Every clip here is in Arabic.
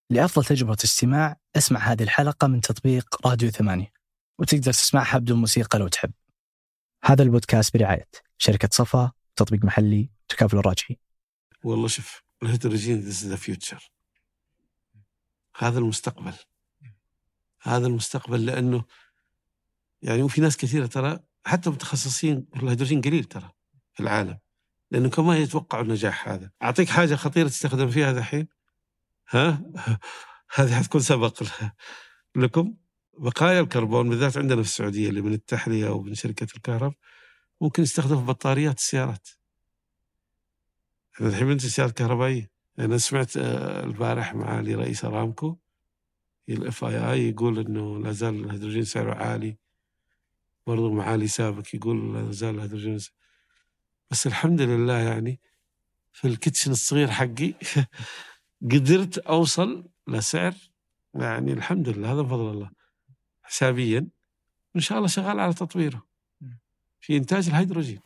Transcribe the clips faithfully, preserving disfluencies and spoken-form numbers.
لأفضل تجربة استماع اسمع هذه الحلقة من تطبيق راديو ثمانية، وتقدر تسمعها بدون موسيقى لو تحب. هذا البودكاست برعاية شركة صفا، تطبيق محلي، تكافل الراجحي. والله شوف، الهيدروجين this is the future. هذا المستقبل، هذا المستقبل لأنه يعني وفي ناس كثيرة ترى حتى متخصصين الهيدروجين قليل ترى في العالم، لأنه كمان يتوقعوا النجاح هذا. أعطيك حاجة خطيرة تستخدم فيها هذا الحين، ها هذه حتكون سبق لكم. بقايا الكربون بالذات عندنا في السعودية اللي من التحلية ومن شركة الكهرباء ممكن يستخدم في بطاريات السيارات. الحين من السيارات الكهربائية، أنا سمعت البارح معالي رئيس أرامكو الاف اي اي يقول انه لا زال الهيدروجين سعره عالي، برضو معالي سابق يقول لا زال الهيدروجين سعره. بس الحمد لله يعني في الكيتشن الصغير حقي قدرت اوصل لسعر يعني الحمد لله، هذا بفضل الله حسابيا، ان شاء الله شغال على تطويره في انتاج الهيدروجين.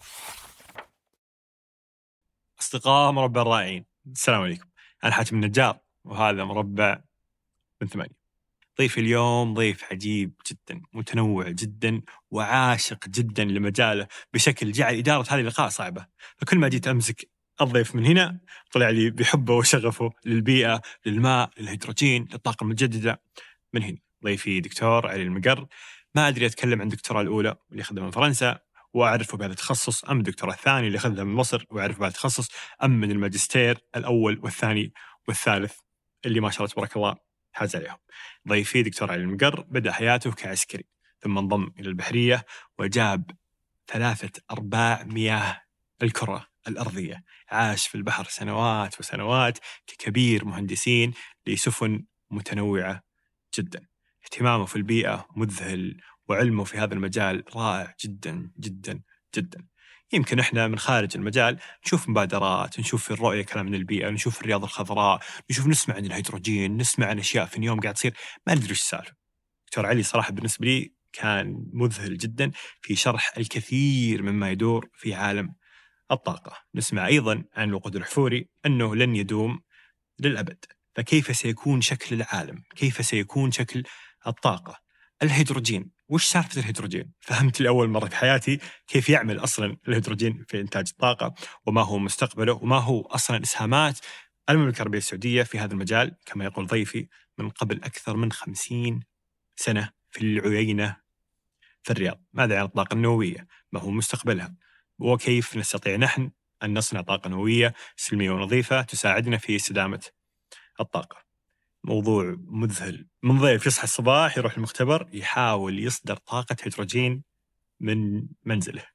اصدقاء مربع الرائعين، السلام عليكم. انا حاتم النجار وهذا مربع من ثمانية. ضيف اليوم ضيف عجيب جدا، متنوع جدا وعاشق جدا لمجاله بشكل جعل إدارة هذه اللقاء صعبة. فكل ما جيت أمسك الضيف من هنا طلع لي بحبه وشغفه للبيئة، للماء، للهيدروجين، للطاقة المتجددة. من هنا ضيفي دكتور علي المقر. ما أدري أتكلم عن الدكتوراه الأولى اللي أخذها من فرنسا وأعرفه بهذا التخصص، أم الدكتوراه الثاني اللي أخذها من مصر وأعرفه بهذا التخصص، أم من الماجستير الأول والثاني والثالث اللي ما شاء الله تبارك الله حاز عليهم. ضيفي دكتور علي المقر بدأ حياته كعسكري، ثم انضم إلى البحرية وجاب ثلاثة أرباع مياه الكرة الأرضية. عاش في البحر سنوات وسنوات ككبير مهندسين لسفن متنوعة جدا. اهتمامه في البيئة مذهل، وعلمه في هذا المجال رائع جدا جدا جدا. يمكن إحنا من خارج المجال نشوف مبادرات، نشوف في الرؤية كلام من البيئة، نشوف الرياضة الخضراء، نشوف نسمع عن الهيدروجين، نسمع عن أشياء في اليوم قاعد تصير ما ندري وش السالفة. دكتور علي صراحة بالنسبة لي كان مذهل جدا في شرح الكثير مما يدور في عالم الطاقة. نسمع أيضا عن الوقود الأحفوري أنه لن يدوم للأبد، فكيف سيكون شكل العالم؟ كيف سيكون شكل الطاقة؟ الهيدروجين، وش سالفة الهيدروجين؟ فهمت لأول مرة في حياتي كيف يعمل أصلا الهيدروجين في إنتاج الطاقة، وما هو مستقبله، وما هو أصلا إسهامات المملكة العربية السعودية في هذا المجال. كما يقول ضيفي من قبل أكثر من خمسين سنة في العيينة في الرياض. ماذا عن الطاقة النووية؟ ما هو مستقبلها؟ وكيف نستطيع نحن أن نصنع طاقة نووية سلمية ونظيفة تساعدنا في استدامة الطاقة؟ موضوع مذهل. من ضيف يصحى الصباح يروح المختبر يحاول يصدر طاقة هيدروجين من منزله.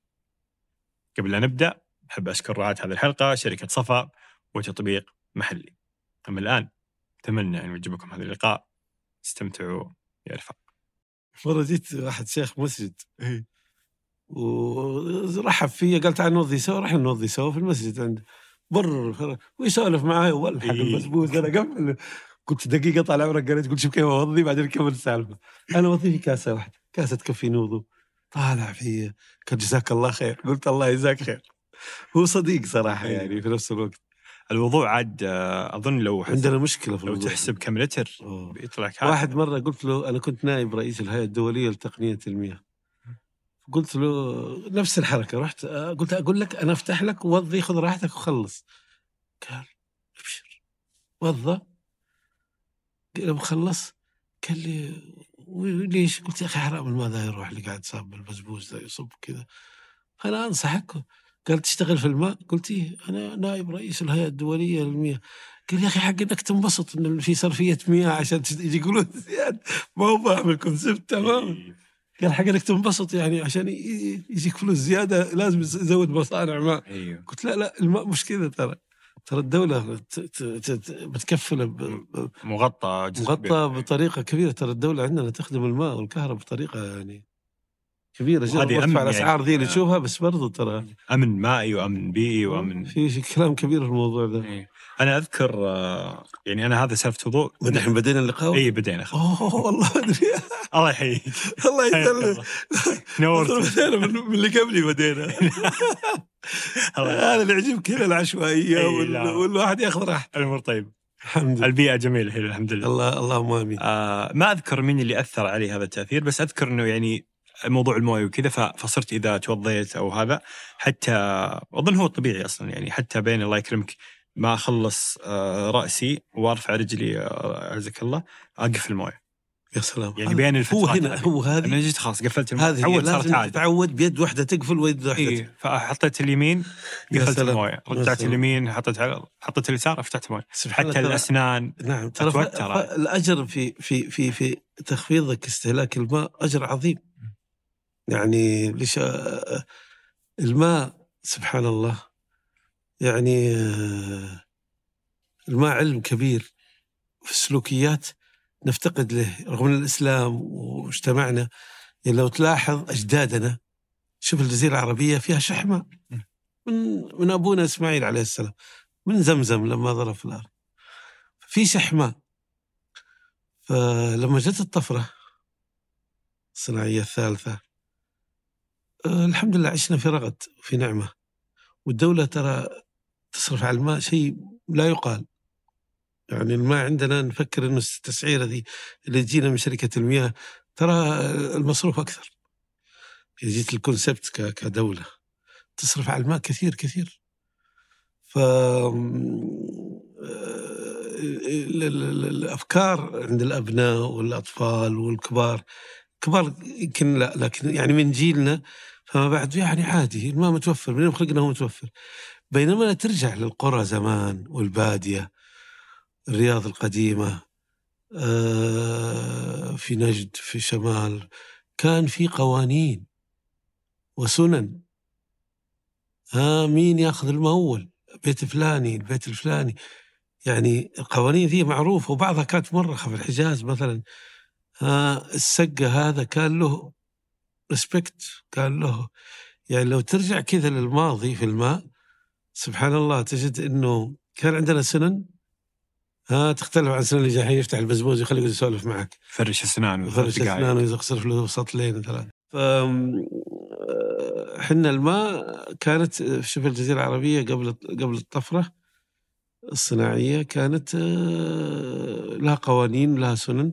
قبل أن نبدأ أحب أشكر رعاة هذه الحلقة شركة صفا وتطبيق محلي. أما الآن أتمنى أن يعجبكم هذا اللقاء، استمتعوا يا رفاق. مرة جيت واحد شيخ مسجد ورحب فيه، قال تعال نوضي سوا، رح نوضي سوا في المسجد عنده بر ويسولف معاي والحق البسبوس. أنا قبل قلت دقيقة طال عمرك، قلت قلت شوف كيف أوضي بعدين نكمل السالفة. أنا وضي في كاسة واحدة، كاسة تكفي نوضو. طالع فيه قال جزاك الله خير، قلت الله يجزاك خير. هو صديق صراحة يعني في نفس الوقت. الوضوع عاد أظن لو عندنا مشكلة في لو الوضوع. تحسب كم لتر بيطلع كاسة. واحد مرة قلت له أنا كنت نائب رئيس الهيئة الدولية لتقنية المياه، قلت له نفس الحركة، رحت قلت أقول لك أنا أفتح لك ووضي، خذ راحتك وخلص. قال ابشر وضى. لما خلص قال لي ليش؟ قلت يا أخي حرام الماء ذا يروح اللي قاعد صاب البسبوس ذا يصب كذا، أنا أنصحك. قال تشتغل في الماء؟ قلت إيه أنا نائب رئيس الهيئة الدولية للمياه. قال يا أخي حق إنك تنبسط إن في صرفية مياه عشان يجي يقولون زيادة، ما هو فاهم الكونسبت تمام. قال حق إنك تنبسط يعني عشان يجيك فلوس زيادة لازم يزود مصانع ماء. أيوه. قلت لا لا الماء مش كذا، ترى ترى الدولة بتكفل مغطى مغطى بطريقة كبيرة. ترى الدولة عندنا تخدم الماء والكهرباء بطريقة يعني كبيرة جدا، وتدفع الأسعار ذي اللي تشوفها، بس برضو ترى أمن مائي وأمن بيئي وأمن في كلام كبير في الموضوع ده. إيه. أنا أذكر يعني أنا هذا سالفة وضوء. ودحين بدينا اللقاء. إيه بدينا. أوه والله أدري. الله يحييك. الله يسلمك. نورت. بدينا من اللي قبلي بدينا. هذا اللي يعجبك كذا العشوائية والواحد ياخذ راحته. الأمور طيب. الحمد لله. البيئة جميلة هنا الحمد لله. الله اللهم آمين. آه ما أذكر مين اللي أثر علي هذا التأثير، بس أذكر إنه يعني موضوع المويه وكذا، فصرت إذا توضيت أو هذا حتى أظن هو الطبيعي أصلا، يعني حتى بين الله يكرمك ما أخلص آه رأسي وأرفع رجلي آه أعزك الله أقف المويه. يا سلام. يعني بين الفترات هو هنا هو هذه أنا جيت خلاص قفلت المويه. هذه لازم تتعود بيد واحدة تقفل ويد واحدة. إيه فحطيت اليمين قفلت المويه، رجعت اليمين حطيت على حطيت اليسار فتحت المويه. حتى الأسنان. نعم ترى ف... ف... الأجر في في في في تخفيضك استهلاك الماء أجر عظيم. يعني ليش الماء سبحان الله، يعني الماء علم كبير في السلوكيات نفتقد له رغم الإسلام واجتمعنا. يعني لو تلاحظ أجدادنا، شوف الجزيرة العربية فيها شحمة من من أبونا إسماعيل عليه السلام، من زمزم لما ضرب في الأرض في شحمة. فلما جت الطفرة الصناعية الثالثة أه الحمد لله عشنا في رغد وفي نعمة، والدولة ترى تصرف على الماء شيء لا يقال. يعني الماء عندنا نفكر إنه التسعيرة ذي اللي تجينا من شركة المياه ترى المصروف أكثر. إذا جيت الكونسبت كدولة تصرف على الماء كثير كثير. ف الأفكار عند الأبناء والأطفال والكبار، كبار يمكن لا، لكن يعني من جيلنا فما بعد يعني عادي الماء متوفر، من يوم خلقنا هو متوفر. بينما ترجع للقرى زمان والبادية، الرياض القديمة في نجد في شمال، كان في قوانين وسنن. ها مين ياخذ الماء أول، بيت فلاني البيت الفلاني. يعني القوانين ذي معروفة وبعضها كانت مرخة. في الحجاز مثلا ها السقة هذا كان له ريسبكت، كان له يعني لو ترجع كذا للماضي في الماء سبحان الله تجد إنه كان عندنا سنن ها تختلف عن السنة اللي جاي يفتح البزبوز ويخليه يسولف معك، فرش أسنانه فرش أسنانه ويغسل له سطلين ثلاث. ف حنا الماء كانت في شبه الجزيرة العربية قبل قبل الطفرة الصناعية كانت لها قوانين، لها سنن،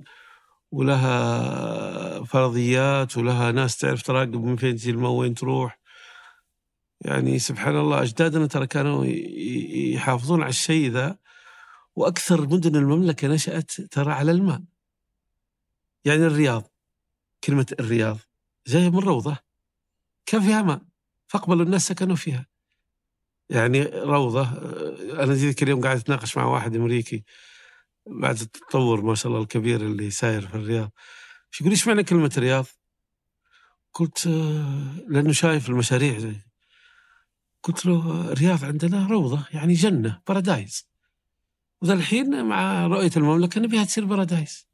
ولها فرضيات، ولها ناس تعرف تراقب من فين تجي الماء وين تروح. يعني سبحان الله أجدادنا ترى كانوا يحافظون على الشيء ذا. وأكثر مدن المملكة نشأت ترى على الماء. يعني الرياض، كلمة الرياض جاية من روضة كان فيها ماء فاقبلوا الناس سكنوا فيها. يعني روضة. أنا ذيك اليوم قاعد أتناقش مع واحد أمريكي بعد التطور ما شاء الله الكبير اللي ساير في الرياض، يقول إيش معنى كلمة رياض؟ قلت لأنه شايف المشاريع زي. قلت له الرياض عندنا روضة يعني جنة بارادايس، وذا الحين مع رؤية المملكة نبيها تصير بارادايس.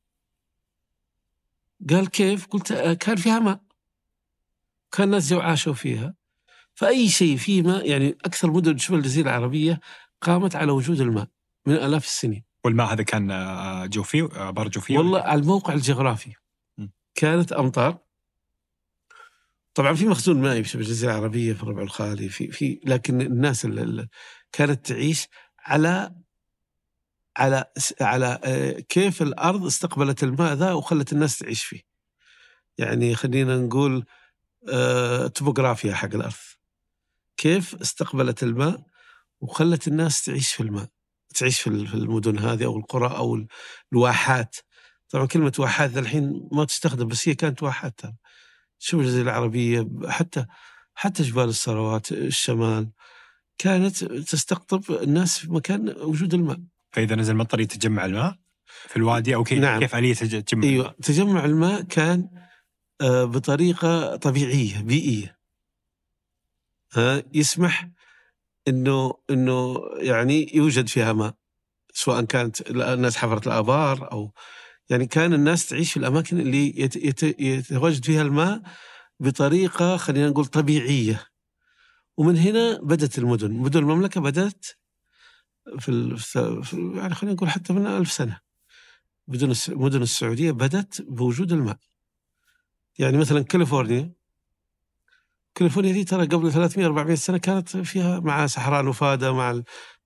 قال كيف؟ قلت كان فيها ماء، كان الناس عاشوا فيها، فأي شيء فيه ماء. يعني أكثر مدن شبه الجزيرة العربية قامت على وجود الماء من آلاف السنين. والماء هذا كان جوفي بر جوفي؟ والله على الموقع الجغرافي م. كانت أمطار. طبعا في مخزون مائي في شبه الجزيرة العربية في الربع الخالي في في لكن الناس اللي كانت تعيش على على على كيف الأرض استقبلت الماء ذا وخلت الناس تعيش فيه. يعني خلينا نقول توبوغرافيا حق الأرض، كيف استقبلت الماء وخلت الناس تعيش في الماء، تعيش في المدن هذه أو القرى أو الواحات. طبعا كلمة واحات ذا الحين ما تستخدم، بس هي كانت واحات. شوف الجزيرة العربية حتى حتى جبال الثروات الشمال كانت تستقطب الناس في مكان وجود الماء. فإذا نزل مطر يتجمع الماء في الوادي أو كيف؟ نعم. كيف آلية تجمع؟ أيوة تجمع الماء كان بطريقة طبيعية بيئية ها يسمح إنه إنه يعني يوجد فيها ماء، سواء كانت الناس حفرت الآبار أو يعني كان الناس تعيش في الأماكن اللي يت يت يتواجد فيها الماء بطريقة خلينا نقول طبيعية. ومن هنا بدت المدن. مدن المملكة بدأت في, في يعني خلينا نقول حتى من ألف سنة. مدن مدن السعودية بدأت بوجود الماء. يعني مثلا كاليفورنيا كاليفورنيا دي ترى قبل ثلاثمائة أربعمائة سنة كانت فيها مع صحراء نفادة مع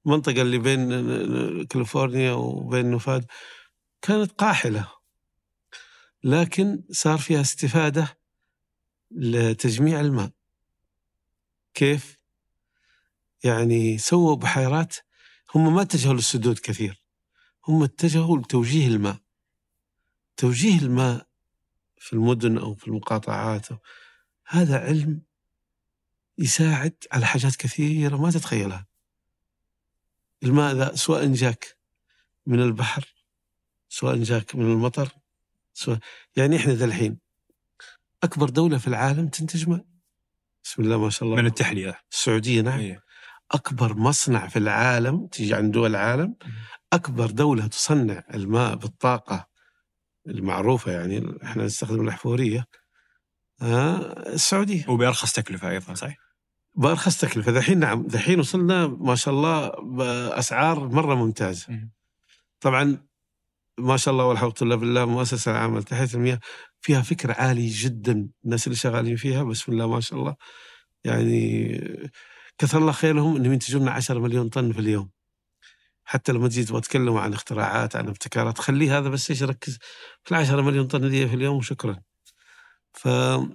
المنطقة اللي بين كاليفورنيا وبين نوفاد كانت قاحلة، لكن صار فيها استفادة لتجميع الماء. كيف؟ يعني سووا بحيرات، هم ما اتجهوا للسدود كثير، هم اتجهوا لتوجيه الماء. توجيه الماء في المدن أو في المقاطعات، هذا علم يساعد على حاجات كثيرة ما تتخيلها. الماء ذا سواء جاك من البحر، سواء جاك من المطر، سواء يعني إحنا ذا الحين أكبر دولة في العالم تنتج ماء، بسم الله ما شاء الله، من التحلية. السعودية. نعم. إيه. أكبر مصنع في العالم، تيجي عن دول العالم، أكبر دولة تصنع الماء بالطاقة المعروفة، يعني إحنا نستخدم الأحفورية، آه السعودية. وبأرخص تكلفة أيضا، صحيح؟ بأرخص تكلفة. ذحين نعم، ذحين وصلنا ما شاء الله بأسعار مرة ممتازة. م- طبعا ما شاء الله والحمد لله بالله، مؤسسة العامة لتحلية المياه فيها فكر عالي جدا، الناس اللي شغالين فيها بسم الله ما شاء الله، يعني كثر الله خيرهم انهم ينتجون لنا عشرة مليون طن في اليوم. حتى لما تجي تتكلم عن اختراعات، عن ابتكارات، خليه هذا بس، ايش ركز في العشرة مليون طن دي في اليوم وشكرا. ف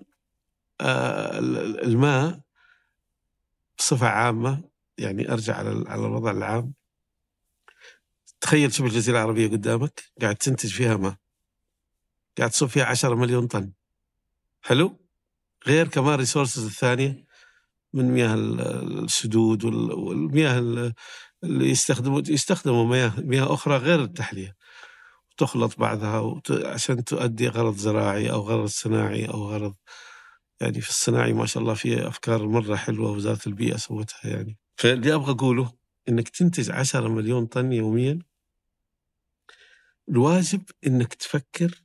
الماء بصفة عامة، يعني ارجع على على الوضع العام. تخيل شوف الجزيرة العربية قدامك قاعد تنتج فيها ماء، قاعد تصب فيها عشرة مليون طن. حلو. غير كمان ريسورسز الثانية من مياه السدود والمياه اللي يستخدموا يستخدموا مياه مياه أخرى غير التحلية، وتخلط بعضها وت... عشان تؤدي غرض زراعي أو غرض صناعي أو غرض، يعني في الصناعي ما شاء الله في أفكار مرة حلوة وزارة البيئة سوتها. يعني فاللي أبغى أقوله إنك تنتج عشرة مليون طن يوميا، الواجب إنك تفكر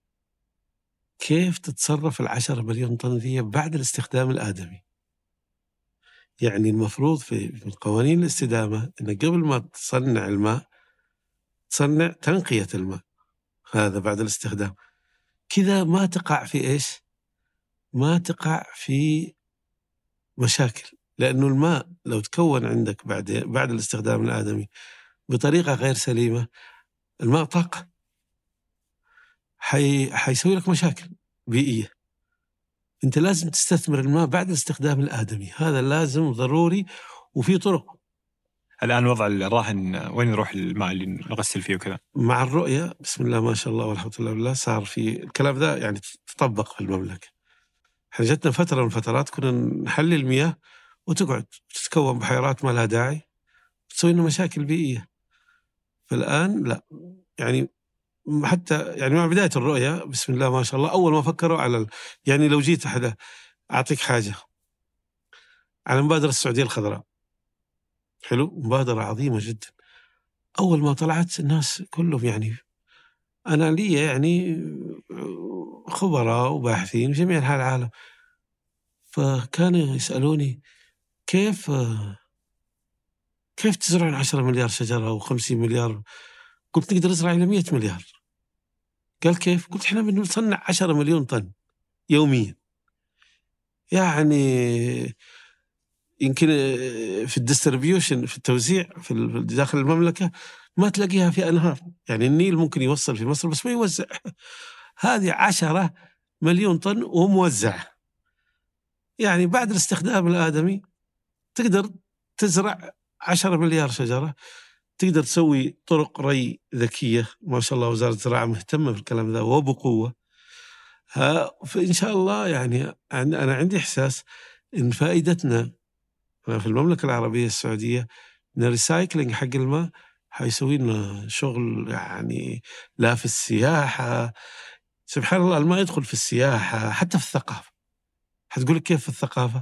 كيف تتصرف العشرة مليون طن ذي بعد الاستخدام الآدمي. يعني المفروض في قوانين الاستدامة إنك قبل ما تصنع الماء تصنع تنقية الماء هذا بعد الاستخدام، كذا ما تقع في إيش؟ ما تقع في مشاكل. لأنه الماء لو تكون عندك بعد بعد الاستخدام الآدمي بطريقة غير سليمة، الماء طاقة، حي حيسوي لك مشاكل بيئية. أنت لازم تستثمر الماء بعد الاستخدام الآدمي، هذا لازم ضروري. وفي طرق. الآن وضع الراهن وين يروح الماء اللي نغسل فيه وكذا؟ مع الرؤية بسم الله ما شاء الله والحمد لله بالله، صار في الكلام ذا يعني تطبق في المملكة. احنا جتنا فترة من الفترات كنا نحلل المياه وتقعد تتكون بحيرات ما لها داعي، تسوي لنا مشاكل بيئية. فالآن لا، يعني حتى يعني مع بداية الرؤية بسم الله ما شاء الله، أول ما فكروا على ال... يعني لو جيت أحد أعطيك حاجة على مبادرة السعودية الخضراء، حلو، مبادرة عظيمة جدا. أول ما طلعت الناس كلهم يعني أنا لي يعني خبراء وباحثين في جميع أنحاء العالم، فكانوا يسألوني كيف كيف تزرعون عشرة مليار شجرة وخمسين مليار؟ قلت نقدر نزرع إلى مئة مليار. قال كيف؟ قلت إحنا بنصنع عشرة مليون طن يوميا. يعني يمكن في الديستريبيوشن، في التوزيع في داخل المملكة ما تلاقيها في أنهار، يعني النيل ممكن يوصل في مصر بس ما يوزع. هذه عشرة مليون طن وموزعة. يعني بعد الاستخدام الآدمي تقدر تزرع عشرة مليار شجرة، تقدر تسوي طرق ري ذكية، ما شاء الله وزارة الزراعة مهتمة في الكلام ذا وبقوة. فإن شاء الله يعني أنا عندي إحساس إن فائدتنا في المملكة العربية السعودية إن الريسايكلينج حق الماء حيسوي لنا شغل، يعني لا في السياحة، سبحان الله الماء يدخل في السياحة، حتى في الثقافة. حتقولك كيف في الثقافة؟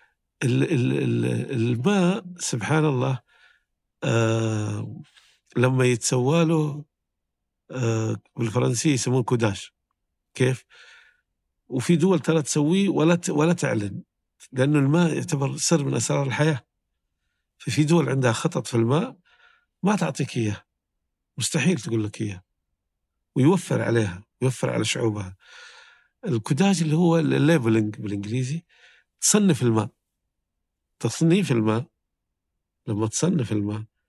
الماء سبحان الله آه لما يتسواله آه بالفرنسي يسمون كوداش. كيف؟ وفي دول ترى تسويه ولا ولا تعلن، لأنه الماء يعتبر سر من أسرار الحياة. ففي دول عندها خطط في الماء ما تعطيك إياه، مستحيل تقول لك إياه، ويوفر عليها، يوفر على شعوبها. الكوداج اللي هو الليبلينج بالإنجليزي، تصنف الماء. تصنيف الماء، لما تصنف الماء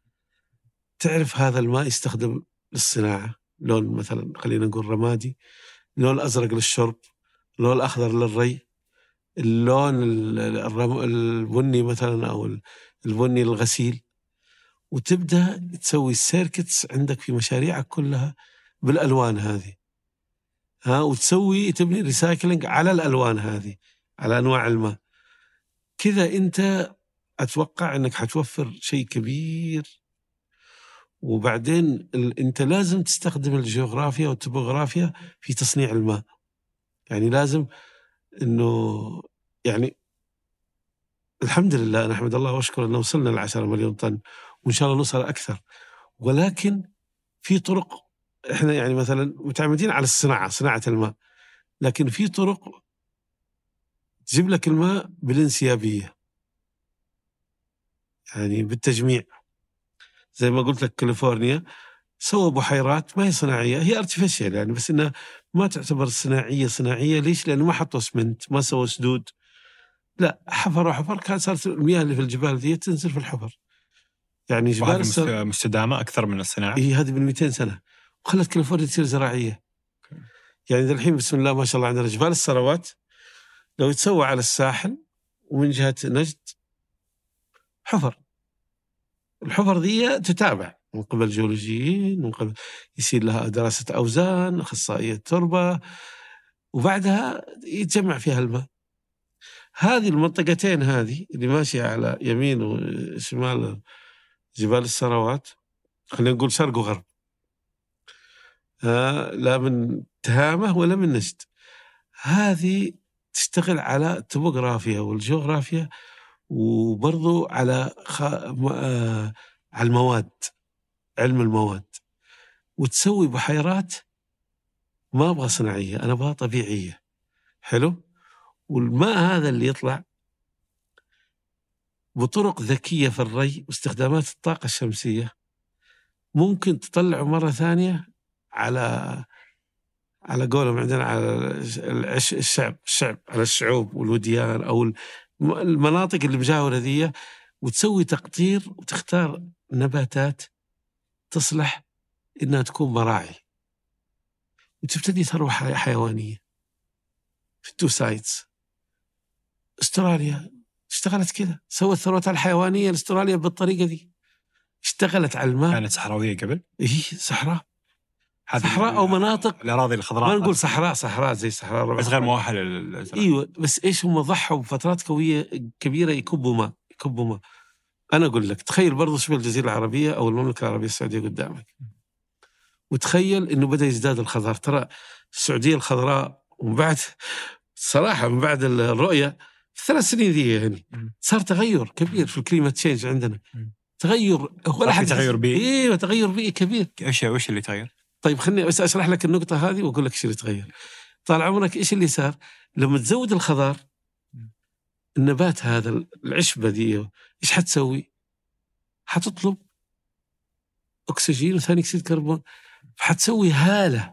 تعرف هذا الماء يستخدم للصناعة، لون مثلا خلينا نقول رمادي، اللون الأزرق للشرب، اللون الأخضر للري، اللون البني مثلا أو البني للغسيل. وتبدأ تسوي السيركتس عندك في مشاريعك كلها بالألوان هذه، ها، وتسوي تبني ريسايكلينج على الألوان هذه، على أنواع الماء. كذا أنت أتوقع أنك حتوفر شيء كبير. وبعدين أنت لازم تستخدم الجغرافيا والتopografia في تصنيع الماء. يعني لازم أنه يعني الحمد لله نحمد الله واشكر أنه وصلنا لعشرة مليون طن، وإن شاء الله نوصل أكثر. ولكن في طرق، إحنا يعني مثلا متعمدين على الصناعة، صناعة الماء، لكن في طرق تجيب لك الماء بالانسيابية، يعني بالتجميع. زي ما قلت لك كاليفورنيا سووا بحيرات ما هي صناعية، هي ارتفيشال يعني، بس إنها ما تعتبر صناعية صناعية. ليش؟ لأنه ما حطوا اسمنت، ما سووا سدود، لا، حفروا حفر، كان صارت المياه اللي في الجبال ذي تنزل في الحفر. يعني جبال السر... مستدامة أكثر من الصناعة. إيه، هذه من مئتين سنة، وخلت كاليفورنيا تصير زراعية. يعني الحين بسم الله ما شاء الله عندنا جبال الثروات لو يتسوى على الساحل ومن جهة نجد حفر، الحفر ذي تتابع من قبل جيولوجيين، من قبل يصير لها دراسة أوزان، أخصائية تربة، وبعدها يتجمع فيها الماء. هذه المنطقتين هذه اللي ماشية على يمين وشمال جبال الثروات، خلينا نقول شرق وغرب، آه لا من تهامة ولا من نجد، هذه تشتغل على التوبوغرافيا والجغرافيا، وبرضو على خ... آه... على المواد، علم المواد، وتسوي بحيرات ما أبغى صناعية، أنا أبغى طبيعية. حلو. والماء هذا اللي يطلع بطرق ذكية في الري واستخدامات الطاقة الشمسية ممكن تطلعه مرة ثانية على على قولهم عندنا على العش... الشعب الشعب على الشعوب والوديان أو المناطق اللي مجاورة ذي، وتسوي تقطير وتختار نباتات تصلح إنها تكون مراعي، وتبتدي ثروة حيوانية في التو سايتس. استراليا اشتغلت كذا، سوت ثروة الحيوانية الاستراليا بالطريقة دي، اشتغلت على الماء. كانت صحراوية قبل؟ إيه، صحراء صحراء أو مناطق الأراضي الخضراء، ما نقول صحراء صحراء زي صحراء بس غير مؤهلة للزراعة. ايوه، بس ايش هم ضحوا بفترات قويه كبيره يكبوا ماء يكبوا ماء. انا اقول لك تخيل برضو شوف الجزيره العربيه او المملكه العربيه السعوديه قدامك، وتخيل انه بدا يزداد الخضار. ترى السعوديه الخضراء ومن بعد صراحه من بعد الرؤيه في ثلاث سنين ذي يعني صار تغير كبير في الكليمات تشينج عندنا، تغير ولا حد تغير بيئي. ايوه تغير بيئي كبير. ايش ايش اللي تغير؟ طيب خلني بس اشرح لك النقطه هذه واقول لك ايش اللي تغير. طال عمرك ايش اللي صار لما تزود الخضار؟ النبات هذا العشبه دي ايش حتسوي؟ حتطلب اكسجين وثاني اكسيد كربون، فحتسوي هاله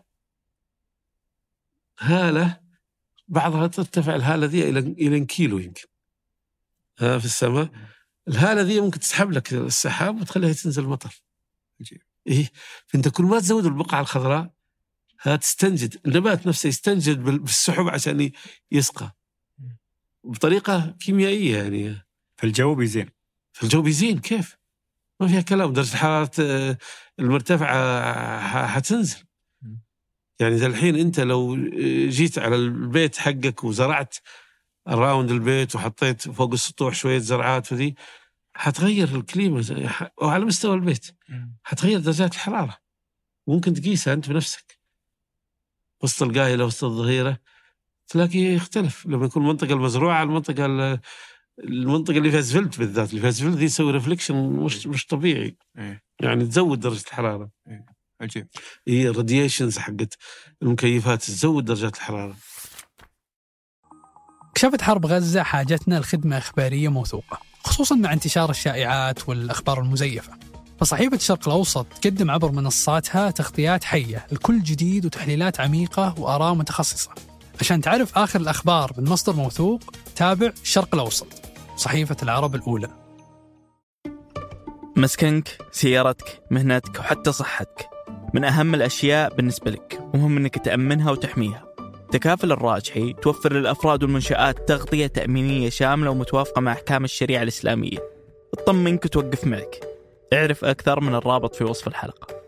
هاله بعضها ترتفع الهاله دي الى الى كيلو يمكن ها في السماء. الهاله دي ممكن تسحب لك السحاب وتخليها تنزل مطر. إيه، فأنت كل ما تزود البقعة الخضراء هتستنجد، النبات نفسه يستنجد بالسحب عشان يسقى بطريقة كيميائية يعني. فالجو بيزين فالجو بيزين كيف؟ ما فيها كلام. درجة الحرارة المرتفعة حتنزل. يعني ذا الحين أنت لو جيت على البيت حقك وزرعت الراوند البيت وحطيت فوق السطوح شوية زرعات وذي، حتغير الكليمة وعلى مستوى البيت حتغير درجات الحرارة. ممكن تقيسها أنت بنفسك وسط القاهلة وسط الظهيرة تلاقي يختلف لما يكون المنطقة المزروعة المنطقة المنطقة اللي فيها زفلت بالذات، اللي فيها زفلت دي يسوي ريفليكشن مش مش طبيعي. يعني تزود درجة الحرارة. عجيب. هي الراديشنز حقت المكيفات تزود درجات الحرارة. كشفت حرب غزة حاجتنا لخدمة إخبارية موثوقة، خصوصاً مع انتشار الشائعات والأخبار المزيفة. فصحيفة الشرق الأوسط تقدم عبر منصاتها تغطيات حية لكل جديد وتحليلات عميقة وآراء متخصصة. عشان تعرف آخر الأخبار من مصدر موثوق، تابع الشرق الأوسط، صحيفة العرب الأولى. مسكنك، سيارتك، مهنتك وحتى صحتك من أهم الأشياء بالنسبة لك، ومهم أنك تأمنها وتحميها. تكافل الراجحي توفر للأفراد والمنشآت تغطية تأمينية شاملة ومتوافقة مع أحكام الشريعة الإسلامية. اطمنك وتوقف معك. اعرف أكثر من الرابط في وصف الحلقة.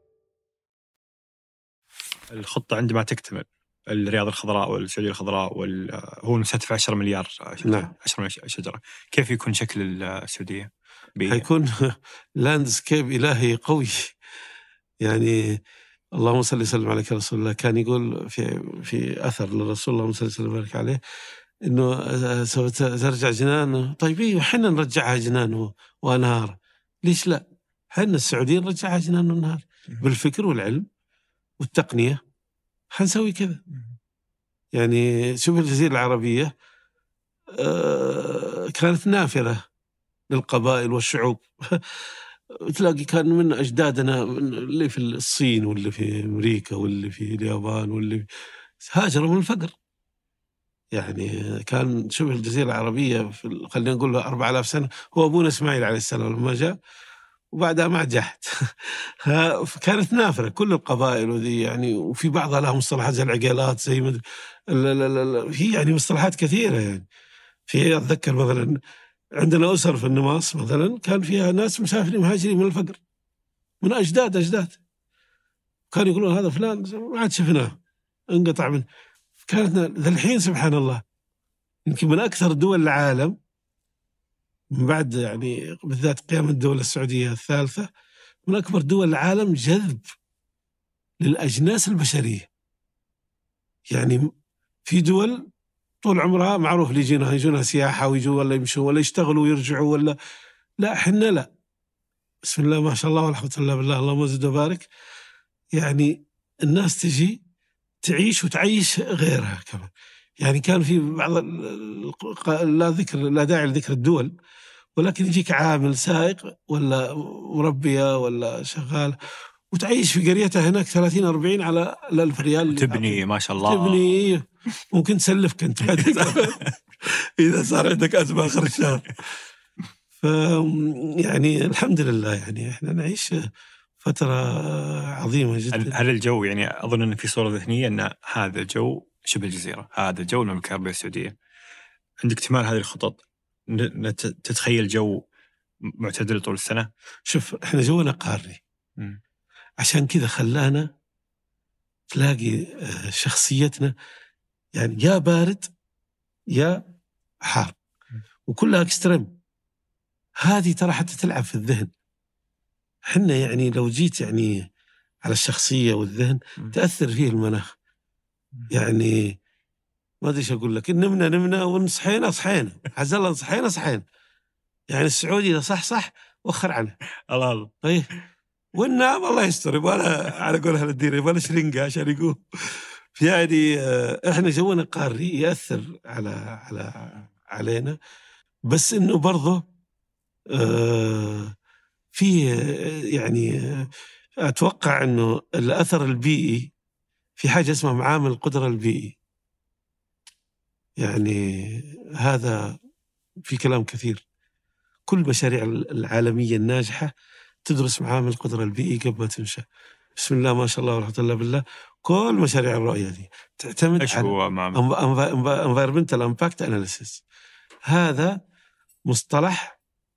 الخطة عندما تكتمل الرياض الخضراء والسعودية الخضراء وال... هو مستهدف عشرة مليار شجرة. نعم. عشرة شجرة. كيف يكون شكل السعودية؟ حيكون لاندسكيب إلهي قوي. يعني اللهم صل وسلم عليك رسول الله، كان يقول في في أثر للرسول اللهم صل وسلم عليك عليه إنه سوف ترجع جنانه. طيب إيه حنا نرجعها جنانه وأنهار، ليش لا؟ حنا السعودية نرجعها جنان ونهار بالفكر والعلم والتقنية. حنسوي كذا. يعني شوف الجزيرة العربية كانت نافرة للقبائل والشعوب. تلاقي كان من أجدادنا اللي في الصين واللي في أمريكا واللي في اليابان واللي هاجروا من الفقر. يعني كان شوف الجزيرة العربية في خلينا نقول له أربعة آلاف سنة، هو أبونا إسماعيل عليه السلام لما جاء وبعدها ما جحت. كانت نافرة كل القبائل وذي يعني، وفي بعضها لها مصطلحات زي العقيلات زي مد... لا لا لا لا. في يعني مصطلحات كثيرة يعني. في أتذكر مثلا عندنا أسر في النماص مثلا كان فيها ناس مسافرين مهاجرين من الفقر من أجداد أجداد، كانوا يقولون هذا فلان ما عاد شفناه انقطع من. كانت ذا الحين سبحان الله يمكن من أكثر دول العالم من بعد يعني بالذات قيام الدولة السعودية الثالثة، من أكبر دول العالم جذب للأجناس البشرية. يعني في دول طول عمرها معروف اللي يجينا يجونا سياحة ويجوا ولا يمشوا ولا يشتغلوا ويرجعوا ولا لا، حنا لا، بسم الله ما شاء الله ولا حول ولا بالله اللهم زد وبارك. يعني الناس تجي تعيش وتعيش غيرها كمان. يعني كان في بعض لا ذكر لا داعي لذكر الدول، ولكن يجيك عامل سائق ولا مربية ولا شغال وتعيش في قريتها هناك ثلاثين أربعين على الألف ريال تبني ما شاء الله تبني ممكن تسلفك أنت إذا صار عندك أزمة آخر الشهر. ف يعني الحمد لله يعني إحنا نعيش فترة عظيمة جدا. هل الجو يعني أظن أن في صورة ذهنية أن هذا الجو شبه الجزيرة، هذا الجو المملكة العربية السعودية. عندك اكتمال هذه الخطط تتخيل جو معتدل طول السنة؟ شوف إحنا جونا قاري م. عشان كذا خلانا تلاقي شخصيتنا يعني يا بارد يا حار وكلها اكستريم. هذه ترى حتى تلعب في الذهن. حنا يعني لو جيت يعني على الشخصية والذهن تأثر فيه المناخ. يعني ما أدري إيش أقول لك، نمنا نمنا ونصحينا صحينا عزلا صحينا صحينا. يعني السعودي إذا صح صح وخر عنه الله الله. طيب والنعم الله يستر ولا على قولها الديري ولا شرنقة عشان يقول. يعني إحنا جونا قاري يأثر على على علينا، بس إنه برضه آه في يعني أتوقع إنه الأثر البيئي في حاجة اسمها معامل القدرة البيئي. يعني هذا في كلام كثير. كل المشاريع العالمية الناجحة تدرس معامل القدرة البيئي قبل ما تنشأ. بسم الله ما شاء الله والحمد لله بالله. كل مشاريع الرؤية دي تعتمد على environmental impact analysis. هذا مصطلح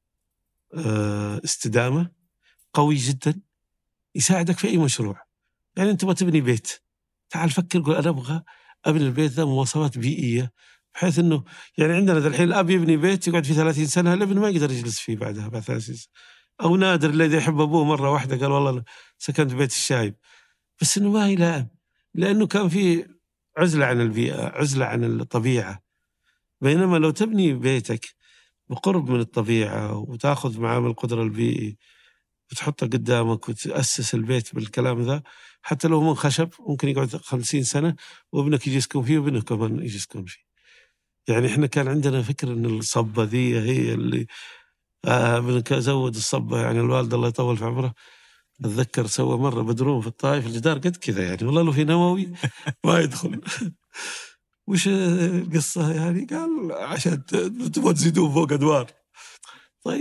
استدامة قوي جدا يساعدك في أي مشروع. يعني أنت ما تبني بيت، تعال فكر قول أنا أبغى أبني البيت ذا مواصفات بيئية بحيث أنه يعني عندنا ذا الحين الأب يبني بيت يقعد فيه ثلاثين سنة، الابن ما يقدر يجلس فيه بعدها بعد ثلاثين سنة. أو نادر الذي يحب أبوه مرة واحدة قال والله سكنت بيت الشايب، بس إنه ما يلائم لأنه كان فيه عزلة عن البيئة، عزلة عن الطبيعة. بينما لو تبني بيتك بقرب من الطبيعة وتأخذ معامل القدرة البيئي وتحطه قدامك وتأسس البيت بالكلام ذا، حتى لو من خشب ممكن يقعد خمسين سنة وابنك يجي يسكن فيه وابنك كمان يجي يسكن فيه. يعني إحنا كان عندنا فكر إن الصبة ذي هي اللي آه ابنك زود الصبة. يعني الوالد الله يطول في عمره أتذكر سوى مرة بدروم في الطائف الجدار قد كذا يعني والله لو في نووي ما يدخل. وش القصة يعني؟ قال عشان تبغى تزيدون فوق أدوار. طيب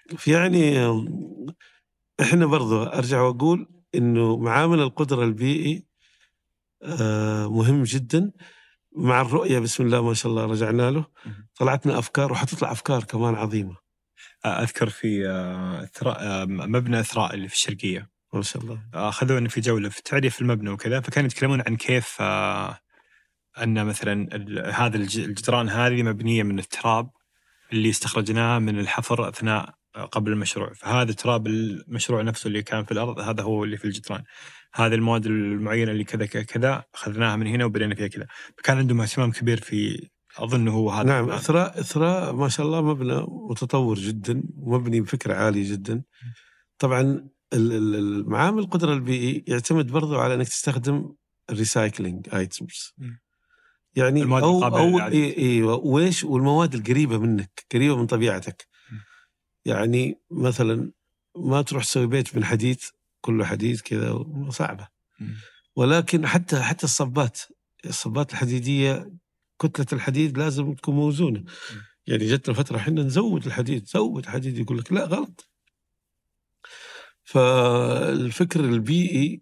في يعني إحنا برضو أرجع وأقول إنه معامل القدرة البيئي مهم جدا. مع الرؤية بسم الله ما شاء الله رجعنا له، طلعتنا أفكار وحتطلع أفكار كمان عظيمة. أذكر في أثراء مبنى أثراء اللي في الشرقية ما شاء الله أخذوني في جولة في تعريف المبنى وكذا، فكانوا يتكلمون عن كيف أن مثلا هذا الجدران هذه مبنية من التراب اللي استخرجناه من الحفر أثناء قبل المشروع، فهذا تراب المشروع نفسه اللي كان في الأرض هذا هو اللي في الجدران، هذه المواد المعينة اللي كذا كذا أخذناها من هنا وبدينا فيها كذا. فكان عندهم اهتمام كبير في أظن هو هذا. نعم إثراء إثراء ما شاء الله مبنى متطور جدا ومبني بفكرة عالية جدا. طبعا المعامل القدرة البيئي يعتمد برضو على أنك تستخدم الريسايكلينج ايتمز، يعني أو, أو إيه إيه وإيش والمواد القريبة منك قريبة من طبيعتك. يعني مثلا ما تروح تسوي بيت من حديد كله حديد كذا صعبة، ولكن حتى حتى الصبات الصبات الحديدية كتلة الحديد لازم تكون موزونة. يعني جتنا فترة حنا نزود الحديد زود حديد يقول لك لا غلط. فالفكر البيئي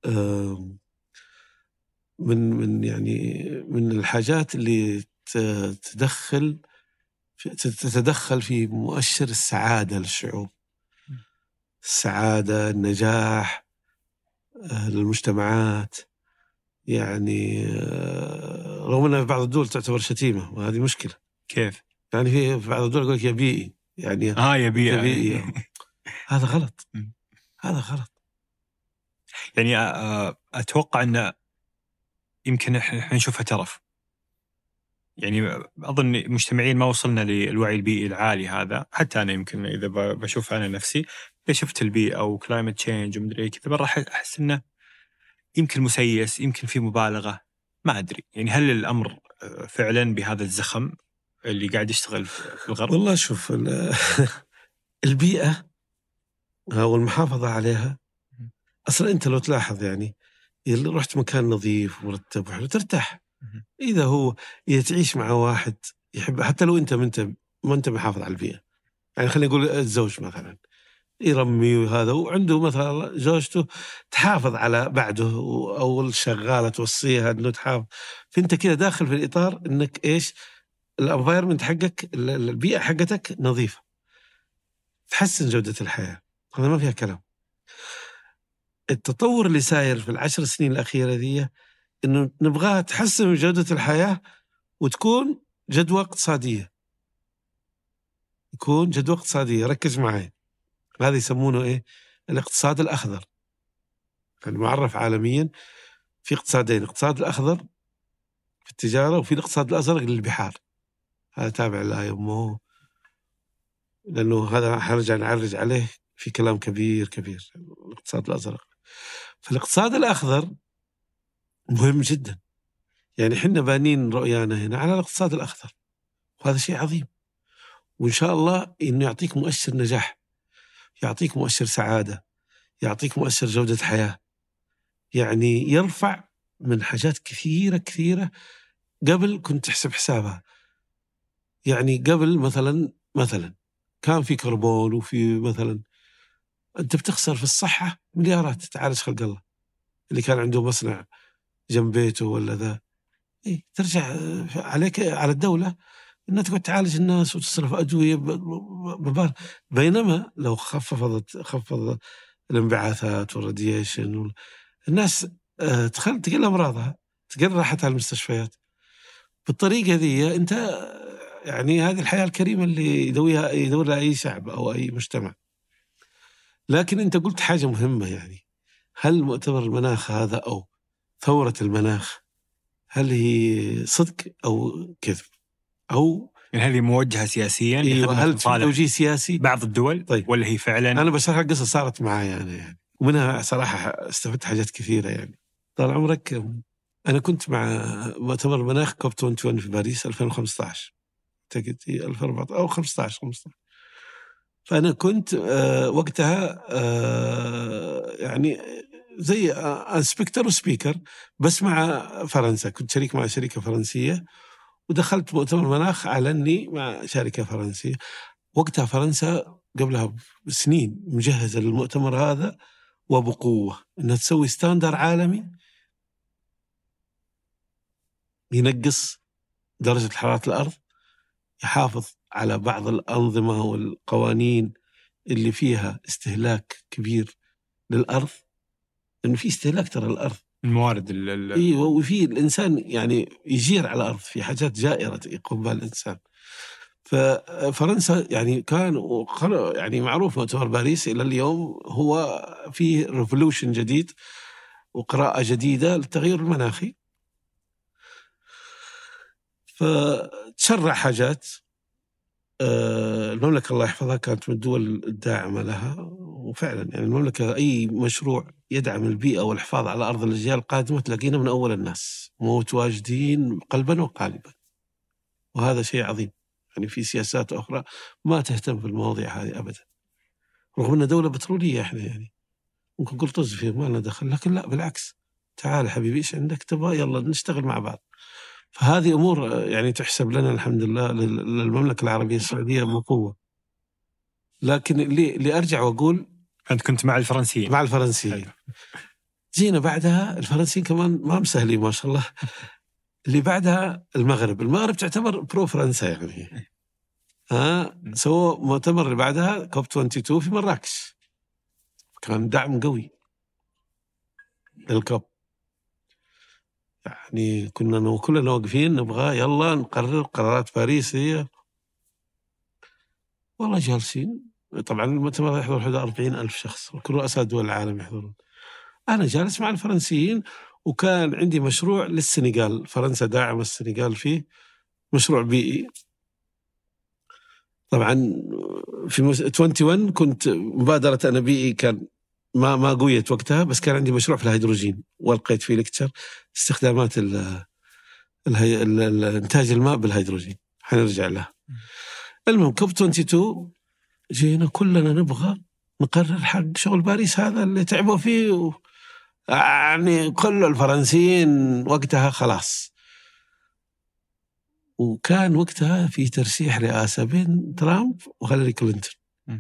من من يعني من الحاجات اللي تدخل تتدخل في مؤشر السعادة للشعوب، السعادة النجاح للمجتمعات. يعني رغم أنها في بعض الدول تعتبر شتيمة وهذه مشكلة. كيف؟ يعني في بعض الدول يقول لك يا بيئي، يعني آه يا بيئي, يا بيئي. هذا غلط هذا غلط. يعني أتوقع أن يمكن إحنا نشوفها ترف، يعني أظن مجتمعين ما وصلنا للوعي البيئي العالي هذا. حتى أنا يمكن إذا بشوف أنا نفسي إذا شفت البيئة أو كلايمت تشينج ومدري كذا برا أحس إنه يمكن مسيس، يمكن في مبالغة، ما أدري. يعني هل الأمر فعلا بهذا الزخم اللي قاعد يشتغل في الغرب؟ والله شوف البيئة والمحافظة عليها أصلا أنت لو تلاحظ يعني اللي رحت مكان نظيف ومرتب وحلو ترتاح. إذا هو إذا تعيش مع واحد يحب حتى لو أنت ما أنت ما أنت محافظ على البيئة، يعني خلينا نقول الزوج مثلا يرمي وهذا وعنده مثلا زوجته تحافظ على بعده أو الشغالة توصيها إنه تحافظ، فأنت كده داخل في الإطار إنك إيش الانفايرمنت حقك البيئة حقتك نظيفة، تحسن جودة الحياة. هذا ما فيها كلام. التطور اللي ساير في العشر سنين الأخيرة ذي إنه نبغاها تحسن من جودة الحياة وتكون جدوى اقتصادية، يكون جدوى اقتصادية. ركز معي، هذا يسمونه إيه الاقتصاد الأخضر، يعني معرف عالميا في اقتصادين، الاقتصاد الأخضر في التجارة وفي الاقتصاد الأزرق للبحار، هذا تابع لا يمه، لأنه هذا حرجع نعرج عليه في كلام كبير كبير الاقتصاد الأزرق. فالاقتصاد الأخضر مهم جدا، يعني حنا بانين رؤيانا هنا على الاقتصاد الأخضر، وهذا شيء عظيم، وإن شاء الله إنه يعطيك مؤشر نجاح، يعطيك مؤشر سعادة، يعطيك مؤشر جودة حياة، يعني يرفع من حاجات كثيرة كثيرة قبل كنت تحسب حسابها. يعني قبل مثلا مثلا كان في كربون وفي مثلا أنت بتخسر في الصحة مليارات تعالج خلق الله، اللي كان عنده مصنع جنب بيته ولا ذا إيه ترجع عليك على الدولة إنها تقعد تعالج الناس وتصرف أدوية ببال. بينما لو خفضت خفض الانبعاثات والراديشن الناس تخل تقل أمراضها، تقل راحتها على المستشفيات. بالطريقة ذي أنت يعني هذه الحياة الكريمة اللي يدويها يدور لها أي شعب أو أي مجتمع. لكن أنت قلت حاجة مهمة، يعني هل مؤتمر المناخ هذا أو ثورة المناخ هل هي صدق أو كذب أو يعني هل هي موجهة سياسيا؟ إيه هل في توجيه سياسي بعض الدول طيب. ولا هي فعلا؟ أنا بشرح قصة صارت معايا أنا يعني، ومنها صراحة استفدت حاجات كثيرة. يعني طال عمرك أنا كنت مع مؤتمر المناخ كوب واحد وعشرين في باريس ألفين وخمسة عشر أعتقد ألفين وأربعة عشر أو خمسة عشر خمسة عشر. فأنا كنت آه وقتها آه يعني زي انسبكتر وسبيكر بس مع فرنسا، كنت شريك مع شركة فرنسية ودخلت مؤتمر المناخ علني مع شركة فرنسية. وقتها فرنسا قبلها بسنين مجهزة للمؤتمر هذا وبقوة، أنها تسوي ستاندر عالمي ينقص درجة حرارة الأرض، يحافظ على بعض الأنظمة والقوانين اللي فيها استهلاك كبير للأرض، لأنه في استهلاك ترى الأرض الموارد ال إيه، وفي الإنسان يعني يجير على الأرض في حاجات جائرة يقوم بها الإنسان. ففرنسا يعني كان يعني معروف مؤتمر باريس إلى اليوم هو فيه ريفولوشن جديد وقراءة جديدة للتغيير المناخي. فتشرع حاجات، المملكة الله يحفظها كانت من الدول الداعمة لها، وفعلا يعني المملكة أي مشروع يدعم البيئة والحفاظ على أرض الأجيال القادمة تلاقينا من أول الناس متواجدين قلبا وقالبا، وهذا شيء عظيم. يعني في سياسات أخرى ما تهتم بالمواضيع هذه أبدا، رغم أن دولة بترولية إحنا يعني ممكن قلت طز فيه ما لنا دخل، لكن لا بالعكس، تعال حبيبي إيش عندك تبغى يلا نشتغل مع بعض. فهذه أمور يعني تحسب لنا الحمد لله للمملكة العربية السعودية بقوة. لكن اللي, اللي أرجع وأقول أنت كنت مع الفرنسيين. مع الفرنسيين جينا بعدها الفرنسيين كمان ما مسهلين ما شاء الله. اللي بعدها المغرب المغرب تعتبر برو فرنسا يعني، ها سووا مؤتمر اللي بعدها كوب اثنين وعشرين في مراكش، كان دعم قوي للكوب. يعني كنا كلنا واقفين نبغى يلا نقرر قرارات باريس هي، والله جالسين. طبعا المؤتمر يحضر حوالي أربعين ألف شخص وكل رؤساء دول العالم يحضرون. أنا جالس مع الفرنسيين، وكان عندي مشروع للسنغال، فرنسا داعم السنغال فيه مشروع بيئي. طبعا في واحد وعشرين كنت مبادرة أنا بيئي، كان ما ما قويت وقتها، بس كان عندي مشروع في الهيدروجين والقيت فيه لكتشر استخدامات ال الانتاج الماء بالهيدروجين، حنرجع لها. المهم كوب اثنين وعشرين جينا كلنا نبغى نقرر حق شغل باريس هذا اللي تعبوا فيه و... يعني كل الفرنسيين وقتها خلاص. وكان وقتها في ترشيح رئاسة بين ترامب وهيلاري كلينتون،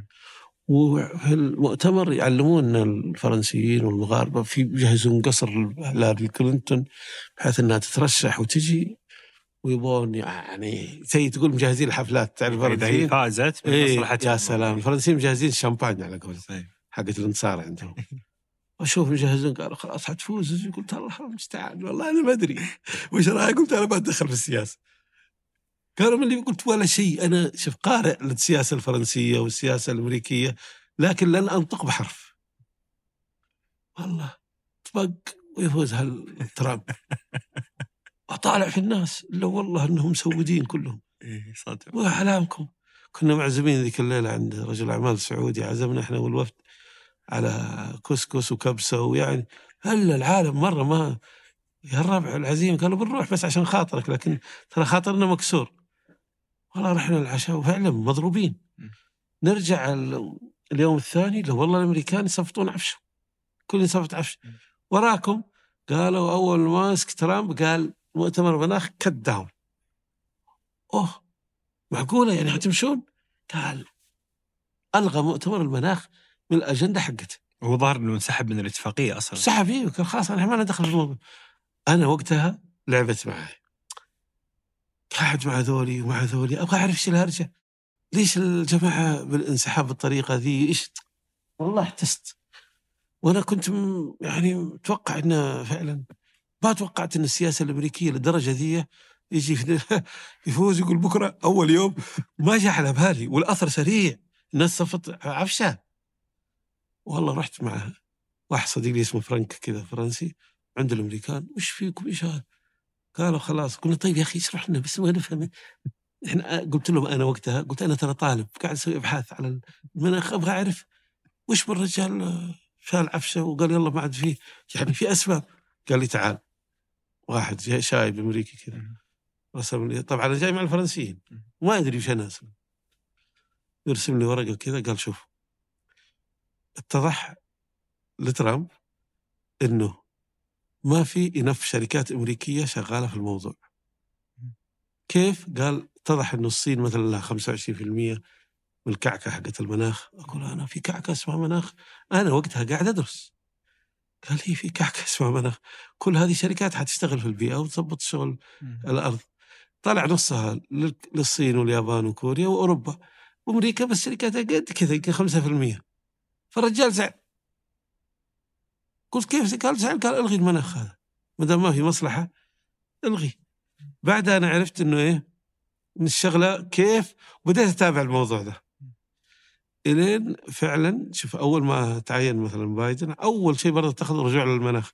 وفي المؤتمر يعلمون الفرنسيين والمغاربة في يجهزون قصر هيلاري كلينتون بحيث أنها تترشح وتجي، ويبون يعني زي تقول مجهزين الحفلات. تعرف إذا هي فازت إيه يا سلام، الفرنسيين مجهزين الشامبانيا على قول حقت الانتصار عندهم. وأشوف مجهزين قالوا خلاص حتفوز، قلت الله المستعان والله أنا ما أدري وش رأيك. قلت أنا ما أدخل في السياسة. كانوا من اللي قلت ولا شيء، أنا شوف قارئ للسياسة الفرنسية والسياسة الأمريكية، لكن لن أنطق بحرف. والله طبق ويفوز هالترامب. أطالع في الناس لو والله أنهم مسودين كلهم. إيه صادق. وأحلامكم. كنا معزمين ذيك الليلة عند رجل أعمال سعودي، عزمنا إحنا والوفد على كسكس وكبسة، ويعني هلا العالم مرة ما يا الربع العزيم قالوا بنروح بس عشان خاطرك، لكن ترى خاطرنا مكسور. والله رحنا العشاء وفعلا مضروبين. نرجع اليوم الثاني لو والله الأمريكان يصفطون عفش، كل يصفط عفش وراكم. قالوا أول ماسك ترامب قال مؤتمر مناخ كت داون. أوه معقولة يعني هتمشون؟ قال ألغى مؤتمر المناخ من الأجندة حقته. هو ظهر إنه انسحب من الاتفاقية أصلا. سحب فيه وقال خلاص أنا ما ندخل في الموضوع. أنا وقتها لعبت معي، قاعد مع ذولي ومع ذولي أبغى أعرف إيش الهرجة، ليش الجماعة بالانسحاب بالطريقة ذي إيش. والله احتست، وأنا كنت يعني متوقع إنه فعلا ما توقعت إن السياسة الأمريكية للدرجة ذي يجي يفوز يقول بكرة أول يوم. ما جاء على بالي، والأثر سريع، الناس صفت عفشة. والله رحت مع واحد صديق لي اسمه فرانك كذا فرنسي عند الأمريكان، وش فيكم إيش هذا؟ قالوا خلاص. قلنا طيب يا أخي اشرح لنا بس ما نفهم. إحنا قلت لهم أنا وقتها قلت أنا ترى طالب قاعد أسوي أبحاث على المناخ، أبغى أعرف وش بالرجال شال عفشة وقال يلا ما عاد فيه يعني في أسباب. قال لي تعال واحد شايب أمريكي كذا رسم لي، طبعا أنا جاي مع الفرنسيين وما أدري وش أنا أسمي، يرسم لي ورقة كذا قال شوف اتضح لترامب إنه ما في إنف شركات أمريكية شغالة في الموضوع. كيف؟ قال اتضح إنه الصين مثلا لها خمسة وعشرين بالمئة من الكعكة حقت المناخ. أقول أنا في كعكة اسمها مناخ؟ أنا وقتها قاعد أدرس. قال لي في كعكة اسمها مناخ، كل هذه شركات حتشتغل في البيئة وتضبط شغل الأرض. طلع نصها للصين واليابان وكوريا وأوروبا وأمريكا، بس شركاتها قد كذا يمكن خمسة في المية. فالرجال زعل. قلت كيف؟ قال زعل. قال الغي المناخ هذا، ما دام ما في مصلحة الغي. بعدها أنا عرفت إنه إيه من الشغلة كيف، وبدأت أتابع الموضوع ده إلين فعلا. شوف أول ما تعين مثلا بايدن أول شيء برضه اتخذ رجوع للمناخ.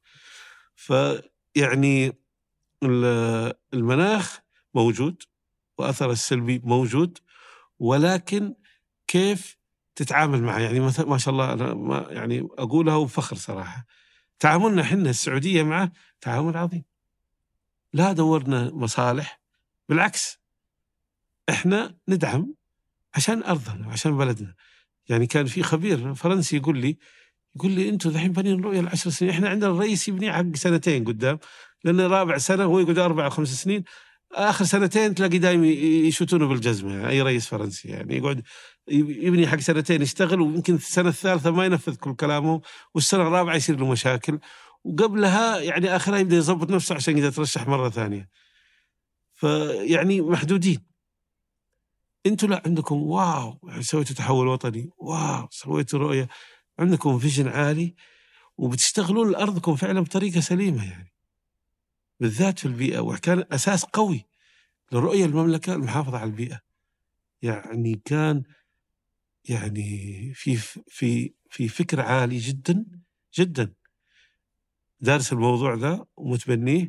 فيعني المناخ موجود وأثر السلبي موجود، ولكن كيف تتعامل معه. يعني مثلا ما شاء الله أنا ما يعني أقولها وفخر صراحة، تعاملنا حنا السعودية معه تعامل عظيم. لا دورنا مصالح، بالعكس إحنا ندعم عشان أرضنا عشان بلدنا. يعني كان في خبير فرنسي يقول لي يقول لي أنتوا ذحين بنين رؤية العشر سنين، إحنا عندنا الرئيس يبني حق سنتين قدام، لأن رابع سنة هو يقعد أربع أو خمس سنين، آخر سنتين تلاقي دايم يشوتونه بالجزمة. يعني أي رئيس فرنسي يعني يقعد يبني حق سنتين يشتغل، ويمكن السنة الثالثة ما ينفذ كل كلامه، والسنة الرابعة يصير له مشاكل، وقبلها يعني آخرها يبدأ يضبط نفسه عشان يقدر يترشح مرة ثانية. فيعني محدودين. انتوا لا عندكم واو، يعني سويتوا تحول وطني، واو سويتوا رؤية، عندكم فيجن عالي، وبتشتغلون لأرضكم فعلا بطريقة سليمة، يعني بالذات في البيئة. وكان أساس قوي لرؤية المملكة المحافظة على البيئة. يعني كان يعني في في في فكر عالي جدا جدا، دارس الموضوع ذا ومتبنيه،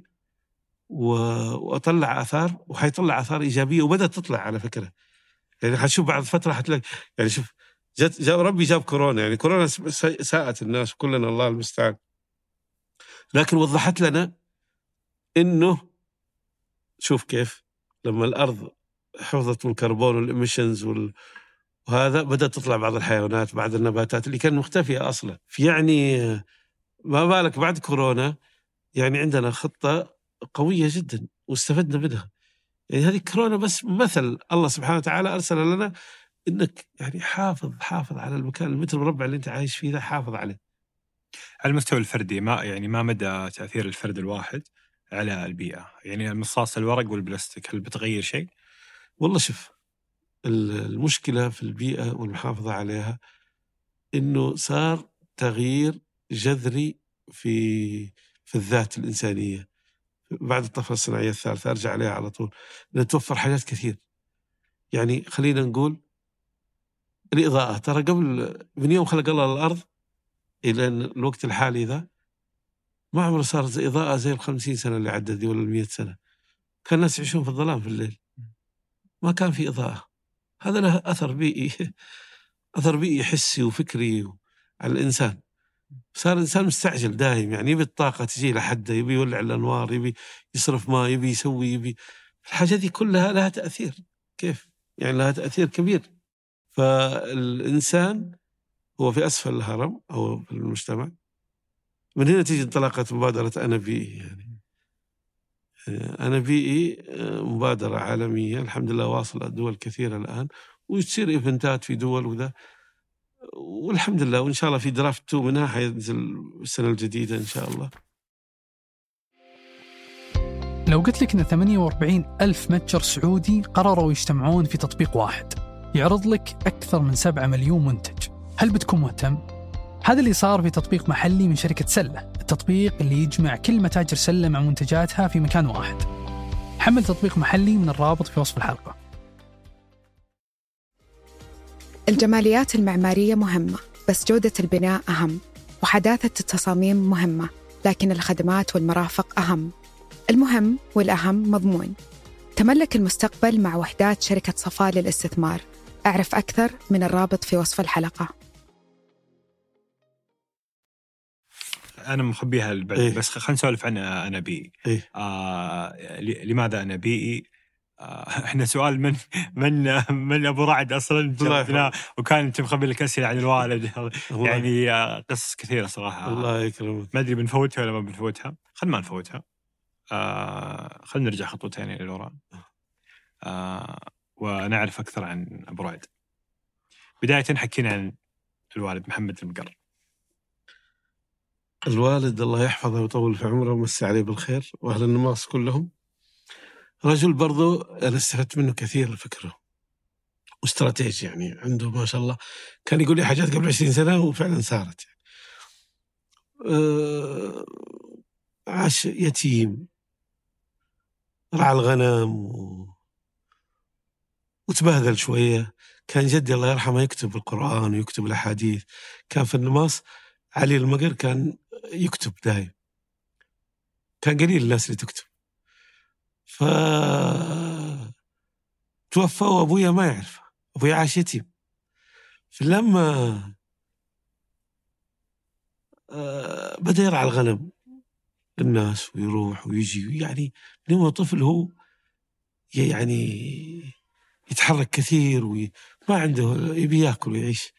وأطلع آثار، وحيطلع آثار إيجابية، وبدأت تطلع على فكرة. يعني حتشوف بعد فترة حتلاقي يعني شوف جت جاء ربي جاب كورونا، يعني كورونا ساءت الناس كلنا الله المستعان، لكن وضحت لنا إنه شوف كيف لما الأرض حفظت من الكربون والإميشنز وال... وهذا بدأت تطلع بعض الحيوانات بعض النباتات اللي كانت مختفية أصلا. في يعني ما بالك بعد كورونا، يعني عندنا خطة قوية جدا واستفدنا منها. يعني هذه كورونا بس مثل الله سبحانه وتعالى أرسل لنا إنك يعني حافظ حافظ على المكان المتر مربع اللي أنت عايش فيه ذا، حافظ عليه. على المستوى الفردي ما يعني ما مدى تأثير الفرد الواحد على البيئة؟ يعني المصاص الورق والبلاستيك هل بتغير شيء؟ والله شوف، المشكلة في البيئة والمحافظة عليها إنه صار تغيير جذري في في الذات الإنسانية بعد الطفرة الصناعية الثالثة. أرجع عليها على طول، لأن توفر حاجات كثير. يعني خلينا نقول الإضاءة، ترى قبل من يوم خلق الله الأرض إلى الوقت الحالي ذا ما عمره صار زي إضاءة زي الخمسين سنة اللي عدت دي ولا المئة سنة. كان الناس يعيشون في الظلام في الليل، ما كان في إضاءة. هذا له أثر بيئي أثر بيئي حسي وفكري على الإنسان. صار الإنسان مستعجل دائم، يعني يبي الطاقة تجي لحده، يبي يولع الأنوار، يبي يصرف ماء، يبي يسوي يبي الحاجة دي كلها لها تأثير. كيف يعني لها تأثير كبير. فالإنسان هو في أسفل الهرم أو في المجتمع. من هنا تيجي انطلاقة مبادرة أنا بيئي. يعني أنا بيئي مبادرة عالمية الحمد لله واصلة دول كثيرة الآن، ويصير إيفنتات في دول وذا، والحمد لله. وإن شاء الله في درافت تو منها حينزل السنة الجديدة إن شاء الله. لو قلت لك أن ثمانية وأربعين ألف متجر سعودي قرروا يجتمعون في تطبيق واحد يعرض لك أكثر من سبعة مليون منتج، هل بتكون مهتم؟ هذا اللي صار في تطبيق محلي من شركة سلة، التطبيق اللي يجمع كل متاجر سلة مع منتجاتها في مكان واحد. حمل تطبيق محلي من الرابط في وصف الحلقة. الجماليات المعمارية مهمة، بس جودة البناء أهم، وحداثة التصاميم مهمة، لكن الخدمات والمرافق أهم. المهم والأهم مضمون. تملك المستقبل مع وحدات شركة صفاء للاستثمار. أعرف أكثر من الرابط في وصف الحلقة. أنا مخبيها البعد. إيه؟ بس خلينا نسولف عن أنا بيئي. إيه؟ آه لماذا أنا بيئي؟ آه إحنا سؤال من من من أبو رعد أصلاً جبنا، وكان أنت مخبي لك أسئلة عن الوالد. يعني آه قصص كثيرة صراحة. الله يكرمك. ما أدري بنفوتها ولا ما بنفوتها. خل ما نفوتها. آه خلينا نرجع خطوتين للوراء آه ونعرف أكثر عن أبو رعد. بداية حكينا عن الوالد محمد المقر. الوالد الله يحفظه ويطول في عمره ومسي عليه بالخير، وأهل النماص كلهم. رجل برضو أنا استفدت منه كثير الفكرة واستراتيجي، يعني عنده ما شاء الله كان يقول لي حاجات قبل عشرين سنة وفعلا صارت. يعني أه عاش يتيم، رعى الغنم و... وتبهذل شوية. كان جدي الله يرحمه يكتب القرآن ويكتب الأحاديث، كان في النماص علي المقر كان يكتب دايم، كان قليل الناس اللي تكتب. ف توفى وأبويا ما يعرف، أبويا عاش يتيم. فلما آه بدأ يرعى الغنم الناس ويروح ويجي، يعني من يوم طفل هو يعني يتحرك كثير وما عنده يبي ياكل ويعيش.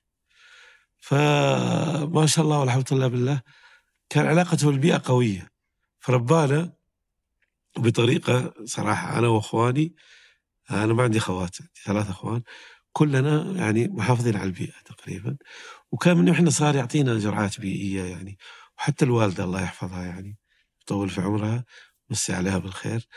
فما شاء الله ولا حول ولا قوة بالله، كان علاقته بالبيئة قوية، فربانا بطريقة صراحة. أنا وأخواني، أنا ما عندي خوات، عندي ثلاثة أخوان، كلنا يعني محافظين على البيئة تقريبا. وكان من إحنا صار يعطينا جرعات بيئية يعني. وحتى الوالدة الله يحفظها يعني يطول في عمرها مسي عليها بالخير،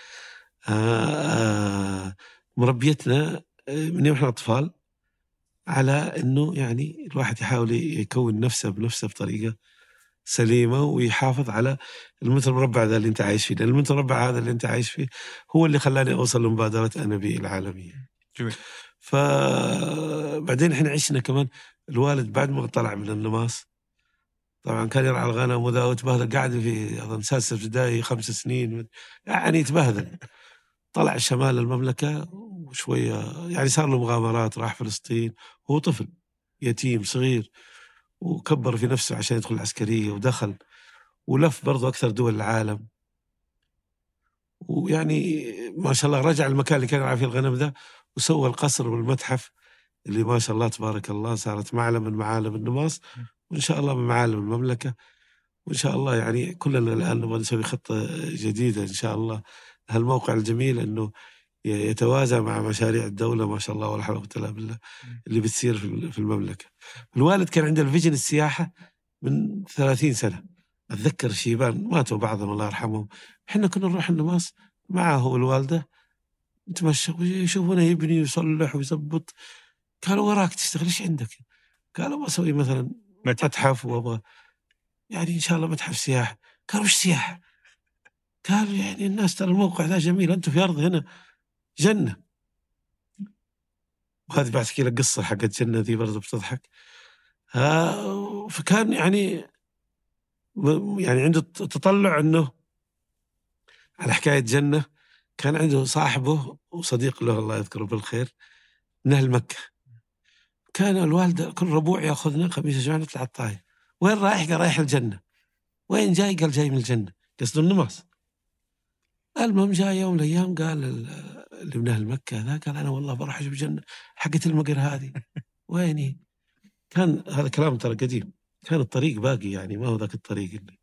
آآ مربيتنا من يوم إحنا أطفال على إنه يعني الواحد يحاول يكون نفسه بنفسه بطريقة سليمة، ويحافظ على المتر مربع ذا اللي أنت عايش فيه، لأن المتر مربع هذا اللي أنت عايش فيه هو اللي خلاني أوصل لمبادرة أنا بي العالمية. جميل. فبعدين إحنا عشنا كمان الوالد بعد ما طلع من النماص طبعا كان يرعى الغنم وذا وتبهذل، قاعد في أظن سادسة ابتدائي خمس سنين يعني يتبهذل. طلع شمال المملكة وشوية يعني صار له مغامرات، راح فلسطين وهو طفل يتيم صغير، وكبر في نفسه عشان يدخل العسكرية ودخل، ولف برضو أكثر دول العالم. ويعني ما شاء الله رجع المكان اللي كان يرعى فيه الغنم ذا وسوى القصر والمتحف اللي ما شاء الله تبارك الله صارت معلم من معالم النماص، وإن شاء الله من معالم المملكة. وإن شاء الله يعني كلنا الآن نبغى نسوي خطة جديدة إن شاء الله هالموقع الجميل إنه يتوازى مع مشاريع الدولة ما شاء الله ولا حول ولا قوة إلا بالله اللي بتصير في المملكة. الوالد كان عنده الفيجن السياحة من ثلاثين سنة. أتذكر الشيبان ماتوا بعضهم الله يرحمهم، إحنا كنا نروح النماص معه والوالدة نتمشى ويشوفونه يبني ويصلح ويزبط. قالوا وراك تشتغل إيش عندك؟ قالوا بسوي مثلا متحف وابغى يعني إن شاء الله متحف سياحة. قالوا إيش سياحة؟ قالوا يعني الناس ترى الموقع ذا جميل، أنتم في أرض هنا جنة. وهذه بحكي لك قصة حقت جنة ذي برضه بتضحك. آه فكان يعني يعني عنده تطلع إنه على حكاية جنة. كان عنده صاحبه وصديق له الله يذكره بالخير من أهل مكة، كان الوالدة كل ربوع يأخذنا خميس الجمعة نطلع الطايف. وين رايح؟ قال رايح الجنة. وين جاي؟ قال جاي من الجنة، قصده النماص. المهم جاء يوم من الأيام قال اللي من أهل مكة ذا قال أنا والله بروح أجيب جنة حقت المقر هذه. ويني؟ كان هذا كلام ترى قديم، كان الطريق باقي يعني ما هو ذاك الطريق اللي.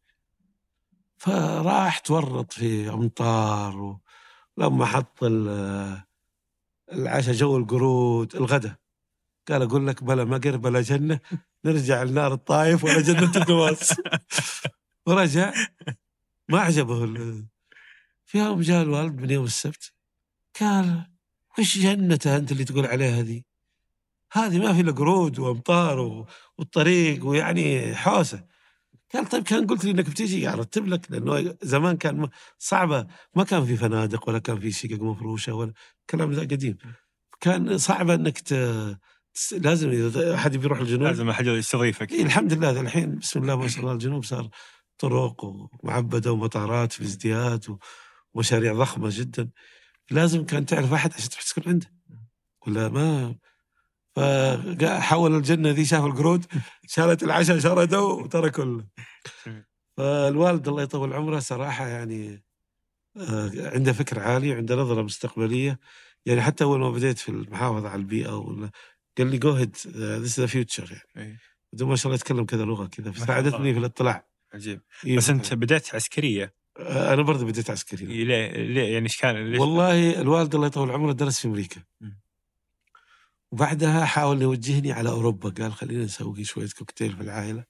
فراح تورط في أمطار، ولما حط العشاء جو القرود الغداء قال أقول لك بلا مقر بلا جنة، نرجع لنار الطائف ولا جنة النماص. ورجع ما عجبه. في يوم جاء الوالد من يوم السبت قال وش جنته أنت اللي تقول عليها هذه؟ هذه ما في إلا قرود وأمطار والطريق ويعني حوسة. قال طيب كان قلت لي إنك بتيجي أرتب لك، لأنه زمان كان صعبة، ما كان في فنادق ولا كان في شقق مفروشة ولا كلام ذا قديم. كان صعبة إنك ت... لازم إذا أحد بيروح الجنوب لازم أحد يستضيفك. إيه الحمد لله الحين بسم الله ما شاء الله الجنوب صار طرق ومعبدة ومطارات في ازدياد ومشاريع ضخمة جدا. لازم كان تعرف أحد عشان تروح تسكن عنده ولا ما. فحول الجنة ذي شاف القرود شالت العشاء شردوا وتركوا. فالوالد الله يطول عمره صراحة يعني عنده فكر عالي وعنده نظرة مستقبلية. يعني حتى أول ما بديت في المحافظة على البيئة ولا قال لي go ahead this is the future يعني. ما شاء الله يتكلم كذا لغة كذا فساعدتني في الاطلاع. عجيب. بس أنت بدأت عسكرية. أنا برضه بديت عسكرية. ليه ليه يعني إيش كان؟ والله الوالد الله يطول عمره درس في أمريكا، وبعدها حاول يوجهني على أوروبا، قال خلينا نسوي شوية كوكتيل في العائلة.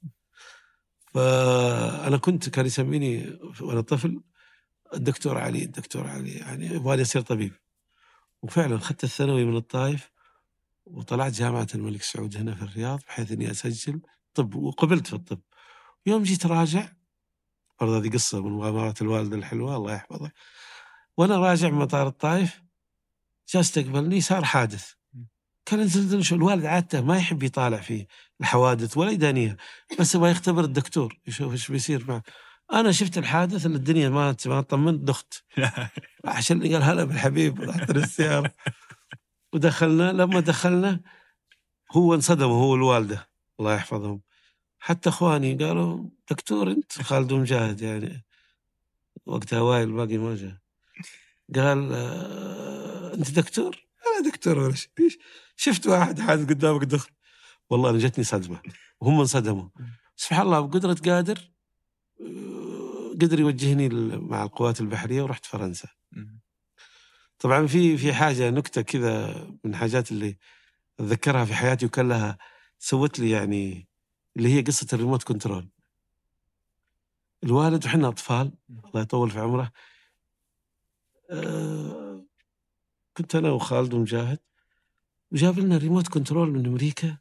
فأنا كنت كان يسميني وأنا طفل الدكتور علي الدكتور علي، يعني يبغى أصير طبيب. وفعلا خدت الثانوي من الطائف وطلعت جامعة الملك سعود هنا في الرياض بحيث أني أسجل طب، وقبلت في الطب. يوم جيت راجع، برضه هذه قصة من مغامرات الوالدة الحلوة الله يحفظها، وأنا راجع من مطار الطائف جاء استقبلني، صار حادث. كان نزل شو الوالد عادته ما يحب يطالع في الحوادث ولا يدانيها، بس يبغى يختبر الدكتور يشوف ايش بيصير معه. انا شفت الحادث اللي الدنيا ما ما طمنت، دخت عشان قال هلا بالحبيب، رحت للسيارة ودخلنا. لما دخلنا هو انصدم، هو الوالدة الله يحفظهم، حتى اخواني قالوا دكتور انت؟ خالد مجاهد يعني وقتها وايل باقي ما جاء، قال آه انت دكتور؟ انا دكتور ولا شيء، شفت واحد حادث قدامك دخل. والله انا جتني صدمه وهم انصدموا. سبحان الله بقدرة قادر قدر يوجهني مع القوات البحرية ورحت فرنسا. طبعا في في حاجة نكتة كذا من حاجات اللي أتذكرها في حياتي وكان لها سوت لي يعني، اللي هي قصة الريموت كنترول. الوالد وحنا أطفال الله يطول في عمره، أه كنت أنا وخالد ومجاهد، وجاب لنا ريموت كنترول من أمريكا،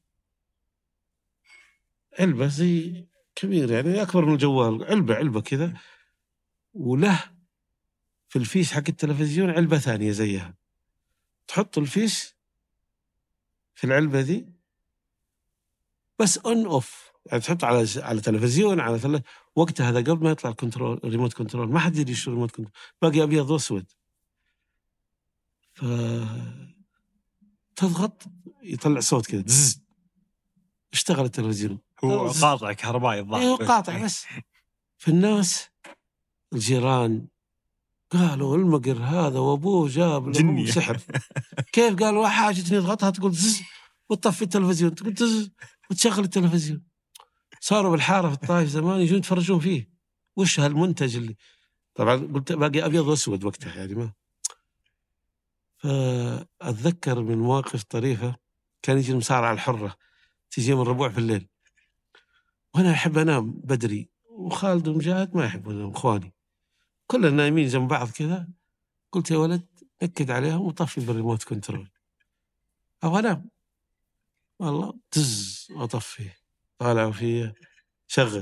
علبة زي كبير يعني أكبر من الجوال، علبة علبة كذا، وله في الفيش حق التلفزيون علبة ثانية زيها، تحط الفيش في العلبة ذي بس أون أوف، يعني تحط على على تلفزيون على تل... وقتها هذا قبل ما يطلع الكنترول الريموت كنترول، ما حد يدري شو الريموت كنترول، باقي أبيض وأسود. ف تضغط يطلع صوت كذا دز، اشتغل التلفزيون. هو قاطع كهربائي الظاهر. ايوه قاطع بس. في الناس الجيران قالوا المقر هذا وابوه جاب له سحر. كيف؟ قالوا حاجة نضغطها تقول زز وتطفي التلفزيون، تقول زز وتشغل التلفزيون. صاروا بالحارة في الطائف زمان يجون يتفرجون فيه، وش هالمنتج اللي طبعا قلت باقي أبيض وأسود وقتها يعني ما. فأتذكر من مواقف طريفة، كان يجي المصارعة الحرة تيجي من ربوع في الليل، وأنا أحب أنام بدري، وخالد ومجاهد ما يحبون ينام، إخواني كلنا نايمين جنب بعض كذا. قلت يا ولد نكد عليهم وطفي بالريموت كنترول، أو أنام والله تز وأطفي، طالعوا فيه شغل.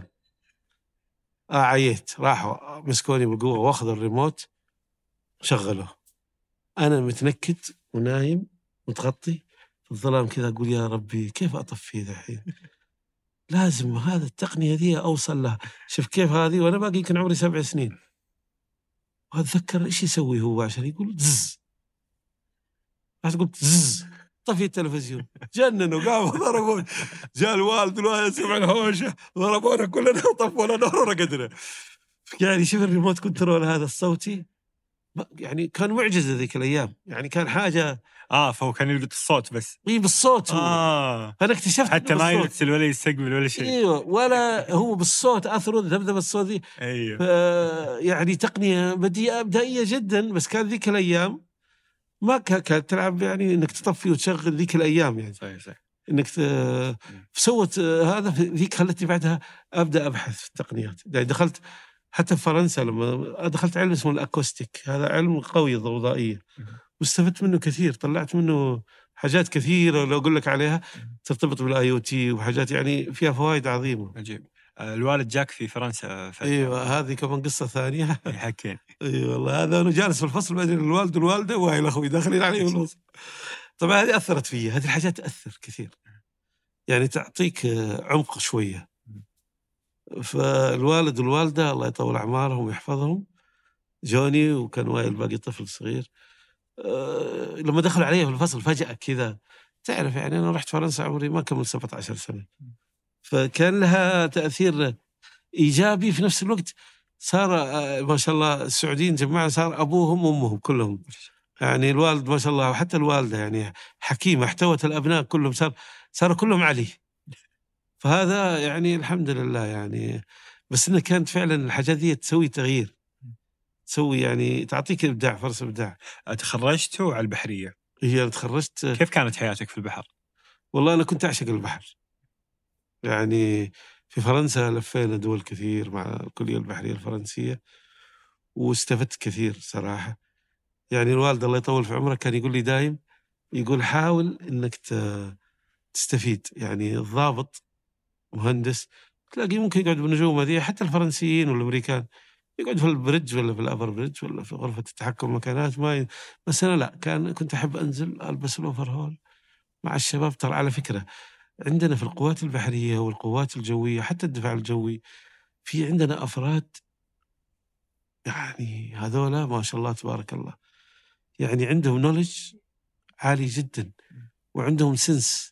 آه عييت، راحوا مسكوني بقوة واخذ الريموت شغله. أنا متنكد ونايم متغطي في الظلام كذا، أقول يا ربي كيف أطفي ذا الحين؟ لازم هذا التقنية دي أوصل لها. شوف كيف هذه وأنا باقي يمكن عمري سبع سنين. وأتذكر إيش يسوي هو عشان يقول زز، بعد قلت زز طفي التلفزيون، جننوا قاموا ضربوا، جاء الوالد والوالد سمع الهوشة ضربونا كلنا وطفوا لنا نور ورقدنا. يعني شوف الريموت كنترول هذا الصوتي يعني كان معجزة ذيك الأيام، يعني كان حاجة. آه فهو كان يلقط الصوت بس. إيه بالصوت هو. آه. فأنا اكتشفت حتى ما يرسل ولا يستقبل ولا شيء. ايوه ولا هو بالصوت اثره ذبذبه الصوت دي. ايوه. يعني تقنيه بديئه بدائيه جدا، بس كان ذيك الايام ما كانت تلعب يعني انك تطفي وتشغل ذيك الايام يعني. صحيح صحيح. انك سوت هذا ذيك خلتني بعدها ابدا ابحث في التقنيات. يعني دخلت حتى في فرنسا، لما دخلت علم اسمه الاكوستيك، هذا علم قوي ضوضائيه واستفدت منه كثير، طلعت منه حاجات كثيرة لو أقول لك عليها ترتبط بالاي او تي وحاجات يعني فيها فوائد عظيمة. عجيب. الوالد جاك في فرنسا ف... ايوه هذه كمان قصة ثانية. حكين. اي والله هذا انا جالس في الفصل بين الوالد والوالدة وهاي اخوي داخلين علي في الفصل. طبعا هذه اثرت فيي، هذه الحاجات تاثر كثير يعني تعطيك عمق شوية. فالوالد والوالدة الله يطول اعمارهم ويحفظهم جوني، وكان وايل باقي طفل صغير. أه لما دخلوا علي في الفصل فجأة كذا، تعرف يعني أنا رحت فرنسا عمري ما كمل سبعة عشر سنة، فكان لها تأثير إيجابي. في نفس الوقت صار ما شاء الله السعوديين جماعة صار أبوهم وأمهم كلهم، يعني الوالد ما شاء الله وحتى الوالدة يعني حكيمة، احتوت الأبناء كلهم، صار صاروا كلهم علي. فهذا يعني الحمد لله يعني. بس إنه كانت فعلا الحاجات دي تسوي تغيير، تسوي يعني تعطيك إبداع، فرص إبداع. تخرجتوا على البحرية؟ هي تخرجت. كيف كانت حياتك في البحر؟ والله أنا كنت أعشق البحر، يعني في فرنسا لفينا دول كثير مع الكلية البحرية الفرنسية واستفدت كثير صراحة. يعني الوالد الله يطول في عمره كان يقول لي دايم، يقول حاول إنك تستفيد. يعني الضابط مهندس تلاقيه ممكن يقعد بالنجوم هذه، حتى الفرنسيين والأمريكان يقعد في البريدج ولا في الأبر بريدج ولا في غرفة التحكم مكانات ما ي... بس أنا لا، كان كنت أحب أنزل ألبس الأوفرهول مع الشباب. ترى على فكرة عندنا في القوات البحرية والقوات الجوية حتى الدفاع الجوي في عندنا أفراد يعني هذولا ما شاء الله تبارك الله، يعني عندهم نولج عالي جدا وعندهم سنس،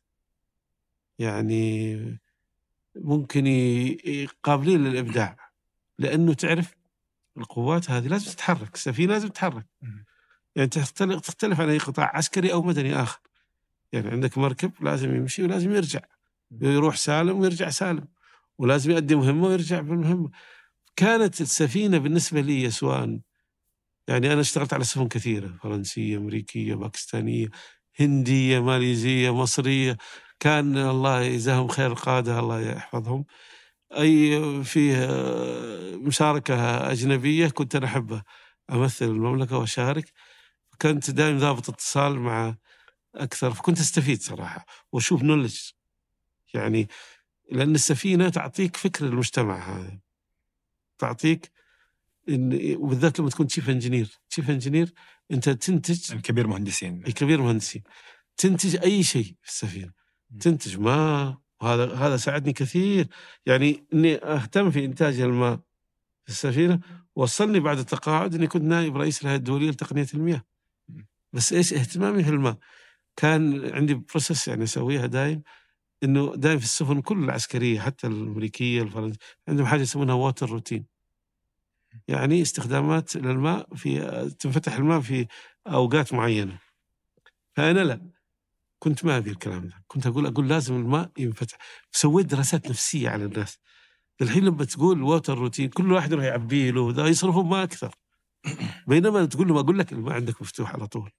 يعني ممكن قابلين للإبداع. لأنه تعرف القوات هذه لازم تتحرك، السفينة لازم تتحرك، يعني تختلف, تختلف عن أي قطاع عسكري أو مدني آخر. يعني عندك مركب لازم يمشي ولازم يرجع، يروح سالم ويرجع سالم، ولازم يؤدي مهمة ويرجع بالمهمة. كانت السفينة بالنسبة لي سواء، يعني أنا اشتغلت على سفن كثيرة، فرنسية أمريكية باكستانية هندية ماليزية مصرية، كان الله يجزاهم خير القادة الله يحفظهم. أي فيه مشاركة أجنبية كنت أنا أحبه أمثل المملكة وأشارك، كنت دائما ضابط اتصال مع أكثر، فكنت أستفيد صراحة وأشوف نولج. يعني لأن السفينة تعطيك فكر المجتمع هذا، تعطيك إن وبالذات لما تكون تشيف انجينير تشيف انجينير أنت تنتج كبير مهندسين كبير مهندسين تنتج أي شيء في السفينة، تنتج ماء، وهذا هذا ساعدني كثير. يعني إني أهتم في إنتاج الماء في السفينة وصلني بعد التقاعد إني كنت نائب رئيس الهيئة الدولية لتقنية المياه. بس إيش اهتمامي في الماء، كان عندي بروسس يعني أسويها دايم، إنه دايم في السفن كل العسكرية حتى الأمريكية الفرنسية عندهم حاجة يسمونها واتر روتين، يعني استخدامات للماء في تنفتح الماء في أوقات معينة. فأنا لا كنت ما أبي الكلام ده، كنت أقول أقول لازم الماء ينفتح. سويت دراسات نفسية على الناس. الحين لما تقول واتر روتين كل واحد يروح يعبيه له وذا يصرفوا ما أكثر، بينما تقول له ما أقول لك الماء عندك مفتوح على طول.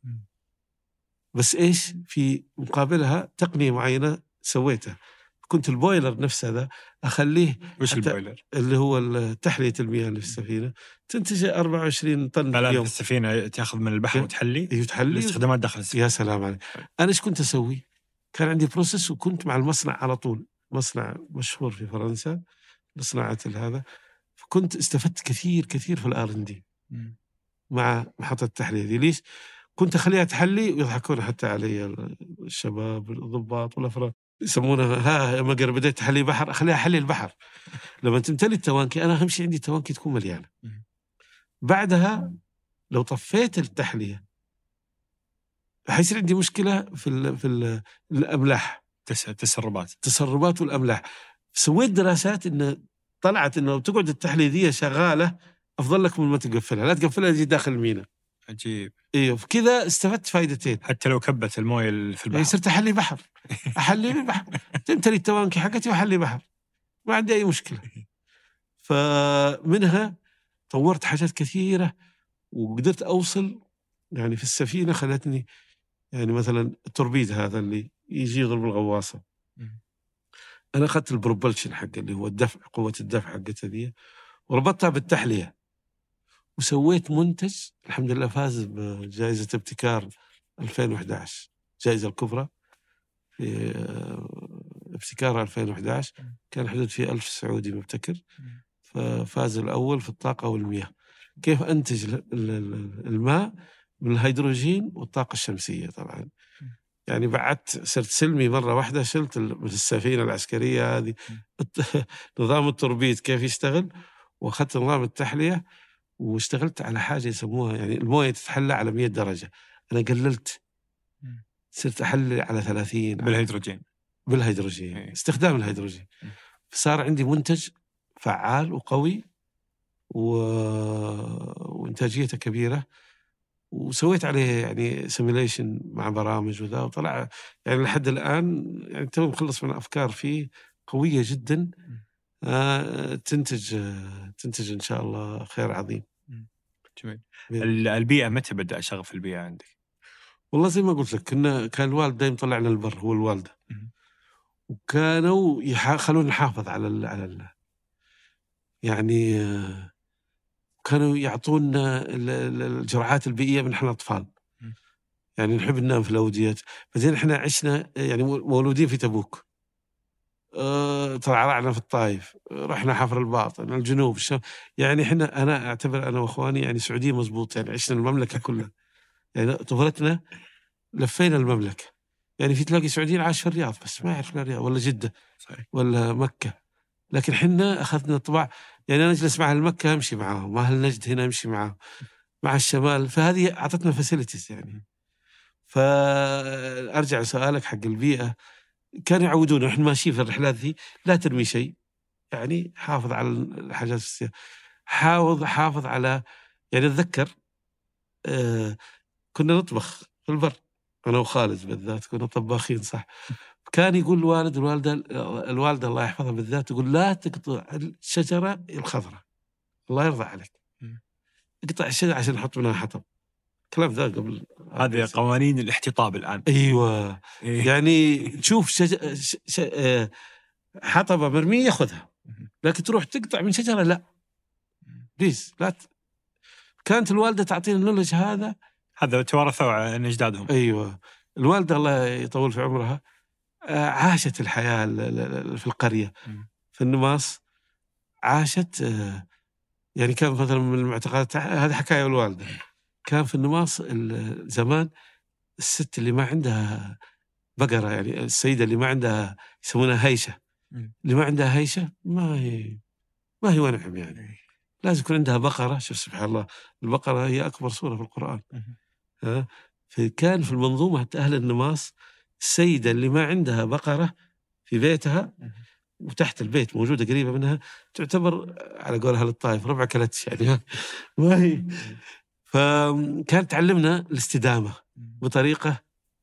بس إيش في مقابلها تقنية معينة سويتها. كنت البويلر نفسه هذا أخليه، وش البويلر اللي هو تحلية المياه اللي في السفينة، تنتج أربعة وعشرين طن اليوم. السفينة تأخذ من البحر وتحلي يتحلي الاستخدامات داخل السفينة. يا سلام عليك. أنا إيش كنت أسوي؟ كان عندي بروسس وكنت مع المصنع على طول، مصنع مشهور في فرنسا لصناعة هذا، فكنت استفدت كثير كثير في الآر إن دي مع محطة التحلية دي. ليش؟ كنت أخليها تحلي ويضحكون حتى علي الشباب الضباط والأفراد يسمونها ها مقر بديت تحلي بحر، أخليها حلي البحر. لما تمتلي التوانكي، أنا أهم شيء عندي التوانكي تكون مليانة. بعدها لو طفيت التحلية حيصير عندي مشكلة في ال في ال الأملاح، تسربات تسربات والأملاح. سويت دراسات إن طلعت إنه تقعد التحلية دي شغالة أفضل لك من ما تقفلها، لا تقفلها تجي داخل المينا. عجيب. إيه كذا استفدت فائدتين. حتى لو كبت المويه في البحر صرت أحلي بحر، أحلي البحر، تمتلي التوانكي حقتي وأحلي بحر، ما عندي أي مشكلة. فمنها طورت حاجات كثيرة وقدرت أوصل يعني في السفينة. خلتني يعني مثلا التوربيد هذا اللي يجي يضرب الغواصة، أنا أخذت البروبلشن حق اللي هو الدفع، قوة الدفع حقتها دي، وربطتها بالتحلية وسويت منتج الحمد لله فاز بجائزة ابتكار ألفين وأحد عشر، جائزة الكبرى في ابتكار ألفين وأحد عشر، كان حدود في ألف سعودي مبتكر، ففاز الأول في الطاقة والمياه. كيف أنتج الماء من الهيدروجين والطاقة الشمسية. طبعا يعني بعدت صرت سلمي مرة واحدة، شلت من السفينة العسكرية هذه نظام التوربيد كيف يشتغل، وأخذت نظام التحلية واشتغلت على حاجة يسموها يعني الموية تتحلى على مية درجة، أنا قللت صرت أحلي على ثلاثين بالهيدروجين بالهيدروجين استخدام الهيدروجين. فصار عندي منتج فعال وقوي و... وإنتاجيته كبيرة، وسويت عليه يعني سيميليشن مع برامج وذا، وطلع يعني لحد الآن يعني تو مخلص من أفكار فيه قوية جدا. آه تنتج آه تنتج إن شاء الله خير عظيم. جميل. البيئة متى بدأ شغف البيئة عندك؟ والله زي ما قلت لك كنا كان الوالد دايم طلعنا البر هو الوالدة، وكانوا يخلون نحافظ على ال على ال يعني كانوا يعطونا الجرعات البيئية من احنا أطفال، يعني نحب ننام في الأودية. بعدين احنا عشنا يعني مولودين في تبوك، أه ترعرعنا في الطائف، رحنا حفر الباطن، الجنوب، الشام، يعني احنا أنا أعتبر أنا وأخواني يعني سعودية مزبوط، يعني عشنا المملكة كلها، يعني طفولتنا لفينا المملكة. يعني في تلاقي سعوديين عاش في الرياض بس ما يعرف لا الرياض ولا جدة صحيح. ولا مكة، لكن حنا أخذنا طباع، يعني أنا أجلس مع المكة أمشي معاهم، مع النجد هنا أمشي معاهم، مع الشمال، فهذه أعطتنا فاسيلتيز يعني. فأرجع لسؤالك حق البيئة، كانوا يعودونا إحنا ماشيين في الرحلات ذي لا ترمي شيء، يعني حافظ على الحاجات السيئة، حافظ حافظ على، يعني أتذكر آه كنا نطبخ في البر أنا وخالد بالذات، كنا طباخين صح. كان يقول الوالد الوالدة الوالدة الله يحفظها بالذات تقول لا تقطع الشجرة الخضراء الله يرضى عليك، اقطع الشجرة عشان نحط منها حطب. كلام ذا قبل هذه قوانين الاحتطاب الآن. أيوة إيه؟ يعني تشوف شج... ش... ش... حطبة مرمية خذها، لكن تروح تقطع من شجرة لا بليز لا ت... كانت الوالدة تعطينا النولج هذا هذا توارثوا عن أجدادهم. أيوة الوالدة الله يطول في عمرها عاشت الحياة في القرية في النماص، عاشت يعني كان مثلا من المعتقدات هذه حكاية الوالدة، كان في النماص زمان الست اللي ما عندها بقرة، يعني السيدة اللي ما عندها يسمونها هيشة، اللي ما عندها هيشة ما هي ما هي ونعم، يعني لازم يكون عندها بقرة. شوف سبحان الله البقرة هي أكبر سورة في القرآن. ها فكان في المنظومة أهل النماص السيدة اللي ما عندها بقرة في بيتها وتحت البيت موجودة قريبة منها تعتبر على قول أهل الطائف ربع كلتش، يعني ما هي. فكانت تعلمنا الاستدامة بطريقة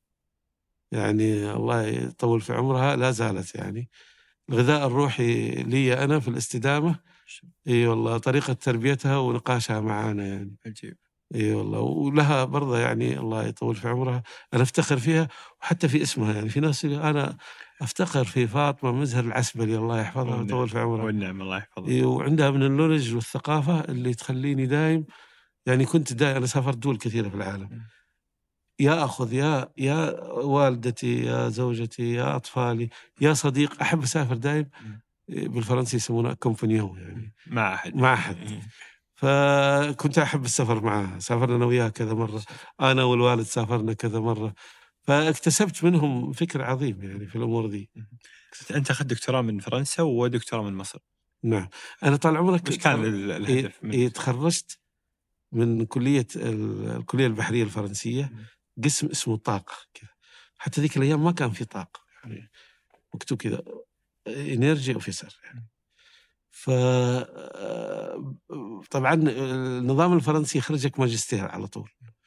يعني الله يطول في عمرها لا زالت، يعني الغذاء الروحي لي أنا في الاستدامة. اي والله طريقة تربيتها ونقاشها معانا يعني عجيب. اي والله، ولها برضه يعني الله يطول في عمرها انا افتخر فيها، وحتى في اسمها يعني في ناس انا افتخر في فاطمة مزهر العسبلي الله يحفظها ويطول في عمرها. والنعم الله يحفظها. إيه وعندها من النولج والثقافة اللي تخليني دايم، يعني كنت دايم أنا سافرت دول كثيرة في العالم، يا أخذ يا يا والدتي يا زوجتي يا أطفالي يا صديق، أحب أسافر دايم بالفرنسي يسمونه كومبانيون، يعني مع أحد مع أحد. فكنت أحب السفر معها، سافرنا أنا وياه كذا مرة، أنا والوالد سافرنا كذا مرة، فاكتسبت منهم فكر عظيم يعني في الأمور دي. أنت أخذت دكتوراه من فرنسا ودكتوراه من مصر. نعم أنا طال عمرك إيش كان الهدف؟ إيه تخرجت من كلية الكلية البحرية الفرنسية قسم اسمه طاقة كذا، حتى ذيك الأيام ما كان في طاقة يعني مكتوب كذا إنرجي أوفيسر يعني. فطبعا النظام الفرنسي يخرجك ماجستير على طول.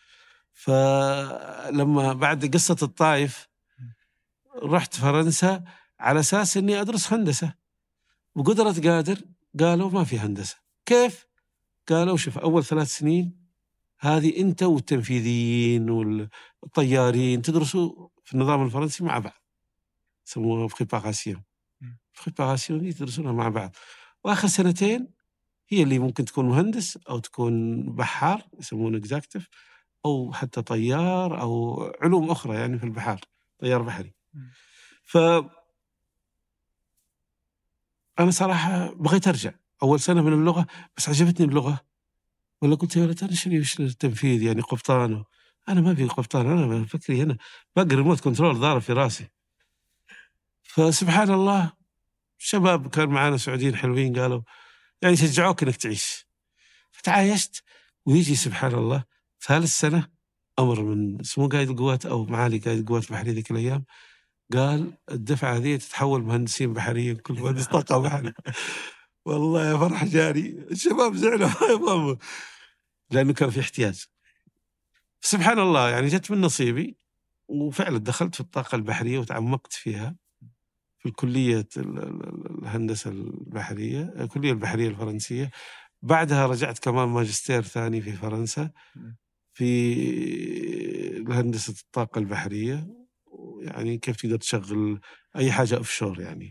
فلما بعد قصة الطائف رحت فرنسا على أساس أني أدرس هندسة، وقدرة قادر قالوا ما في هندسة. كيف؟ قالوا شوف أول ثلاث سنين هذه أنت والتنفيذيين والطيارين تدرسوا في النظام الفرنسي مع بعض، يسموها بريباراسيون. بريباراسيون يدرسونها مع بعض، وآخر سنتين هي اللي ممكن تكون مهندس أو تكون بحار يسمونه إكزاكتيف، أو حتى طيار أو علوم أخرى يعني في البحار، طيار بحري. ف أنا صراحة بغيت أرجع أول سنة من اللغة، بس عجبتني اللغة، ولا قلت يا ولد أنا شنو وش التنفيذ يعني قبطان، أنا ما في قبطان، أنا بفكري هنا باقي ريموت كنترول ضارب في راسي. فسبحان الله شباب كان معانا سعوديين حلوين قالوا يعني شجعوك إنك تعيش، فتعايشت. ويجي سبحان الله ثالث سنة أمر من اسمه قائد القوات أو معالي قائد القوات البحرية ذيك الأيام، قال الدفعة هذه تتحول مهندسين بحريين، كل مهندس طاقة بحري. والله يا فرح جاري الشباب زعلوا لأنه كان في احتياج. سبحان الله يعني جت من نصيبي، وفعلا دخلت في الطاقة البحرية وتعمقت فيها في الكلية الهندسة البحرية، الكلية البحرية الفرنسية. بعدها رجعت كمان ماجستير ثاني في فرنسا في هندسة الطاقة البحرية، يعني كيف تقدر تشغل أي حاجة أوفشور يعني.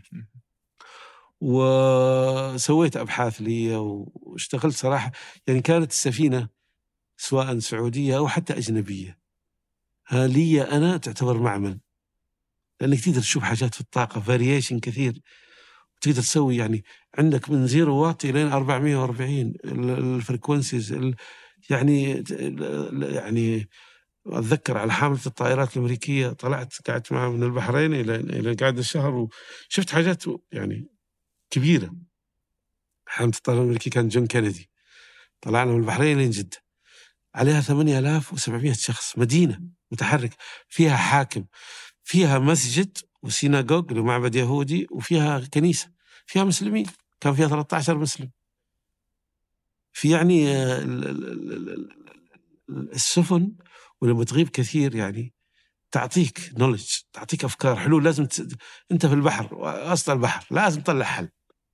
وسويت أبحاث لي واشتغلت صراحة. يعني كانت السفينة سواء سعودية أو حتى أجنبية لي أنا تعتبر معمل، لأنك تقدر تشوف حاجات في الطاقة فاريشن كثير، تقدر تسوي يعني عندك من زيرو واط إلى أربعمائة وأربعين الفريكونسيز. يعني يعني أتذكر على حاملة الطائرات الأمريكية طلعت قعدت معها من البحرين إلى إلى قعدة الشهر وشفت حاجات يعني كبيرة. حاملة الطائرات الأمريكية كان جون كينيدي، طلعنا من البحرين لين جدة، عليها ثمانية آلاف وسبعمائة شخص، مدينة متحركة فيها حاكم، فيها مسجد وسيناغوج اللي معبد يهودي، وفيها كنيسة، فيها مسلمين، كان فيها ثلاثة عشر مسلم. في يعني السفن ولما تغيب كثير يعني تعطيك نولج، تعطيك أفكار حلول. لازم ت... أنت في البحر وسط البحر لازم تطلع حل.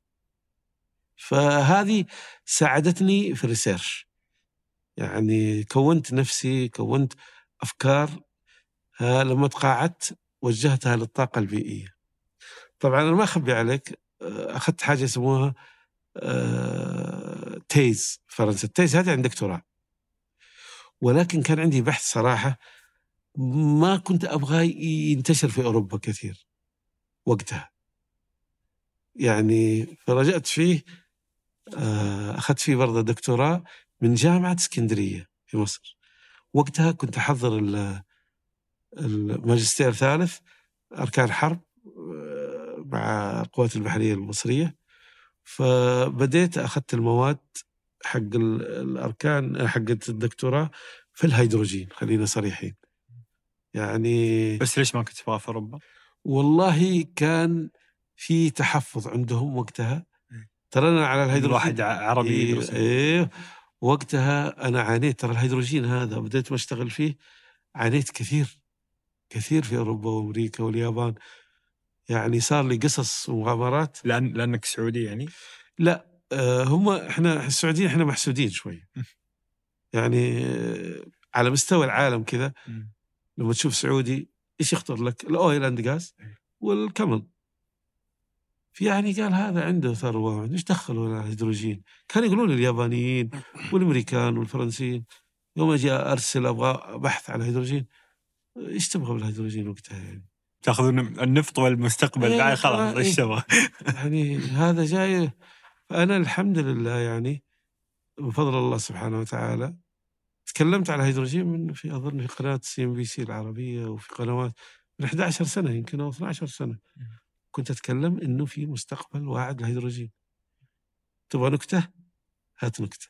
فهذه ساعدتني في الريسيرش، يعني كونت نفسي، كونت أفكار. لما تقاعدت وجهتها للطاقة البيئية. طبعا أنا ما أخبي عليك، أخذت حاجة يسموها تيز فرنسا. التيز هذه عند دكتوراه، ولكن كان عندي بحث صراحة ما كنت أبغى ينتشر في أوروبا كثير وقتها، يعني فرجعت فيه. أخذت فيه برضه دكتوراه من جامعة اسكندرية في مصر. وقتها كنت أحضر الماجستير الثالث أركان حرب مع القوات البحرية المصرية، فبديت أخذت المواد حق الأركان حق الدكتوراه في الهيدروجين. خلينا صريحين يعني. بس ليش ما كنت تبغى في أوروبا؟ والله كان في تحفظ عندهم وقتها، ترى على الهيدروجين واحد عربي يدرس. إيه وقتها أنا عانيت، ترى الهيدروجين هذا بديت ما أشتغل فيه عانيت كثير كثير في أوروبا وأمريكا واليابان. يعني صار لي قصص ومغامرات. لأن لأنك سعودي يعني؟ لا آه هم إحنا السعوديين إحنا محسودين شوي يعني. آه على مستوى العالم كذا لما تشوف سعودي إيش يخطر لك؟ الأويل أند غاز والكمل. في يعني قال هذا عنده ثروة، إيش دخلوا الهيدروجين؟ كانوا يقولون اليابانيين والأمريكان والفرنسيين يوم أجي أرسل أبغى بحث على الهيدروجين، إيش تبغى بالهيدروجين وقتها يعني؟ تأخذون النفط والمستقبل بعد خلاص إيش تبغى؟ يعني هذا جاي. فأنا الحمد لله يعني بفضل الله سبحانه وتعالى تكلمت على الهيدروجين من في أظن في قناة سي ام بي سي العربية وفي قنوات من إحدى عشرة سنة يمكن أو اثنتي عشرة سنة كنت أتكلم إنه في مستقبل واعد الهيدروجين. تبغى نكتة؟ هات نكتة.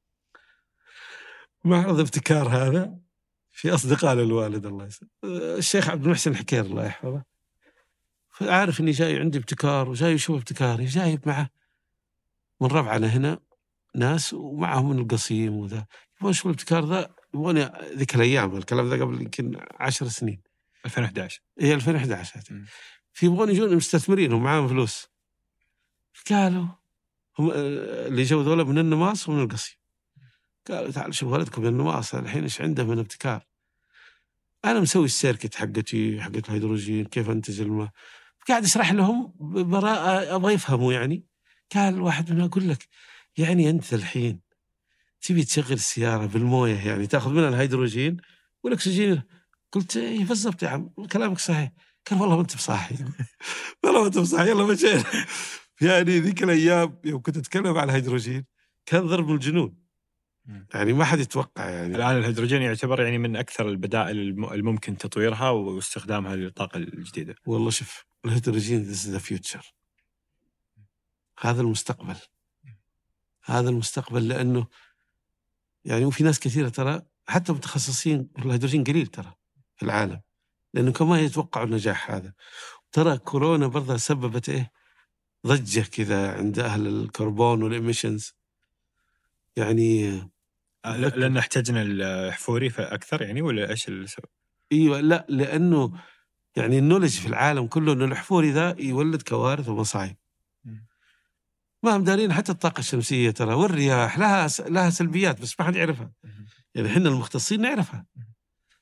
معرض ابتكار هذا في أصدقاء الوالد الله يسلم الشيخ عبد المحسن الحكير الله يحفظه، فعارف إني جاي عندي ابتكار وجاي يشوف ابتكاري، جايب معه من ربعنا هنا ناس ومعهم من القصيم وذا يبغون يشوفوا الابتكار ذا. يبغون ذيك الأيام الكلام ذا قبل يمكن عشر سنين ألفين وإحدى عشر إيه ألفين وإحدى عشر في يبغون يجون مستثمرين ومعهم فلوس. قالوا هم اللي جو ذولا من النماص ومن القصيم، قالوا تعالوا شوفوا ولدكم من النماص الحين إيش عنده من ابتكار. أنا مسوي السيركت حقتي حقت الهيدروجين كيف أنتج الماء، قاعد أشرح لهم براءة أبغى يفهموا يعني. قال واحد منهم أقول لك يعني أنت الحين تبي تشغل السيارة بالموية يعني تأخذ منها الهيدروجين والأكسجين. قلت إيه بالضبط يا عم كلامك صحيح. قال والله ما أنت بصحي والله ما أنت بصحي يلا مشينا. يعني ذيك الأيام يوم كنت أتكلم على الهيدروجين كان ضرب الجنون يعني ما حد يتوقع يعني. الآن الهيدروجين يعتبر يعني من أكثر البدائل الممكن تطويرها واستخدامها للطاقة الجديدة. والله شوف الهيدروجين this is the future. هذا المستقبل هذا المستقبل لأنه يعني وفي ناس كثيرة ترى حتى متخصصين الهيدروجين قليل ترى في العالم لأنه كمان يتوقعوا النجاح هذا. ترى كورونا برضه سببت إيه ضجة كذا عند أهل الكربون والإميشنز يعني. لأن احتاجنا الحفوري أكثر يعني ولا إيش السبب؟ إيوه لا لأنه يعني النولج في العالم كله إنه الحفوري ذا يولد كوارث ومصايب. ما هم دارين حتى الطاقة الشمسية ترى والرياح لها لها سلبيات بس ما حد يعرفها يعني. إحنا المختصين نعرفها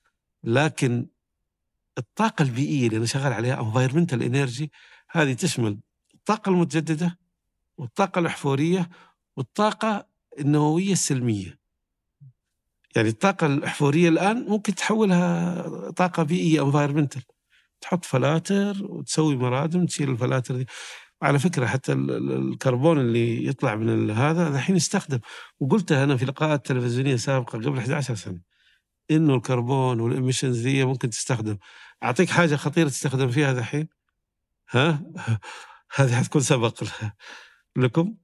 لكن الطاقة البيئية اللي أنا شغال عليها environmental energy هذه تشمل الطاقة المتجددة والطاقة الأحفورية والطاقة النووية السلمية. يعني الطاقة الأحفورية الآن ممكن تحولها طاقة بيئية environmental، تحط فلاتر وتسوي مرادم تشيل الفلاتر دي. على فكرة حتى الكربون اللي يطلع من هذا الحين يستخدم، وقلتها أنا في لقاءات تلفزيونية سابقة قبل أحد عشر سنة إنه الكربون والإميشنز دي ممكن تستخدم. أعطيك حاجة خطيرة تستخدم فيها الحين، ها هذه حتكون سبق لكم.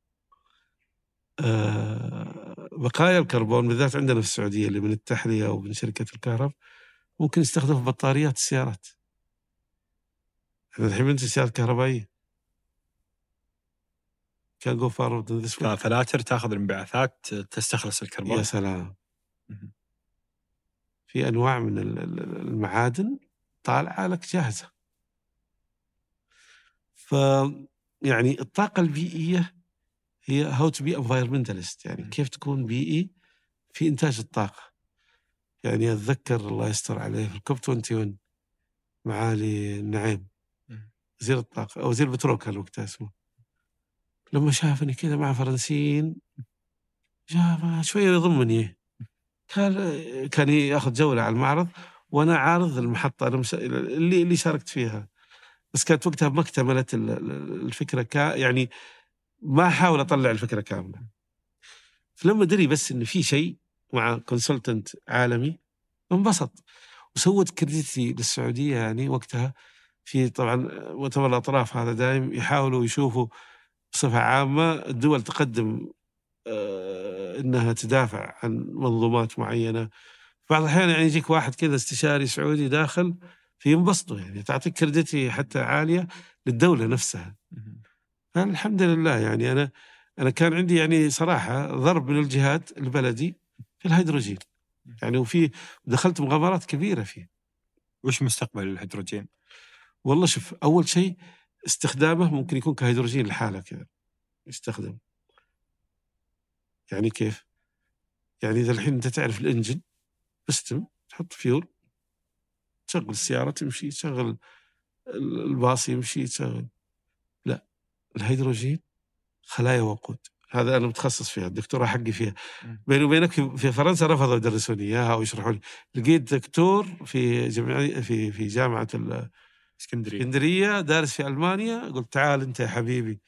آه بقايا الكربون بالذات عندنا في السعودية اللي من التحلية أو من شركة الكهرباء ممكن يستخدم في بطاريات السيارات. الحين بنت السيارات الكهربائية كان جو فارورد ذس فلاتر تاخذ الانبعاثات تستخلص الكربون. يا سلام. في أنواع من المعادن طالعة لك جاهزة. فيعني الطاقة البيئية هي how to be environmentalist، يعني كيف تكون بيئي في إنتاج الطاقة. يعني أتذكر الله يستر عليه في الكوب واحد وعشرين معالي النعيم وزير الطاقة أو وزير البترول كان وقتها اسمه، لما شافني كذا مع فرنسيين جاء شوية يضمني، كان كان ياخذ جولة على المعرض وأنا عارض المحطة أنا مش... اللي اللي شاركت فيها، بس كانت وقتها ما اكتملت الفكرة كا يعني ما أحاول أطلع الفكرة كاملة. فلما دري بس إن في شيء مع كونسلتنت عالمي انبسط وسوت كريديتي للسعودية. يعني وقتها في طبعا مؤتمر الأطراف هذا دائم يحاولوا يشوفوا بصفة عامة الدول تقدم آه إنها تدافع عن منظومات معينة. بعض الأحيان يعني يجيك واحد كذا استشاري سعودي داخل في ينبسطوا، يعني تعطيك كريديتي حتى عالية للدولة نفسها. الحمد لله يعني أنا أنا كان عندي يعني صراحة ضرب من الجهات البلدي في الهيدروجين يعني، وفي دخلت مغامرات كبيرة فيه. وش مستقبل الهيدروجين؟ والله شوف، أول شيء استخدامه ممكن يكون كهيدروجين لحاله كذا يستخدم. يعني كيف؟ يعني إذا الحين أنت تعرف الإنجن بستم تحط فيول تشغل السيارة تمشي، تشغل الباص يمشي، تشغل. لا، الهيدروجين خلايا وقود، هذا أنا متخصص فيها، الدكتوراه حقي فيها. بيني وبينك في فرنسا رفضوا يدرسوني إياها ويشرحوا لي. لقيت دكتور في جامعة في في جامعة الإسكندرية دارس في ألمانيا، قلت تعال أنت يا حبيبي.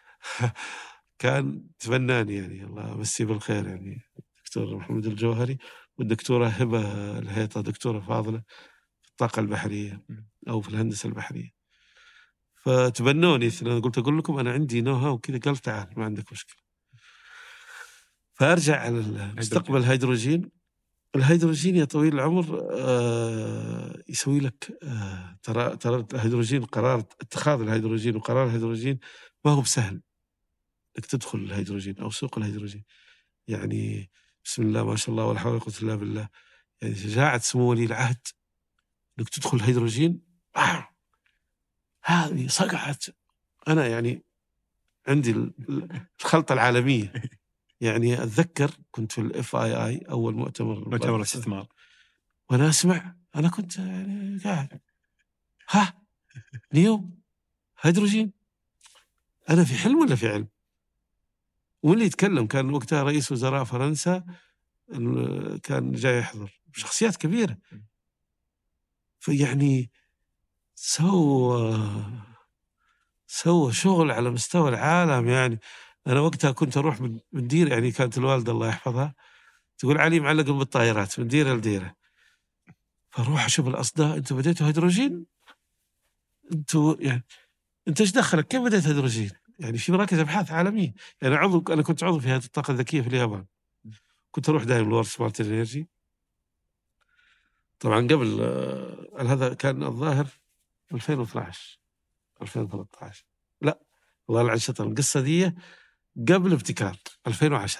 كان تفناني يعني، الله يمسيه بالخير، يعني دكتور محمد الجوهري والدكتورة هبة الهيطة دكتورة فاضلة في الطاقة البحرية أو في الهندسة البحرية. فتبنوني، أنا قلت أقول لكم أنا عندي نوها وكذا، قال تعال ما عندك مشكلة. فأرجع على المستقبل الهيدروجين. الهيدروجين يا طويل العمر آه يسوي لك آه ترى ترى الهيدروجين، قرار اتخاذ الهيدروجين وقرار الهيدروجين ما هو بسهل انك تدخل الهيدروجين او سوق الهيدروجين. يعني بسم الله ما شاء الله ولا حول ولا قوة الا بالله، يعني شجاعة سمو ولي العهد انك تدخل الهيدروجين آه. هذه صقعت. انا يعني عندي الخلطة العالمية. يعني أتذكر كنت في الإف آي آي أول مؤتمر مؤتمر الاستثمار، وأنا أسمع، أنا كنت يعني قاعد ها نيوم هيدروجين، أنا في حلم ولا في علم؟ واللي يتكلم كان وقتها رئيس وزراء فرنسا، كان جاي يحضر، شخصيات كبيرة. فيعني سوى سوى شغل على مستوى العالم. يعني أنا وقتها كنت أروح من دير، يعني كانت الوالدة الله يحفظها تقول علي معلق بالطائرات من ديرة لديرة، فأروح أشوف الأصداء. أنتوا بديتوا هيدروجين؟ أنتوا يعني أنت إيش دخلك؟ كيف بديت هيدروجين؟ يعني في مراكز أبحاث عالمية. يعني عضو، أنا كنت عضو في هيئة الطاقة الذكية في اليابان، كنت أروح دائما لورد سمارت إنرجي. طبعا قبل آه هذا كان الظاهر ألفين واثني عشر ألفين وثلاثة عشر، لا والله العن شطر القصة دي قبل ابتكار ألفين وعشرة.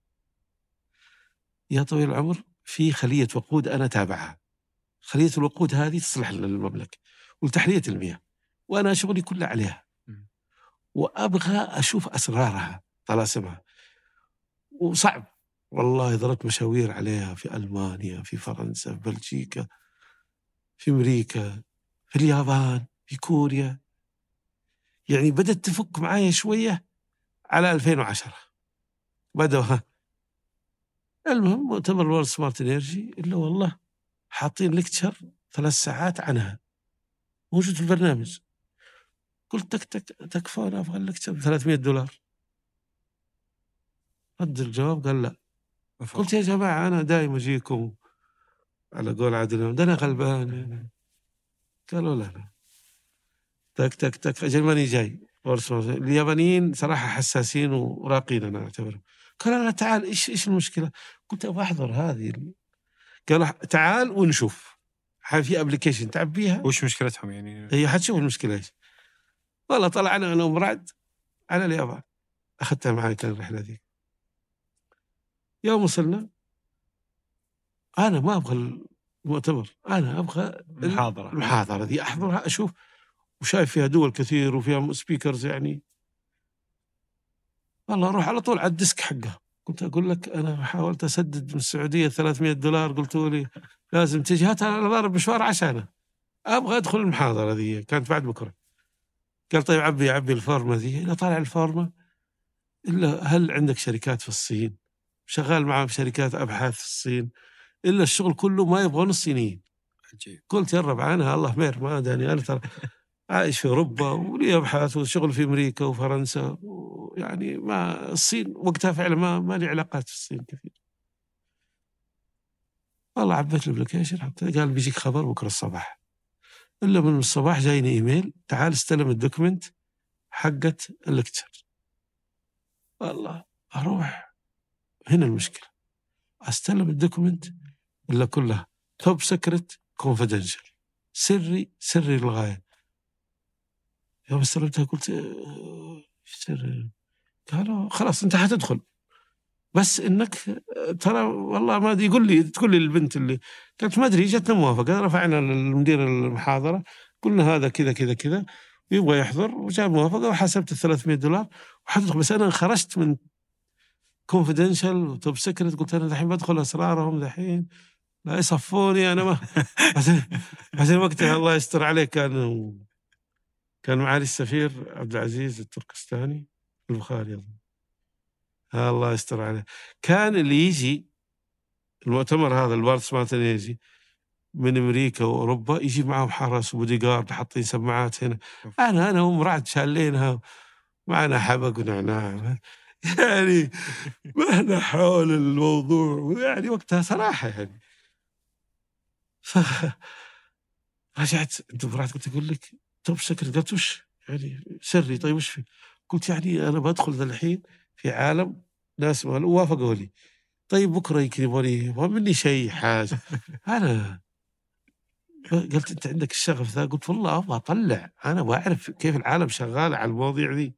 يا طويل العمر في خلية وقود أنا تابعها. خلية الوقود هذه تصلح للمملكة ولتحلية المياه، وأنا شغلي كله عليها، وأبغى أشوف أسرارها طلاسمها. وصعب والله ضربت مشاوير عليها في ألمانيا، في فرنسا، في بلجيكا، في أمريكا، في اليابان، في كوريا. يعني بدأت تفك معايا شوية على ألفين وعشرة بدأوا ها. المهم مؤتمر الورد سمارت انرجي اللي والله حاطين لكتشر ثلاث ساعات عنها موجود في البرنامج. قلت تك تك تكفون أبغى اللكتشر بثلاثمية دولار. رد الجواب قال لا. قلت يا جماعة أنا دايم أجيكم على قول عادل ده أنا غلبان يعني. قالوا لا لا تك تك تك أجل ماني جاي. اليابانيين صراحة حساسين وراقين أنا أعتبرهم. قالوا لا تعال إيش إيش المشكلة؟ قلت أبغى أحضر هذه. قالوا تعال ونشوف في أبليكيشن تعبيها. وش مشكلتهم يعني؟ هي حتشوف المشكلة إيش. والله طلعنا أنا ومرعد على اليابان. أخذتها معي كان الرحلة ذي. يوم وصلنا أنا ما أبغى المؤتمر، أنا أبغى المحاضرة المحاضرة ذي أحضرها أشوف. وشايف فيها دول كثير وفيها سبيكرز يعني. والله أروح على طول على الديسك حقها. كنت أقول لك أنا حاولت أسدد من السعودية ثلاثمية دولار. قلتوا لي لازم تجي هات أنا ضارب مشوار عشانه أبغى أدخل المحاضرة ذي. كانت بعد بكرة. قال طيب عبي عبي الفورمة ذي. إلا طالع الفورمة إلا هل عندك شركات في الصين شغال معهم شركات أبحاث في الصين إلا الشغل كله ما يبغون الصينيين. قلت يا ربع أنا الله مير ما داني أنا ترى عايش في أوروبا ولي أبحاث وشغل في أمريكا وفرنسا يعني ما الصين وقتها فعلا ما ما لي علاقات في الصين كثير. والله عبيت الابلكيشن حتى قال بيجيك خبر بكرة الصباح. إلا من الصباح جايني إيميل تعال استلم الدوكمنت حقت اللكتشر. والله أروح هنا المشكلة استلم الدوكمنت إلا كلها توب سكرت كونفيدنشال سري سري للغاية. يوم استلمتها قلت ايش سري؟ قالوا خلاص انت حتدخل بس انك ترى والله ما ادري. يقول لي تقول لي البنت اللي قالت ما ادري جتنا موافقه رفعنا للمدير المحاضره قلنا هذا كذا كذا كذا ويبغى يحضر وجاء موافقه وحسبت ال ثلاثمية دولار وحدخل. بس انا خرجت من كونفيدنشال وتوب سكرت قلت انا الحين بدخل اسرارهم الحين لا يصفوني انا ما عشان وقتها الله يستر عليك. كان كان معالي السفير عبد العزيز التركستاني البخاري أظن. الله يستر عليه. كان اللي يجي المؤتمر هذا الورد سمارت انرجي من أمريكا وأوروبا يجي معهم حرس وبودي جارد حاطين سماعات هنا. أنا أنا ومرعد شالينها معنا حبق ونعناع يعني مهنا حول الموضوع يعني وقتها صراحة يعني. ف رجعت انت مرعد قلت أقول لك طب سكر قلت وش يعني سري طيب وش في؟ قلت يعني أنا بدخل ذا الحين في عالم ناس ما وافقوا لي. طيب بكرة يمكن يبغوني يبغى مني شيء حاجة. أنا قلت أنت عندك الشغف ذا. قلت والله أبغى أطلع أنا وأعرف كيف العالم شغال على المواضيع ذي.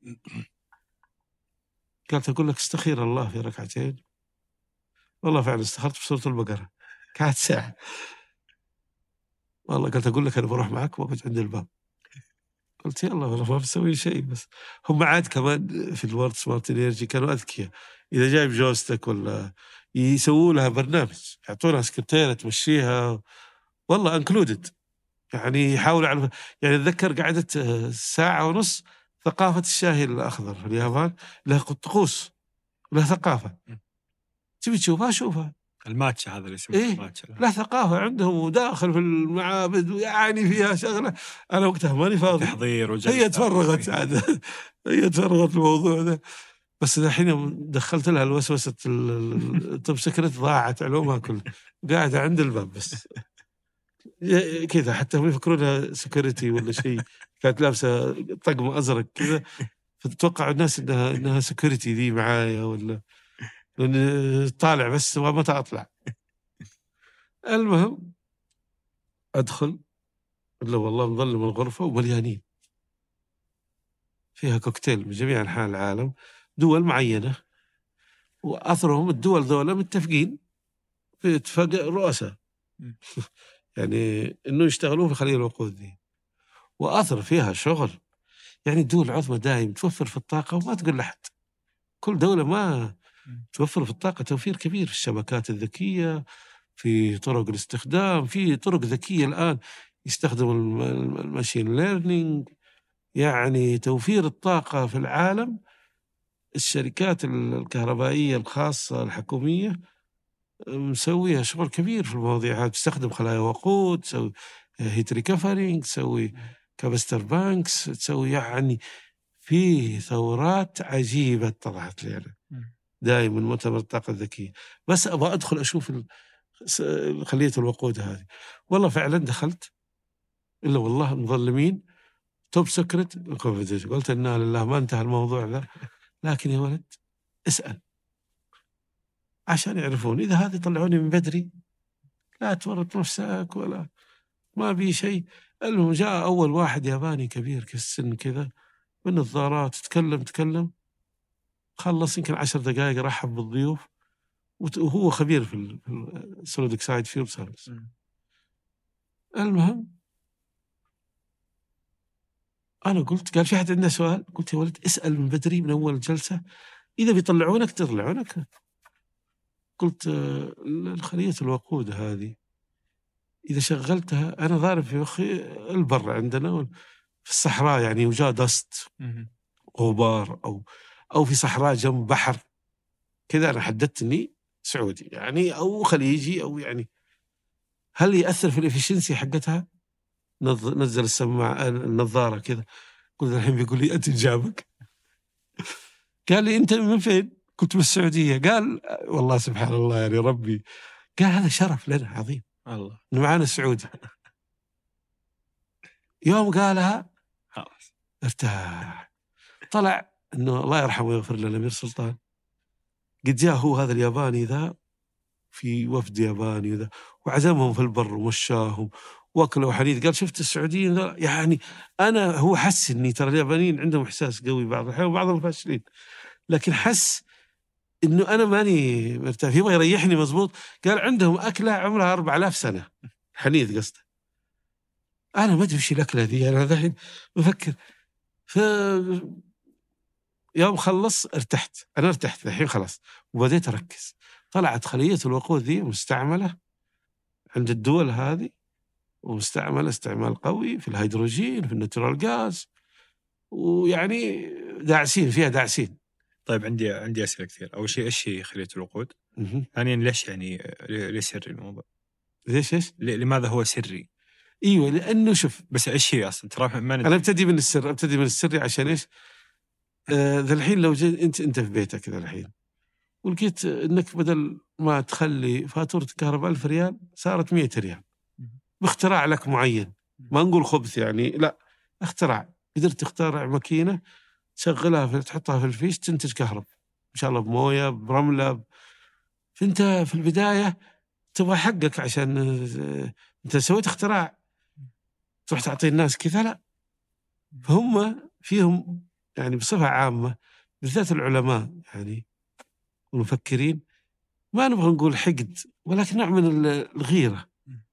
قالت أقول لك استخير الله في ركعتين. والله فعلا استخرت بسورة البقرة كانت ساعة. والله قلت أقول لك أنا بروح معك وأقعد عند الباب. قلت يلا والله ما بسوي شيء. بس هم عاد كمان في الورد سمارت انرجي كانوا أذكياء. إذا جايب جوزتك ولا يسووا لها برنامج يعطونها سكرتيرة تمشيها والله انكلودد يعني يحاولوا على يعني أتذكر قعدت ساعة ونص ثقافة الشاي الأخضر في اليابان لها طقوس لها ثقافة تبي تشوفها شوفها. الماتشا هذا اللي اسمه إيه؟ الماتشا لا ثقافة عندهم وداخل في المعابد ويعني فيها شغلة. أنا وقتها ماني فاضي تحضير هي تفرغت عاد هي تفرغت الموضوع ده. بس الحين دخلت لها الوسوسة الطب سكرت ضاعت علومها كلها قاعدة عند الباب بس كذا. حتى هم يفكرونها سكيورتي ولا شيء. كانت لابسة طقم أزرق كذا فتتوقع الناس إنها إنها سكيورتي ذي معايا ولا لأن طالع بس ومتى أطلع. المهم أدخل إلا والله مظلم الغرفة ومليانين فيها كوكتيل من جميع أنحاء العالم دول معينة وأثرهم الدول ذولا متفقين في اتفاق رؤساء يعني إنه يشتغلون في خليج الوقود ذي. وأثر فيها شغل يعني الدول العظمى دائم توفر في الطاقة وما تقول لحد. كل دولة ما توفر في الطاقة توفير كبير في الشبكات الذكية، في طرق الاستخدام، في طرق ذكية الآن يستخدم الماشين ليرنينج. يعني توفير الطاقة في العالم الشركات الكهربائية الخاصة الحكومية مسويها شغل كبير في المواضيع هذه، تستخدم خلايا وقود، تسوي هيت ريكفرينج، تسوي كابستر بانكس، تسوي يعني في ثورات عجيبة طلعت لي أنا دائما مؤتمر الطاقة الذكية. بس أبغى أدخل أشوف خلية الوقود هذه. والله فعلا دخلت، إلا والله مظلمين توب سكرت الكونفدريشن. قلت إنا لله ما انتهى الموضوع ذا، لكن يا ولد اسأل عشان يعرفون. إذا هذه طلعوني من بدري لا تورط نفسك ولا ما بي شيء. المهم جاء أول واحد ياباني كبير كالسن كذا بالنظارات، تكلم تكلم خلص يمكن عشر دقائق رحب بالضيوف، وهو خبير في السوليد اكسايد فيول سيلز. المهم أنا قلت، قال في أحد عنده سؤال؟ قلت يا ولد اسأل من بدري من أول جلسة، إذا بيطلعونك تطلعونك. قلت خلية الوقود هذه إذا شغلتها، أنا ضارب في أخي البر عندنا في الصحراء يعني وجاء دست غبار أو أو في صحراء جنب بحر كذا، أنا حددت إني سعودي يعني أو خليجي أو يعني، هل يأثر في الإفشنسي حقتها؟ نزل السماعة النظارة كذا. قلت الحين بيقول لي أنت جابك؟ قال لي أنت من فين؟ كنت من السعودية. قال والله سبحان الله يعني ربي، قال هذا شرف لنا عظيم الله إنه معانا سعودي. يوم قالها ارتاح. طلع إنه الله يرحمه ويغفر له الأمير سلطان قد جاء هو هذا الياباني ذا في وفد ياباني ذا وعزمهم في البر ومشاهم واكلوا حديث. قال شفت السعوديين ذا يعني أنا، هو حس إني ترى اليابانيين عندهم إحساس قوي بعض الأحيان وبعضهم فاشلين، لكن حس إنه أنا ماني مرتاح، يبغى يريحني مزبوط. قال عندهم أكلة عمرها أربع آلاف سنة، حنيذ قصده. أنا ما أدري وش الأكلة ذي، أنا الحين بفكر. ف يوم خلص ارتحت، أنا ارتحت الحين خلاص وبديت أركز. طلعت خلية الوقود ذي مستعملة عند الدول هذه، ومستعملة استعمال قوي في الهيدروجين في الناتورال غاز، ويعني داعسين فيها داعسين. طيب عندي عندي أسئلة كثير. أول شيء إيش هي خلية الوقود؟ ثانيا ليش يعني ليش سري الموضوع؟ ليش إيش؟ لماذا هو سري؟ ايوه لانه شوف، بس ايش هي اصلا؟ ترى ما انا ابتدي من السر ابتدي من السر عشان ايش؟ آه ذا الحين لو جيت انت انت في بيتك ذا الحين ولقيت انك بدل ما تخلي فاتوره الكهرباء ألف ريال صارت مئة ريال باختراع لك معين، ما نقول خبث يعني، لا اختراع، قدرت تخترع ماكينه تشغلها في تحطها في الفيش تنتج كهرباء ان شاء الله بمويه برمله. فانت في البدايه تبغى حقك عشان انت سويت اختراع تروح تعطي الناس كذا، لا. فهم فيهم يعني بصفة عامة بالذات العلماء يعني والمفكرين، ما نبغى نقول حقد ولكن نوع من الغيرة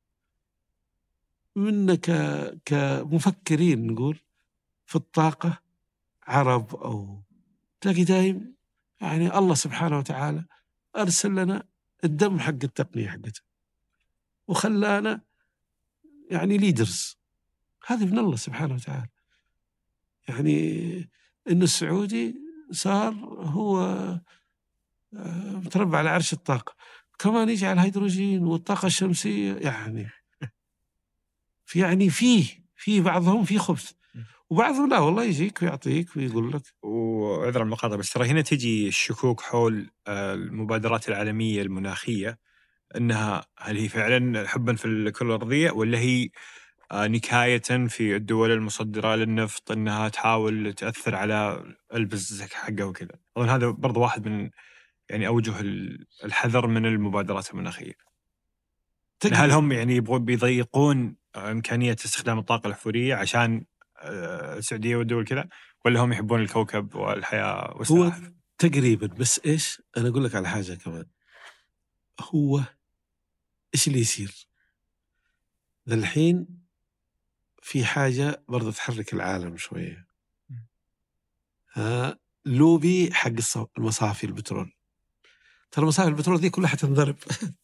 منك كمفكرين نقول في الطاقة عرب، أو تلاقي دايم يعني الله سبحانه وتعالى أرسل لنا الدم حق التقنية حقته وخلانا يعني ليدرز، هذا من الله سبحانه وتعالى. يعني إنه السعودي صار هو متربع على عرش الطاقة، كمان يجي على الهيدروجين والطاقة الشمسية، يعني في يعني فيه في بعضهم في خبث وبعضهم لا والله يجيك ويعطيك ويقول لك. وعذر المقاطعة بس ترى هنا تجي الشكوك حول المبادرات العالمية المناخية، أنها هل هي فعلا حبا في الكرة الأرضية ولا هي نكاية في الدول المصدرة للنفط أنها تحاول تأثر على البزنس حقه وكذا. أظن هذا برضو واحد من يعني أوجه الحذر من المبادرات المناخية. هل هم يعني يبغون بيضيقون إمكانية استخدام الطاقة الأحفورية عشان السعودية والدول كذا، ولا هم يحبون الكوكب والحياة والسلاح؟ هو تقريبا، بس إيش أنا أقول لك على حاجة كمان، هو إيش اللي يصير للحين في حاجة برضه تحرك العالم شوية، ها لوبي حق المصافي البترول ترى مصافي البترول ذي كلها حتنضرب.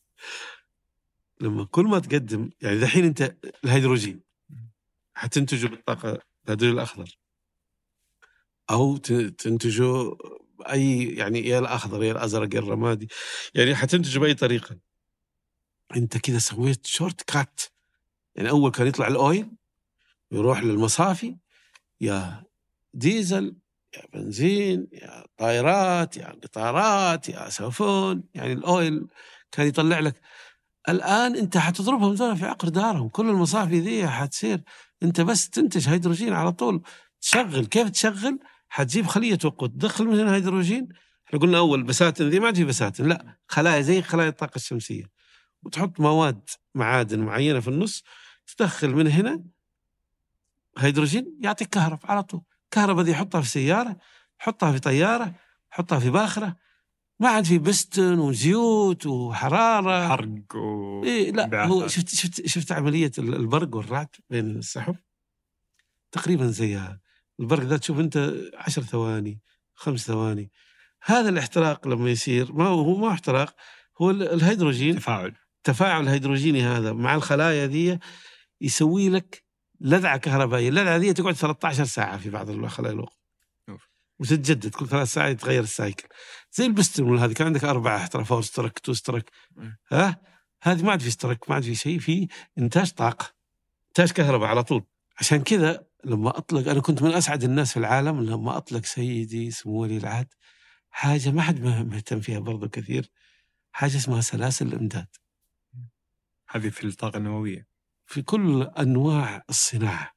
لما كل ما تقدم يعني دحين أنت الهيدروجين حتنتجه بالطاقة الهيدروجين الأخضر أو تنتجه أي يعني يا الأخضر يا الأزرق يا الرمادي، يعني حتنتجه بأي طريقة. أنت كذا سويت شورت كات. يعني أول كان يطلع الأويل يروح للمصافي، يا ديزل يا بنزين يا طائرات يا قطارات يا سفن، يعني الأويل كان يطلع لك. الآن أنت حتضربهم ذول في عقر دارهم، كل المصافي ذي حتصير أنت بس تنتج هيدروجين على طول. تشغل كيف تشغل؟ حتجيب خلية وقود تدخل من هنا هيدروجين. احنا قلنا أول بساتين ذي ما تجي بساتين، لا خلايا زي خلايا الطاقة الشمسية، وتحط مواد معادن معينة في النص، تدخل من هنا هيدروجين يعطيك كهرباء على طول. كهرباء دي حطها في سيارة، حطها في طيارة، حطها في باخرة، ما عاد في بستن وزيوت وحرارة حرق و... إيه لا بعثات. هو شفت شفت شفت عملية البرق والرعد بين السحب تقريبا زيها. البرق ذا تشوف أنت عشر ثواني خمس ثواني. هذا الاحتراق لما يصير ما هو ما احتراق، هو الهيدروجين تفاعل تفاعل الهيدروجيني هذا مع الخلايا دي يسوي لك لذعة كهربائية. اللذعة دي تقعد ثلاثة عشر ساعة في بعض الخلايا الوقت، وتتجدد كل ثلاث ساعات يتغير السايكل. زي البسترول هذه كان عندك أربعة احتراف سترك تو سترك، ها هذه ما عاد في سترك، ما عاد في شيء، في إنتاج طاقة إنتاج كهرباء على طول. عشان كذا لما أطلق أنا كنت من أسعد الناس في العالم لما أطلق سيدي سمو ولي العهد حاجة ما حد مهتم فيها برضو كثير، حاجة اسمها سلاسل الإمداد. هذه في الطاقة النووية في كل أنواع الصناعة.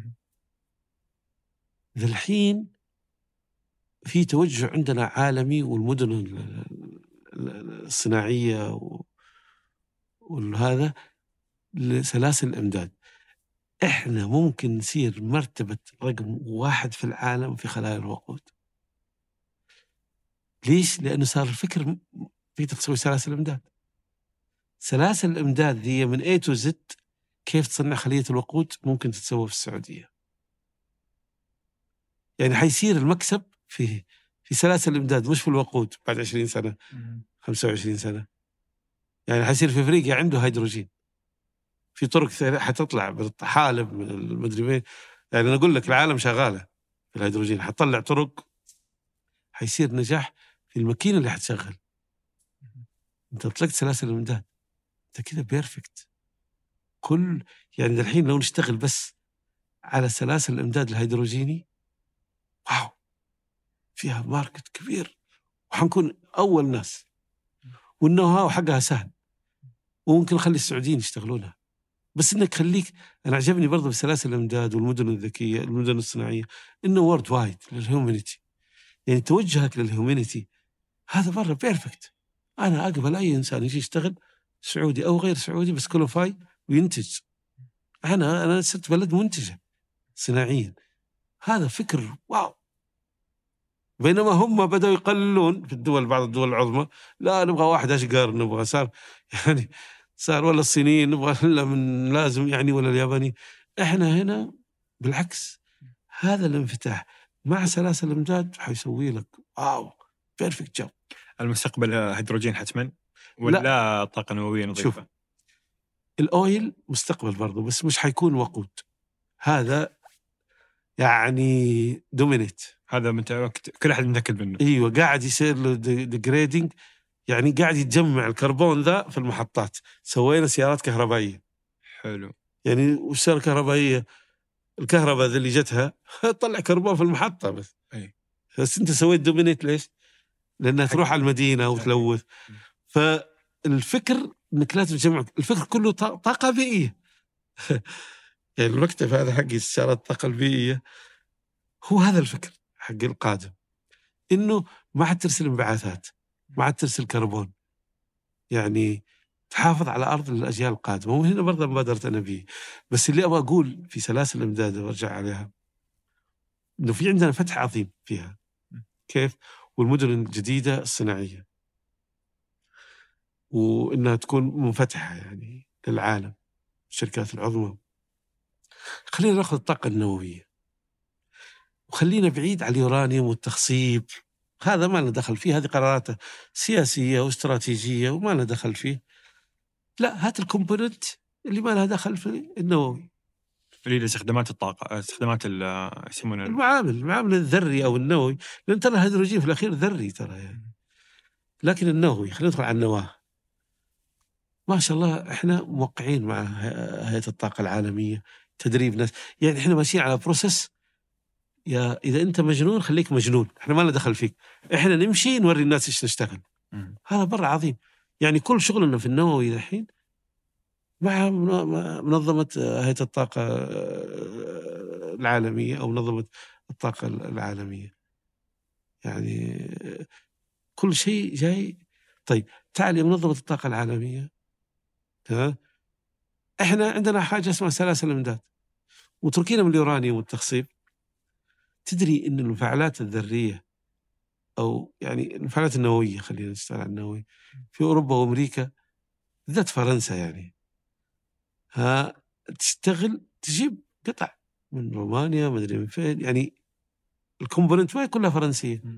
ذا الحين في توجه عندنا عالمي، والمدن الصناعية وهذا لسلاسل الإمداد. إحنا ممكن نصير مرتبة رقم واحد في العالم في خلايا الوقود. ليش؟ لأنه صار الفكر في تسوي سلاسل الإمداد. سلاسل الإمداد ذي من A to Z كيف تصنع خلية الوقود ممكن تتسوى في السعودية. يعني حيصير المكسب في في سلاسل الإمداد مش في الوقود بعد عشرين سنة خمسة وعشرين سنة. يعني حيصير في أفريقيا عنده هيدروجين، في طرق حتطلع بالحالب من المدري وين. يعني أنا أقول لك العالم شغالة في الهيدروجين، حتطلع طرق، حيصير نجاح في الماكينة اللي حتشغل. أنت طلقت سلاسل الإمداد، أنت كده بيرفكت. كل يعني الحين لو نشتغل بس على سلاسل الإمداد الهيدروجيني، واو فيها ماركت كبير، وحنكون أول ناس، والنو هاو حقها سهل، وممكن نخلي السعوديين يشتغلونها. بس إنك خليك، أنا عجبني برضه بسلاسل الإمداد والمدن الذكية المدن الصناعية إنه وورد وايد للهيومانيتي. يعني توجهك للهيومانيتي هذا مرة بيرفكت. أنا أقبل أي إنسان يجي يشتغل سعودي أو غير سعودي بس كلوفاي وينتج. أنا أنا صرت بلد منتجة صناعيا. هذا فكر واو. بينما هم بدأوا يقللون في الدول، بعض الدول العظمى لا نبغى واحد أشقر، نبغى صار يعني صار ولا الصينيين نبغى إلا من لازم يعني ولا الياباني. إحنا هنا بالعكس، هذا الانفتاح مع سلاسل الإمداد حيسوي لك واو بيرفكت جوب. المستقبل هيدروجين حتما ولا طاقة نووية نظيفة؟ شوف الأويل مستقبل برضو، بس مش حيكون وقود. هذا يعني دومينيت، هذا متأكد كل أحد متأكد منه. ايوه قاعد يصير له ديجريدنج، يعني قاعد يتجمع الكربون ذا في المحطات. سوينا سيارات كهربائيه. حلو. يعني والسيارة الكهربائيه الكهرباء ذا اللي جتها تطلع كربون في المحطه بس. أي. بس انت سويت دومينيت ليش؟ لانها تروح على المدينه وتلوث. فالفكر انك لازم تجمع الفكر كله طاقه بيئيه. يعني المكتب هذا حق السيارات الطاقه البيئيه هو هذا الفكر حق القادم، إنه ما حد ترسل انبعاثات، ما حد ترسل كربون، يعني تحافظ على أرض الأجيال القادمة. وهنا برضه مبادرة أنا بيه. بس اللي أبغى أقول في سلاسل الإمداد وأرجع عليها، إنه في عندنا فتح عظيم فيها. كيف؟ والمدن الجديدة الصناعية، وإنها تكون منفتحة يعني للعالم، الشركات العظمى. خلينا نأخذ الطاقة النووية، وخلينا بعيد على اليورانيوم والتخصيب، هذا ما لنا دخل فيه، هذه قرارات سياسية واستراتيجية وما لنا دخل فيه. لا، هات الكومبوننت اللي ما لها دخل في النووي، اللي استخدامات الطاقة، استخدامات يسمونه المعامل المعامل الذري أو النووي، لأن ترى الهيدروجين في الأخير ذري ترى يعني. لكن النووي، خلينا ندخل على النواة. ما شاء الله إحنا موقعين مع هيئة الطاقة العالمية تدريب ناس، يعني إحنا ماشيين على بروسس. يا إذا أنت مجنون خليك مجنون، إحنا ما لنا دخل فيك، إحنا نمشي نوري الناس إيش نشتغل. م. هذا برا عظيم. يعني كل شغلنا في النووي الحين مع منظمة هيئة الطاقة العالمية أو منظمة الطاقة العالمية، يعني كل شيء جاي. طيب تعال يا منظمة الطاقة العالمية، ها إحنا عندنا حاجة اسمها سلاسل الإمداد وتركينا من اليورانيوم والتخصيب. تدري إن المفاعلات الذرية أو يعني المفاعلات النووية، خلينا نشتغل على النووي، في أوروبا وأمريكا ذات فرنسا يعني ها تشتغل، تجيب قطع من رومانيا ما أدري من فين، يعني الكومبوننت ما كلها فرنسية. م.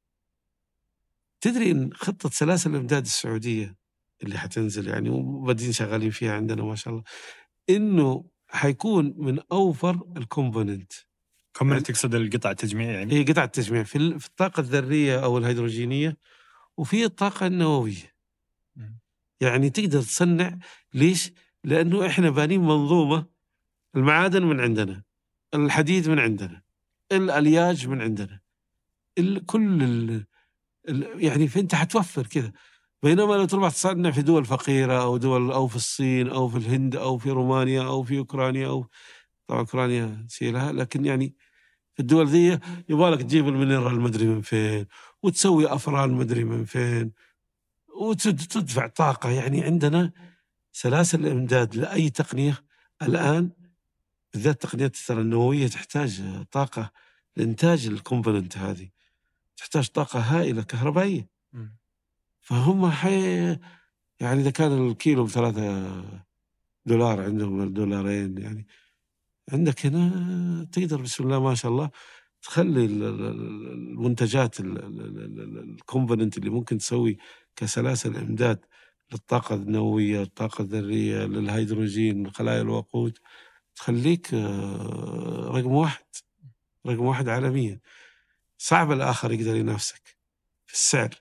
تدري إن خطة سلاسل الإمداد السعودية اللي حتنزل يعني وبدين شغالين فيها عندنا ما شاء الله، إنه حيكون من أوفر الكومبوننت. كومبوننت تقصد القطع التجميع يعني؟ هي قطع التجميع في في الطاقة الذرية أو الهيدروجينية وفي الطاقة النووية. م. يعني تقدر تصنع. ليش؟ لأنه إحنا بانين منظومة، المعادن من عندنا، الحديد من عندنا، الألياج من عندنا، ال كل ال ال يعني فأنت حتوفر كذا. بينما لو تروح تصنع في دول فقيرة أو دول أو في الصين أو في الهند أو في رومانيا أو في أوكرانيا، أو طبعا أوكرانيا شيلها، لكن يعني في الدول ذي يبغالك تجيب المينرال المدري من فين وتسوي أفران مدري من فين وتدفع طاقة. يعني عندنا سلاسل الإمداد لأي تقنية الآن، بالذات تقنيات النووية تحتاج طاقة لإنتاج الكومبوننت هذه، تحتاج طاقة هائلة كهربائية. م. فهم حي يعني إذا كان الكيلو بثلاثة دولار عندهم دولارين، يعني عندك هنا تقدر بسم الله ما شاء الله تخلي المنتجات الكومبوننت اللي ممكن تسوي كسلاسل إمداد للطاقة النووية، الطاقة الذرية، للهيدروجين، خلايا الوقود، تخليك رقم واحد رقم واحد عالميا. صعب الآخر يقدر ينافسك في السعر.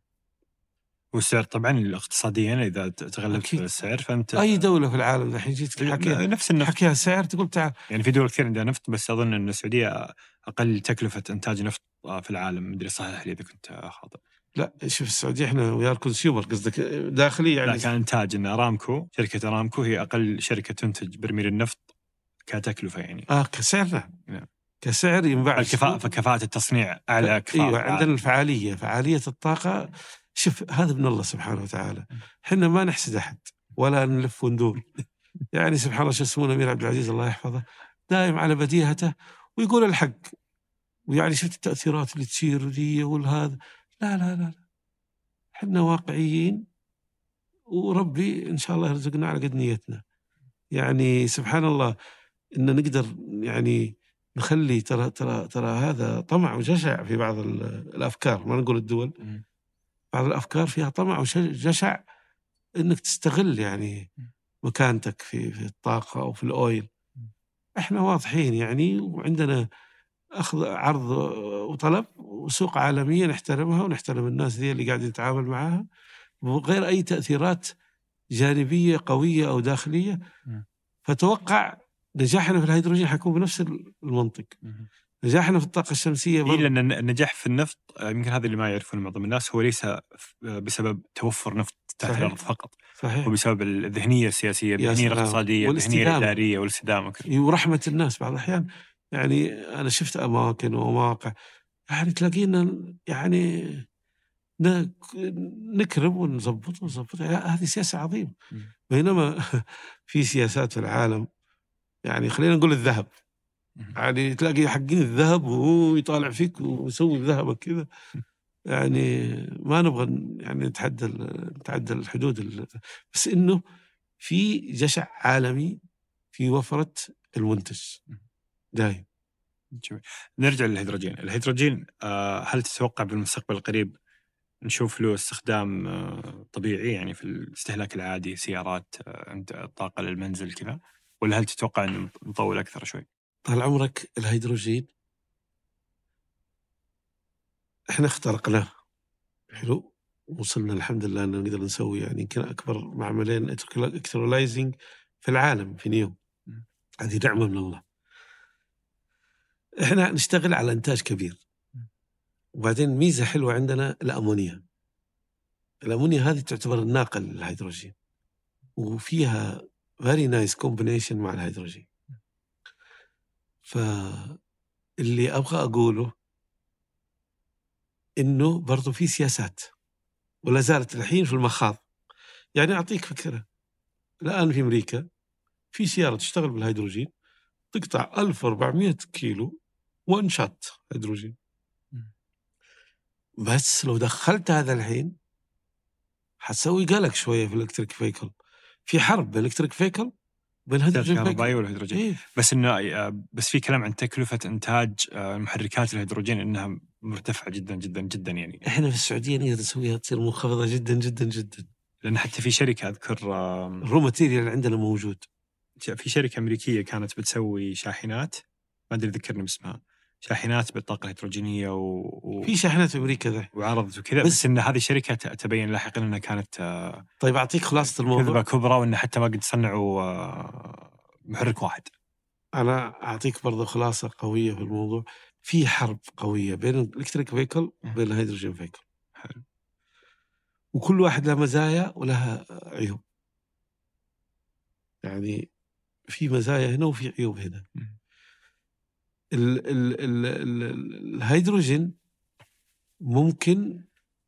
والسعر طبعا اقتصاديا إذا تغلبت في السعر فأنت أي دولة في العالم الحين جيت حكيها نفس النفط، حكيها سعر تقول تعال. يعني في دول كثير عندها نفط، بس أظن أن السعودية أقل تكلفة إنتاج نفط في العالم. مدري صحيح لي إذا كنت خاطئ. لا شوف السعودية إحنا ويا الكونسيومر قصدك داخلي يعني. لا كان إنتاج إن أرامكو، شركة أرامكو هي أقل شركة تنتج برميل النفط كتكلفة يعني. آه كسعر نعم. نعم. كسعر ينباع. الكفاءة فكفاءة التصنيع أعلى كفاءة. أيوة عندنا الفعالية، فعالية الطاقة. شوف هذا من الله سبحانه وتعالى، إحنا ما نحسد أحد ولا نلف وندور. يعني سبحان الله شو اسمه أمير عبد العزيز الله يحفظه دائم على بديهته ويقول الحق، ويعني شفت التأثيرات اللي تصير ذي والهذا. لا لا لا إحنا واقعيين، وربي إن شاء الله يرزقنا على قد نيتنا. يعني سبحان الله إن نقدر يعني نخلي ترى ترى ترى هذا طمع وجشع في بعض الأفكار، ما نقول الدول، بعض الأفكار فيها طمع وجشع إنك تستغل يعني مكانتك في في الطاقة أو في الأويل. إحنا واضحين يعني، وعندنا أخذ عرض وطلب وسوق عالمية نحترمها ونحترم الناس ذي اللي قاعدين نتعامل معها بغير أي تأثيرات جانبية قوية أو داخلية. فتوقع نجاحنا في الهيدروجين حيكون بنفس المنطق. نجاحنا في الطاقة الشمسية إيه، لأن النجاح في النفط يمكن هذا اللي ما يعرفون معظم الناس، هو ليس بسبب توفر نفط تحت الأرض فقط. صحيح. وبسبب الذهنية السياسية، الذهنية الاقتصادية، الذهنية الإدارية والاستدامة ورحمة الناس. بعض الأحيان يعني أنا شفت أماكن ومواقع يعني تلاقينا يعني نكرم ونضبط ونضبط، هذه سياسة عظيمة. بينما في سياسات في العالم يعني خلينا نقول الذهب، يعني تلاقي حقين الذهب وهو يطالع فيك ويسوي بذهبك كذا. يعني ما نبغى يعني نتحدى نتعدى الحدود، بس إنه في جشع عالمي في وفرة المنتج دايم. جميل. نرجع للهيدروجين. الهيدروجين آه هل تتوقع بالمستقبل القريب نشوف له استخدام آه طبيعي يعني في الاستهلاك العادي، سيارات آه الطاقة للمنزل كذا، ولا هل تتوقع أن نطول أكثر شوي؟ طال عمرك الهيدروجين احنا اخترقناه حلو، وصلنا الحمد لله أننا نقدر نسوي يعني يمكن أكبر معملين إلكترولايزنج في العالم في نيوم. هذه نعمة من الله. إحنا نشتغل على إنتاج كبير. وبعدين ميزة حلوة عندنا الأمونيا. الأمونيا هذه تعتبر الناقل للهيدروجين، وفيها very nice combination مع الهيدروجين. فاللي أبغى أقوله إنه برضو في سياسات ولا زالت الحين في المخاض. يعني أعطيك فكرة، الآن في أمريكا في سيارة تشتغل بالهيدروجين تقطع ألف وأربعمائة كيلو وان شوت هيدروجين. بس لو دخلت هذا الحين حتسوي قلق شوية في الإلكتريك فيكل. في حرب بين الإلكتريك فيكل وبين الهيدروجين فيكل والهيدروجين. إيه؟ بس إنه بس في كلام عن تكلفة إنتاج محركات الهيدروجين إنها مرتفعة جدا جدا جدا. يعني إحنا في السعودية نقدر نسويها تصير منخفضة جدا جدا جدا، لأن حتى في شركة أذكر الرو ماتيريال عندنا موجود. في شركة أمريكية كانت بتسوي شاحنات، ما أدري ذكرني باسمها، شاحنات بالطاقة الهيدروجينية و... و... في شاحنات في أمريكا ذا وعرضت وكذا. بس, بس إن هذه الشركة تبين لاحقا أنها كانت. طيب أعطيك خلاصة الموضوع. كذبة كبرى، وإن حتى ما قد صنعوا محرك واحد. أنا أعطيك برضو خلاصة قوية في الموضوع. في حرب قوية بين الإلكتريك فيكل وبين الهيدروجين فيكل. حلو. وكل واحد له مزايا ولها عيوب. يعني في مزايا هنا وفي عيوب هنا. ال ال ال ال الهيدروجين ممكن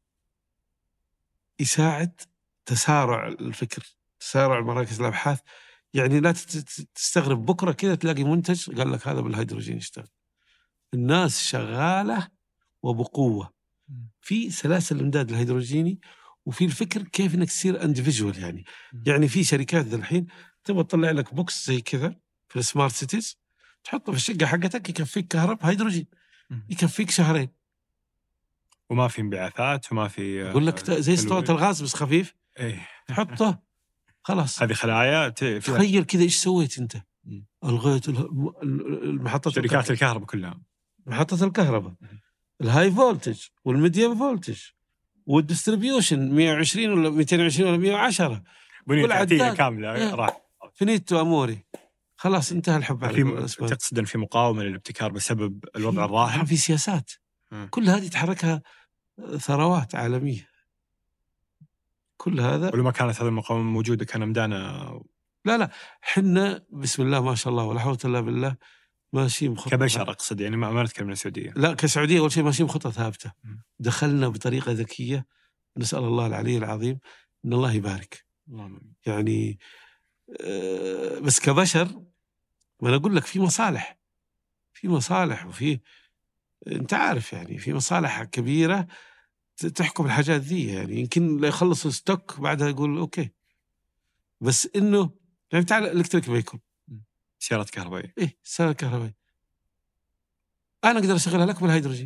يساعد تسارع الفكر، تسارع مراكز الأبحاث. يعني لا تستغرب بكرة كذا تلاقي منتج قال لك هذا بالهيدروجين يشتغل. الناس شغالة وبقوة في سلاسل الإمداد الهيدروجيني، وفي الفكر كيف إنك تصير انديفيدوال. يعني يعني في شركات ذا الحين تبغى تطلع لك بوكس زي كذا في السمارت سيتيز، تحطه في الشقة حقتك يكفيك كهرب هيدروجين، يكفيك شهرين وما في انبعاثات وما في. يقول لك زي اسطوانة الغاز بس خفيف. ايه تحطه خلاص. هذه خلايا. تخيل كذا ايش سويت انت؟ الغيت المحطة شركات الكهرباء كلها، محطة الكهرباء، الهاي فولتج والميديوم فولتج والديستريبيوشن مئة وعشرين ولا مئتين وعشرين ولا مئة وعشرة والعداد كاملة راح فينيتو أموري. خلاص انتهى الحب على الأسباب. تقصد أن في مقاومة للابتكار بسبب الوضع الراهن؟ في سياسات م. كل هذه تحركها ثروات عالمية. كل هذا ولما كانت هذه المقاومة موجودة كان مدانا. لا لا حنا بسم الله ما شاء الله ولا حول ولا بالله ماشيين بخطة كبشر أقصد، يعني ما نتكلم من السعودية. لا كسعودية أول شيء ماشيين بخطة ثابتة. دخلنا بطريقة ذكية، نسأل الله العلي العظيم إن الله يبارك. يعني أه بس كبشر ما أنا أقول لك في مصالح، في مصالح وفي أنت عارف يعني في مصالح كبيرة تحكم الحاجات ذي. يعني يمكن لا يخلصوا ستوك بعدها يقول أوكي. بس إنه يعني تعال إلكتريك فيكل، سيارات كهربائية. إيه سيارة كهربائية أنا أقدر أشغلها لك بالهيدروجين،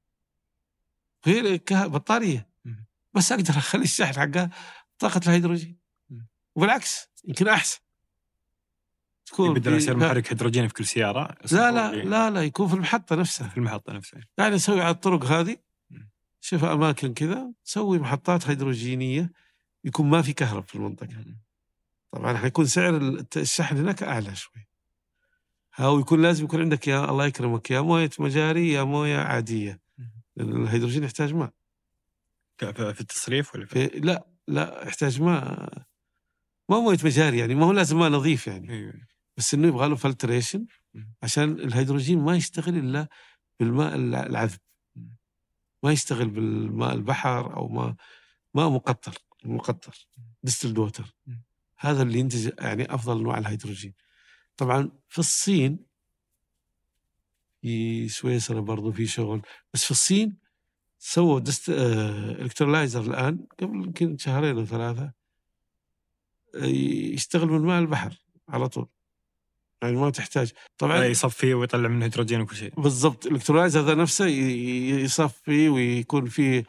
غير بطارية، بس أقدر أخلي الشحن حقها طاقة الهيدروجين. وبالعكس يمكن أحسن تكون بدنا يصير محرك هيدروجين في كل سيارة. لا لا لا لا يكون في المحطة نفسها. في المحطة نفسها. يعني نسوي على الطرق هذه، شوف أماكن كذا تسوي محطات هيدروجينية يكون ما في كهرب في المنطقة. طبعا حيكون سعر الشحن هناك أعلى شوي، أو يكون لازم يكون عندك يا الله يكرمك يا موية مجاري يا موية عادية، لأن الهيدروجين يحتاج ماء في التصريف ولا في في لا لا يحتاج ماء، ما موية مجاري يعني ما هو لازم ماء نظيف يعني. أيوة. بس إنه يبغى له فلتريشن عشان الهيدروجين ما يشتغل إلا بالماء العذب، ما يشتغل بالماء البحر أو ماء ماء مقطر مقطر ديستلد ووتر. هذا اللي ينتج يعني أفضل أنواع الهيدروجين. طبعا في الصين في سويسرا برضو في شغل، بس في الصين سووا دست اه... إلكترولايزر الآن قبل يمكن شهرين أو ثلاثة اه... يشتغل من ماء البحر على طول. يعني ما تحتاج طبعا يصفي ويطلع منه هيدروجين وكل شيء. بالضبط. الالكترولايزر هذا نفسه يصفي ويكون فيه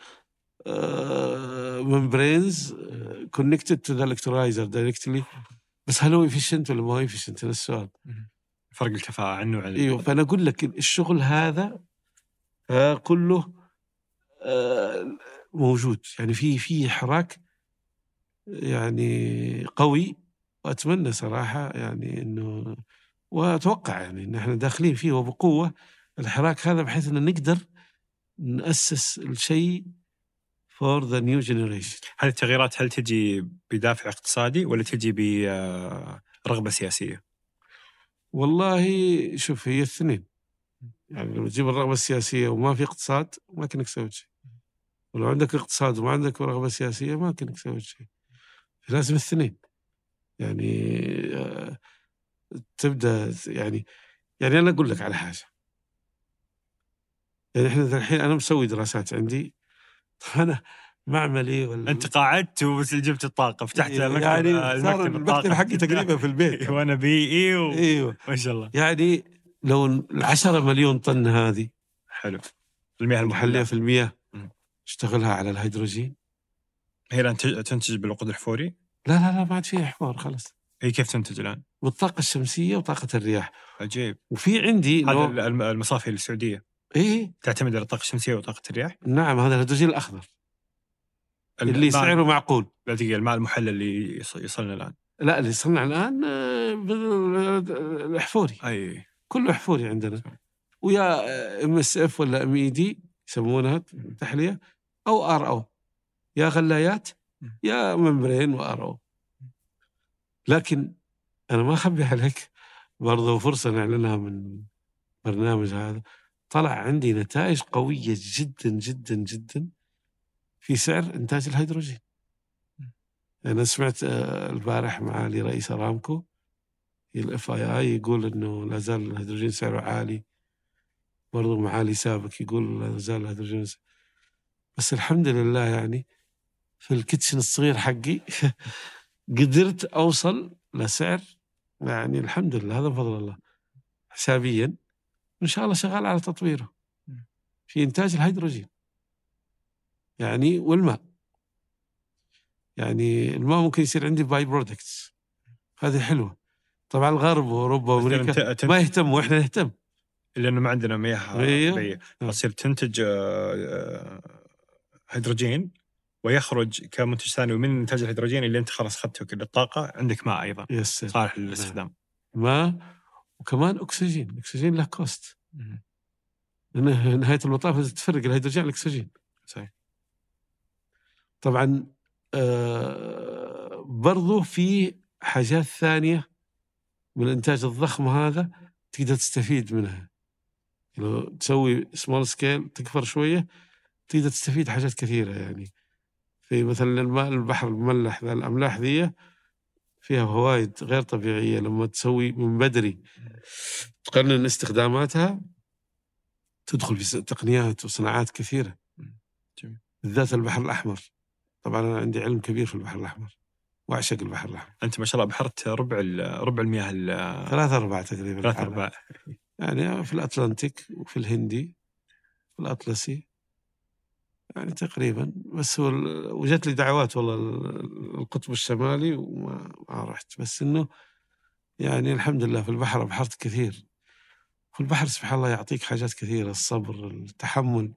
ممبرينز كونكتد تو ذا الكترولايزر دايركتلي. بس هل هو افيشنت ولا ما هو افيشنت؟ هذا السؤال. فرق الكفاءة عنه وعن ايوه. فانا اقول لك الشغل هذا كله موجود، يعني في في حراك يعني قوي، واتمنى صراحه يعني انه واتوقع يعني ان احنا داخلين فيه وبقوه الحراك هذا، بحيث ان نقدر نأسس الشيء for the new generation. هذه التغييرات هل تجي بدافع اقتصادي ولا تجي برغبة سياسية؟ والله شوف، هي الاثنين. يعني لما تجيب الرغبة السياسية وما في اقتصاد ما كنك سويت شيء، ولو عندك اقتصاد وما عندك رغبة سياسية ما كنك سويت شيء. لازم الاثنين يعني آه تبدأ يعني يعني أنا أقول لك على حاجة. يعني إحنا الحين أنا مسوي دراسات عندي، أنا معملي ولا أنت قاعدت وجبت الطاقة، فتحت المكتب يعني صار المكتب حقي تقريبا في البيت وأنا بيئي و... أيوه ما شاء الله. يعني لو العشرة مليون طن هذه حلو المياه المحلية في المياه اشتغلها على الهيدروجين، هي الآن تنتج بالوقود الأحفوري؟ لا لا لا ما عاد فيها أحفار خلاص. هي كيف تنتج الآن؟ بالطاقة الشمسية وطاقة الرياح. عجيب. وفي عندي هذا المصافي السعودية إيه تعتمد على الطاقة الشمسية وطاقة الرياح؟ نعم. هذا الهيدروجين الأخضر اللي سعره معقول. لا دقيقة، الماء المحلل اللي يصلنا الآن؟ لا اللي يصنع الآن الأحفوري. أي كله أحفوري عندنا، ويا ام اس اف ولا ام اي دي يسمونها تحلية، أو ار او، يا غلايات يا ممبرين وار او. لكن أنا ما أخبي عليك برضو، فرصة نعلنها من برنامج هذا، طلع عندي نتائج قوية جدا جدا جدا في سعر إنتاج الهيدروجين. أنا سمعت البارح معالي رئيس أرامكو الاف اي اي يقول إنه لا زال الهيدروجين سعره عالي، برضو معالي سابق يقول لا زال الهيدروجين. بس الحمد لله يعني في الكيتشن الصغير حقي قدرت أوصل لسعر يعني الحمد لله، هذا بفضل الله حسابيا، وإن شاء الله شغال على تطويره في إنتاج الهيدروجين يعني. والماء يعني الماء ممكن يصير عندي باي برودكتس، هذه حلوة. طبعا الغرب وأوروبا وأمريكا تنت... ما يهتم وإحنا نهتم لأنه ما عندنا مياه طبيعية. تصير تنتج هيدروجين ويخرج كمنتج ثاني، ومن إنتاج الهيدروجين اللي أنت خلاص أخذته كل الطاقة عندك ماء أيضا صالح للاستخدام. ماء وكمان أكسجين. الأكسجين له كوست، لأنه نهاية المطاف تفرق الهيدروجين على الأكسجين. صحيح. طبعا آه برضو في حاجات ثانية من الإنتاج الضخم هذا تقدر تستفيد منها. لو تسوي سمول سكيل تكبر شوية تقدر تستفيد حاجات كثيرة. يعني في مثلا الماء البحر المملح، الأملاح ذي فيها فوائد غير طبيعية. لما تسوي من بدري تقنن استخداماتها تدخل في تقنيات وصناعات كثيرة، بالذات البحر الأحمر. طبعا أنا عندي علم كبير في البحر الأحمر وأعشق البحر الأحمر. أنت ما شاء الله بحرت ربع ربع المياه ثلاثة أربعة تقريبا. ثلاثة أربعة يعني في الأطلنطيك وفي الهندي في الأطلسي يعني تقريبا. بس هو وجدت لي دعوات والله القطب الشمالي وما ما رحت. بس إنه يعني الحمد لله في البحر بحرت كثير. في البحر سبحان الله يعطيك حاجات كثيرة، الصبر، التحمل.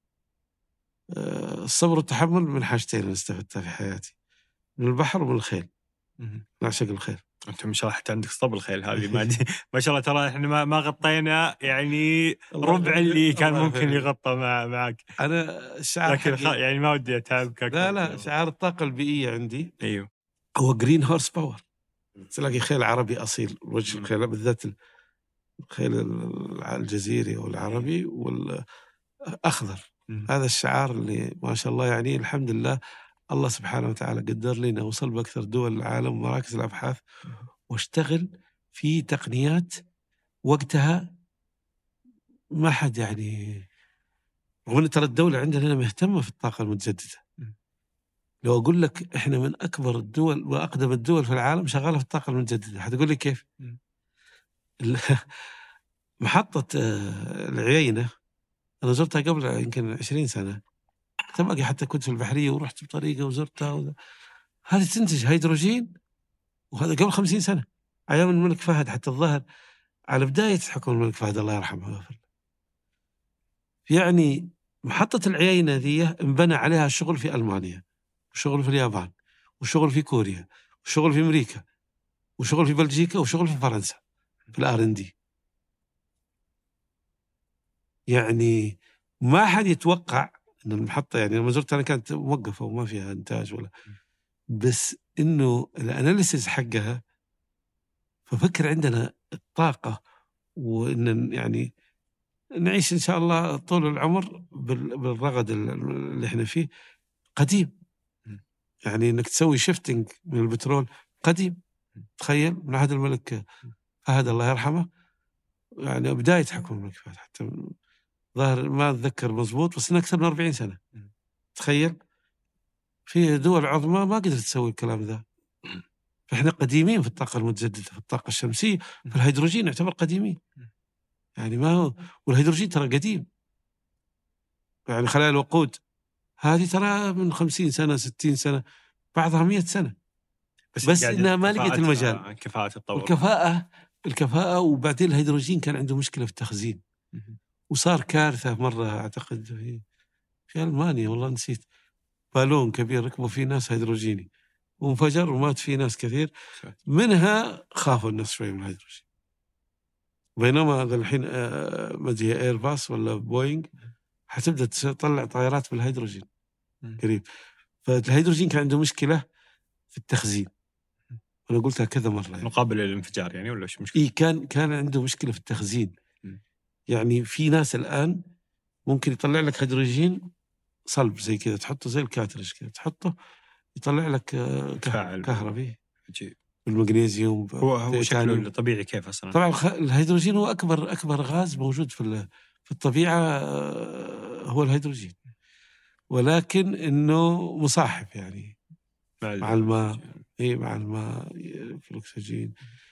الصبر والتحمل من حاجتين أنا استفدتها في حياتي، من البحر ومن الخيل. نعشق الخيل. أنت ما شاء الله حتى عندك صبر الخيل هذه ما ما شاء الله. ترى إحنا ما ما غطينا يعني ربع اللي كان ممكن يغطى مع معك. أنا الشعار لكن خ... يعني ما ودي أتعبك. لا لا شعار الطاقة البيئية عندي أيوه هو جرين هورس باور. تلاقي خيل عربي أصيل، وجه الخيل بالذات الخيل الجزيري أو العربي والأخضر. هذا الشعار اللي ما شاء الله يعني الحمد لله الله سبحانه وتعالى قدر لي أوصل بأكثر دول العالم ومراكز الأبحاث واشتغل في تقنيات وقتها ما حد يعني. رغم أن ترى الدولة عندنا مهتمة في الطاقة المتجددة. لو أقول لك إحنا من أكبر الدول وأقدم الدول في العالم شغالة في الطاقة المتجددة، هتقول لي كيف؟ محطة العيينة أنا زرتها قبل يمكن عشرين سنة، تبقى حتى كنت في البحرية ورحت بطريقة وزرتها وذا. هذه تنتج هيدروجين، وهذا قبل خمسين سنة أيام الملك فهد، حتى الظاهر على بداية حكم الملك فهد الله يرحمه. يعني محطة العيينة ذي انبنى عليها شغل في ألمانيا، وشغل في اليابان، وشغل في كوريا، وشغل في أمريكا، وشغل في بلجيكا، وشغل في فرنسا في الآر إن دي. يعني ما حد يتوقع أن المحطة، يعني لما زرت أنا كانت موقفة وما فيها إنتاج ولا، بس إنه الأناليسيس حقها، ففكر عندنا الطاقة وإن يعني نعيش إن شاء الله طول العمر بالرغد اللي إحنا فيه قديم. يعني إنك تسوي شيفتنج من البترول قديم. تخيل من عهد الملك فهد الله يرحمه، يعني بداية حكم الملك فهد، حتى ظاهر ما أتذكر مزبوط بس إنه أكثر من أربعين سنة. تخيل في دول عظمى ما قدرت تسوي الكلام ذا. فإحنا قديمين في الطاقة المتجددة، في الطاقة الشمسية، في الهيدروجين يعتبر قديمين. يعني ما هو، والهيدروجين ترى قديم، يعني خلايا الوقود هذه ترى من خمسين سنة ستين سنة، بعضها مئة سنة، بس, بس إنها ما لقيت المجال. كفاءة التطور، الكفاءة الكفاءة وبعدين الهيدروجين كان عنده مشكلة في التخزين، وصار كارثة مرة أعتقد في, في ألمانيا والله نسيت، بالون كبير ركبوا فيه ناس هيدروجيني وانفجر ومات فيه ناس كثير، منها خافوا الناس شوي من الهيدروجين. بينما هذا الحين مدي ايرباص ولا بوينغ حتبدأ تطلع طائرات بالهيدروجين قريب. فالهيدروجين كان عنده مشكلة في التخزين، أنا قلتها كذا مرة يعني. مقابل للانفجار يعني ولا شو مشكلة؟ إيه كان كان عنده مشكلة في التخزين. م. يعني في ناس الآن ممكن يطلع لك هيدروجين صلب زي كذا، تحطه زي الكاترج كذا، تحطه يطلع لك كهربي بالمغنيسيوم. هو هو شكله الطبيعي كيف أصلا؟ طبعا الهيدروجين هو أكبر أكبر غاز موجود في في الطبيعة، هو الهيدروجين، ولكن إنه مصاحب يعني مع الماء. إيه مع الماء في الأكسجين.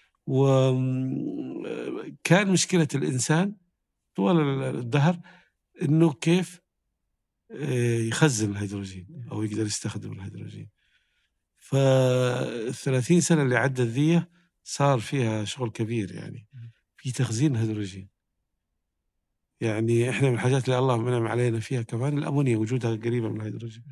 وكان مشكلة الإنسان طوال الدهر إنه كيف يخزن الهيدروجين أو يقدر يستخدم الهيدروجين. فالثلاثين سنة اللي عدت ذي صار فيها شغل كبير يعني في تخزين الهيدروجين. يعني إحنا من الحاجات اللي الله منعم علينا فيها كمان الأمونيا، وجودها قريبة من الهيدروجين.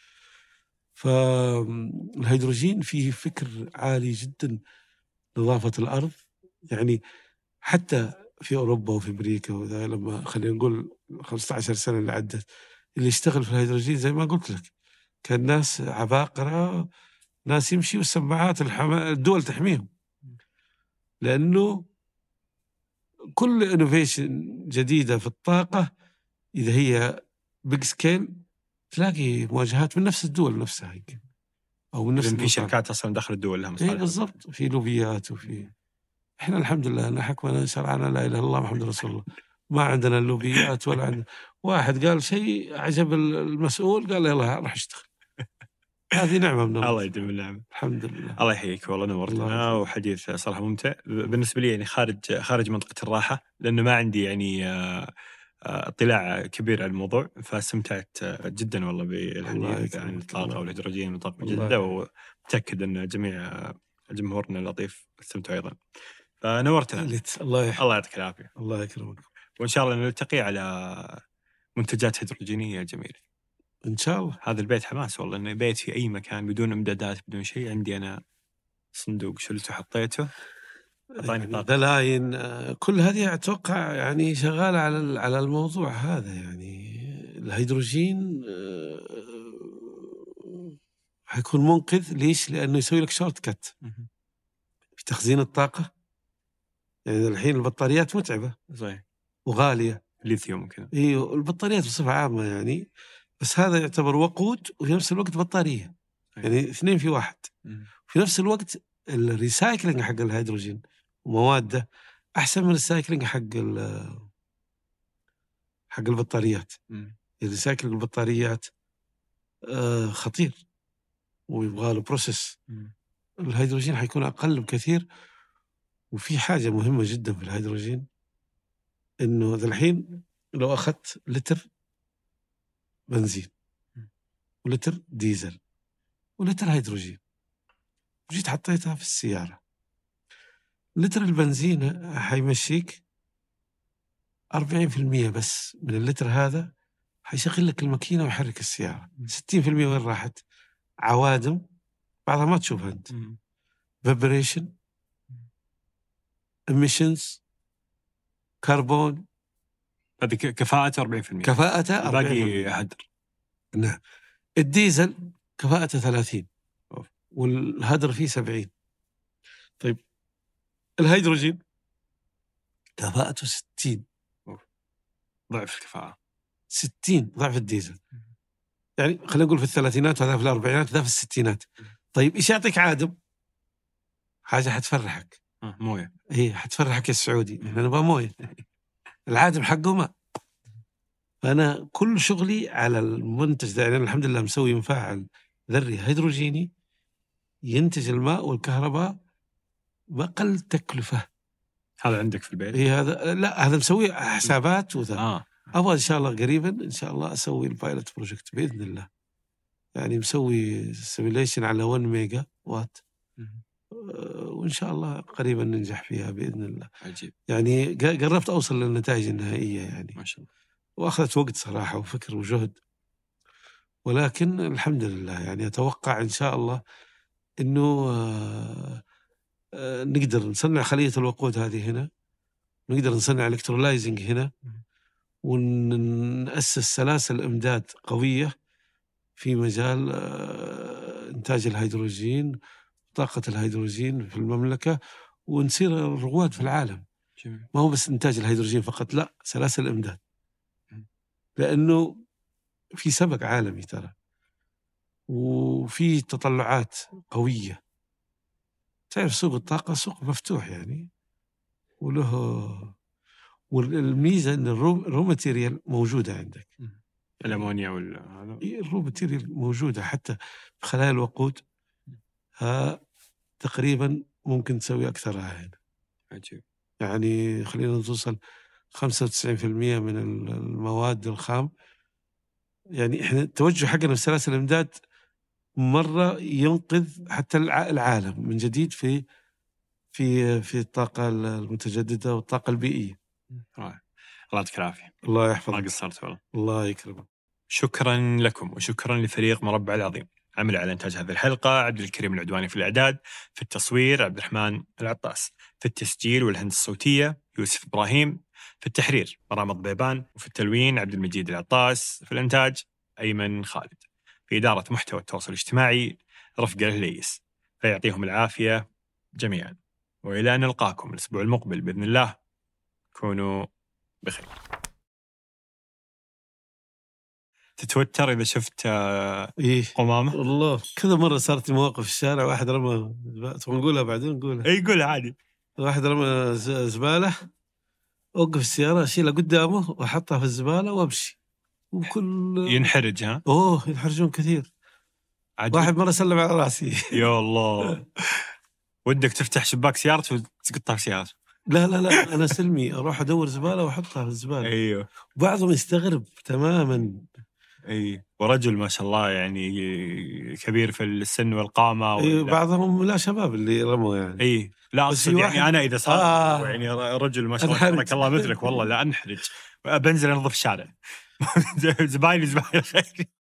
فالهيدروجين فيه فكر عالي جدا نظافة الأرض. يعني حتى في أوروبا وفي أمريكا وذا، لما خلينا نقول خمسة عشر سنة اللي عدت اللي يشتغل في الهيدروجين زي ما قلت لك كان ناس عباقرة، ناس يمشي والسماعات الدول تحميهم، لأنه كل إنوفيشن جديدة في الطاقة إذا هي بيج سكيل تلاقي مواجهات من نفس الدول نفسها هيك، أو من نفس في شركات أصلا داخل الدول لها مصالح. إيه بالضبط، في لوبيات وفي إحنا الحمد لله أنا حكمنا شرعنا لا إله إلا الله محمد رسول الله، ما عندنا اللوبيات ولا عندنا. واحد قال شيء عجب المسؤول قال يلا راح اشتغل. هذه نعمة من الله. الله يديم النعمة. الحمد لله. الله يحييك والله نورتنا، وحديث صراحة ممتع بالنسبة لي، يعني خارج خارج منطقة الراحة، لأنه ما عندي يعني اطلاع كبير على الموضوع، فاستمتعت جدا والله بالحديث عن الطاقة والهيدروجين والطاقة المتجددة، ومتأكد أن جميع جمهورنا اللطيف استمتعوا أيضا. فنورتنا. الله يحفظك. الله يعطيك العافية. الله يكرمك. وإن شاء الله نلتقي على منتجات هيدروجينية جميلة إن شاء الله. هذا البيت حماس والله، إنه بيت في أي مكان بدون إمدادات بدون شيء. عندي أنا صندوق شلته حطيته أعطاني طاقة. دلاين كل هذه أتوقع يعني شغالة على على الموضوع هذا. يعني الهيدروجين حيكون منقذ. ليش؟ لأنه يسوي لك شورت كات في تخزين الطاقة. يعني الحين البطاريات متعبة صحيح وغالية، ليثيوم وكذا. إيه البطاريات بصفة عامة يعني، بس هذا يعتبر وقود وفي نفس الوقت بطارية. يعني اثنين في واحد. في نفس الوقت الريسايكلينج حق الهيدروجين ومواده أحسن من الريسايكلينج حق حق البطاريات. الريسايكلينج البطاريات آه خطير ويبغى له بروسيس. الهيدروجين حيكون أقل بكثير وفي حاجة مهمة جدا في الهيدروجين، إنه ذا الحين لو أخذت لتر بنزين ولتر ديزل ولتر هيدروجين وجيت حطيتها في السيارة، لتر البنزين حيمشيك أربعين في المية بس من اللتر هذا حيشغل لك الماكينة ويحرك السيارة. ستين في المية وين راحت؟ عوادم بعضها ما تشوفها أنت، vibration، emissions، كربون. هذه كفاءته أربعين في المية، كفاءته باقي هدر. نعم. الديزل كفاءته ثلاثين والهدر فيه سبعين. طيب الهيدروجين كفاءته ستين، ضعف الكفاءة، ستين ضعف الديزل. يعني خلينا نقول في الثلاثينات وهذا في الأربعينات وهذا في الستينات. طيب إيش يعطيك عادم؟ حاجة حتفرحك، موية. إيه حتفرحك يا السعودي، إحنا نبغى موية. العادم حقه ماء. فأنا كل شغلي على المنتج ده، يعني الحمد لله مسوي مفاعل ذري هيدروجيني ينتج الماء والكهرباء بأقل تكلفة. هذا عندك في البيت؟ إيه هذا، لا هذا مسوي حسابات وذا. آه. أبغى إن شاء الله قريبا إن شاء الله أسوي البايلوت بروجكت بإذن الله. يعني مسوي سيميليشن على واحد ميجا وات، وإن شاء الله قريبا ننجح فيها بإذن الله. عجيب. يعني قربت أوصل للنتائج النهائية يعني، ما شاء الله. وأخذت وقت صراحة وفكر وجهد، ولكن الحمد لله يعني أتوقع إن شاء الله إنه آه آه نقدر نصنع خلية الوقود هذه هنا، نقدر نصنع الكترولايزنج هنا، ونأسس سلاسل إمداد قوية في مجال آه إنتاج الهيدروجين، طاقة الهيدروجين في المملكة، ونصير رواد في العالم. جميل. ما هو بس إنتاج الهيدروجين فقط، لا، سلاسل إمداد، لأنه في سبق عالمي ترى، وفي تطلعات قوية. تعرف سوق الطاقة سوق مفتوح يعني، وله، والميزة أن الرو ماتيريال موجودة عندك، الأمونيا وال هذا الرو ماتيريال موجودة حتى في خلايا الوقود، ها تقريبا ممكن تسوي أكثرها هنا. عجيب. يعني خلينا نوصل خمسة وتسعين في المية من المواد الخام. يعني إحنا التوجه حقنا في سلاسل الإمداد مرة ينقذ حتى العالم من جديد في في في الطاقة المتجددة والطاقة البيئية. رائع. الله يعطيك العافية. الله يحفظك. ما قصرت والله. الله يكرمك. شكرا لكم وشكرا لفريق مربع العظيم. عمل على إنتاج هذه الحلقة عبد الكريم العدواني في الإعداد، في التصوير عبد الرحمن العطاس، في التسجيل والهندسة الصوتية يوسف إبراهيم، في التحرير مرامض بيبان، وفي التلوين عبد المجيد العطاس، في الإنتاج أيمن خالد، في إدارة محتوى التواصل الاجتماعي رفقة الهليس. فيعطيهم العافية جميعا، وإلى أن نلقاكم الأسبوع المقبل بإذن الله، كونوا بخير. تتوتر إذا شفت إيه قمامة؟ والله كذا مرة صارت مواقف في الشارع، واحد رمى، نقولها بعدين نقولها. إيه قولها عادي. واحد رمى زبالة، أوقف السيارة أشيلها قدامه وأحطها في الزبالة وأمشي، وكل ينحرج. ها؟ أوه ينحرجون كثير. عجيب. واحد مرة سلم على رأسي. يا الله. ودك تفتح شباك سيارته وتقطع سيارته؟ لا لا لا أنا سلمي أروح أدور زبالة وأحطها في الزبالة. أيوه. بعضهم يستغرب تماما. اي ورجل ما شاء الله يعني كبير في السن والقامه. أي بعضهم لا شباب اللي رموا يعني. اي لا اقصد يعني انا اذا صار آه يعني رجل ما شاء الله تبارك الله مثلك والله لا انحرج، بنزل انظف الشارع. زبايني زباين خير.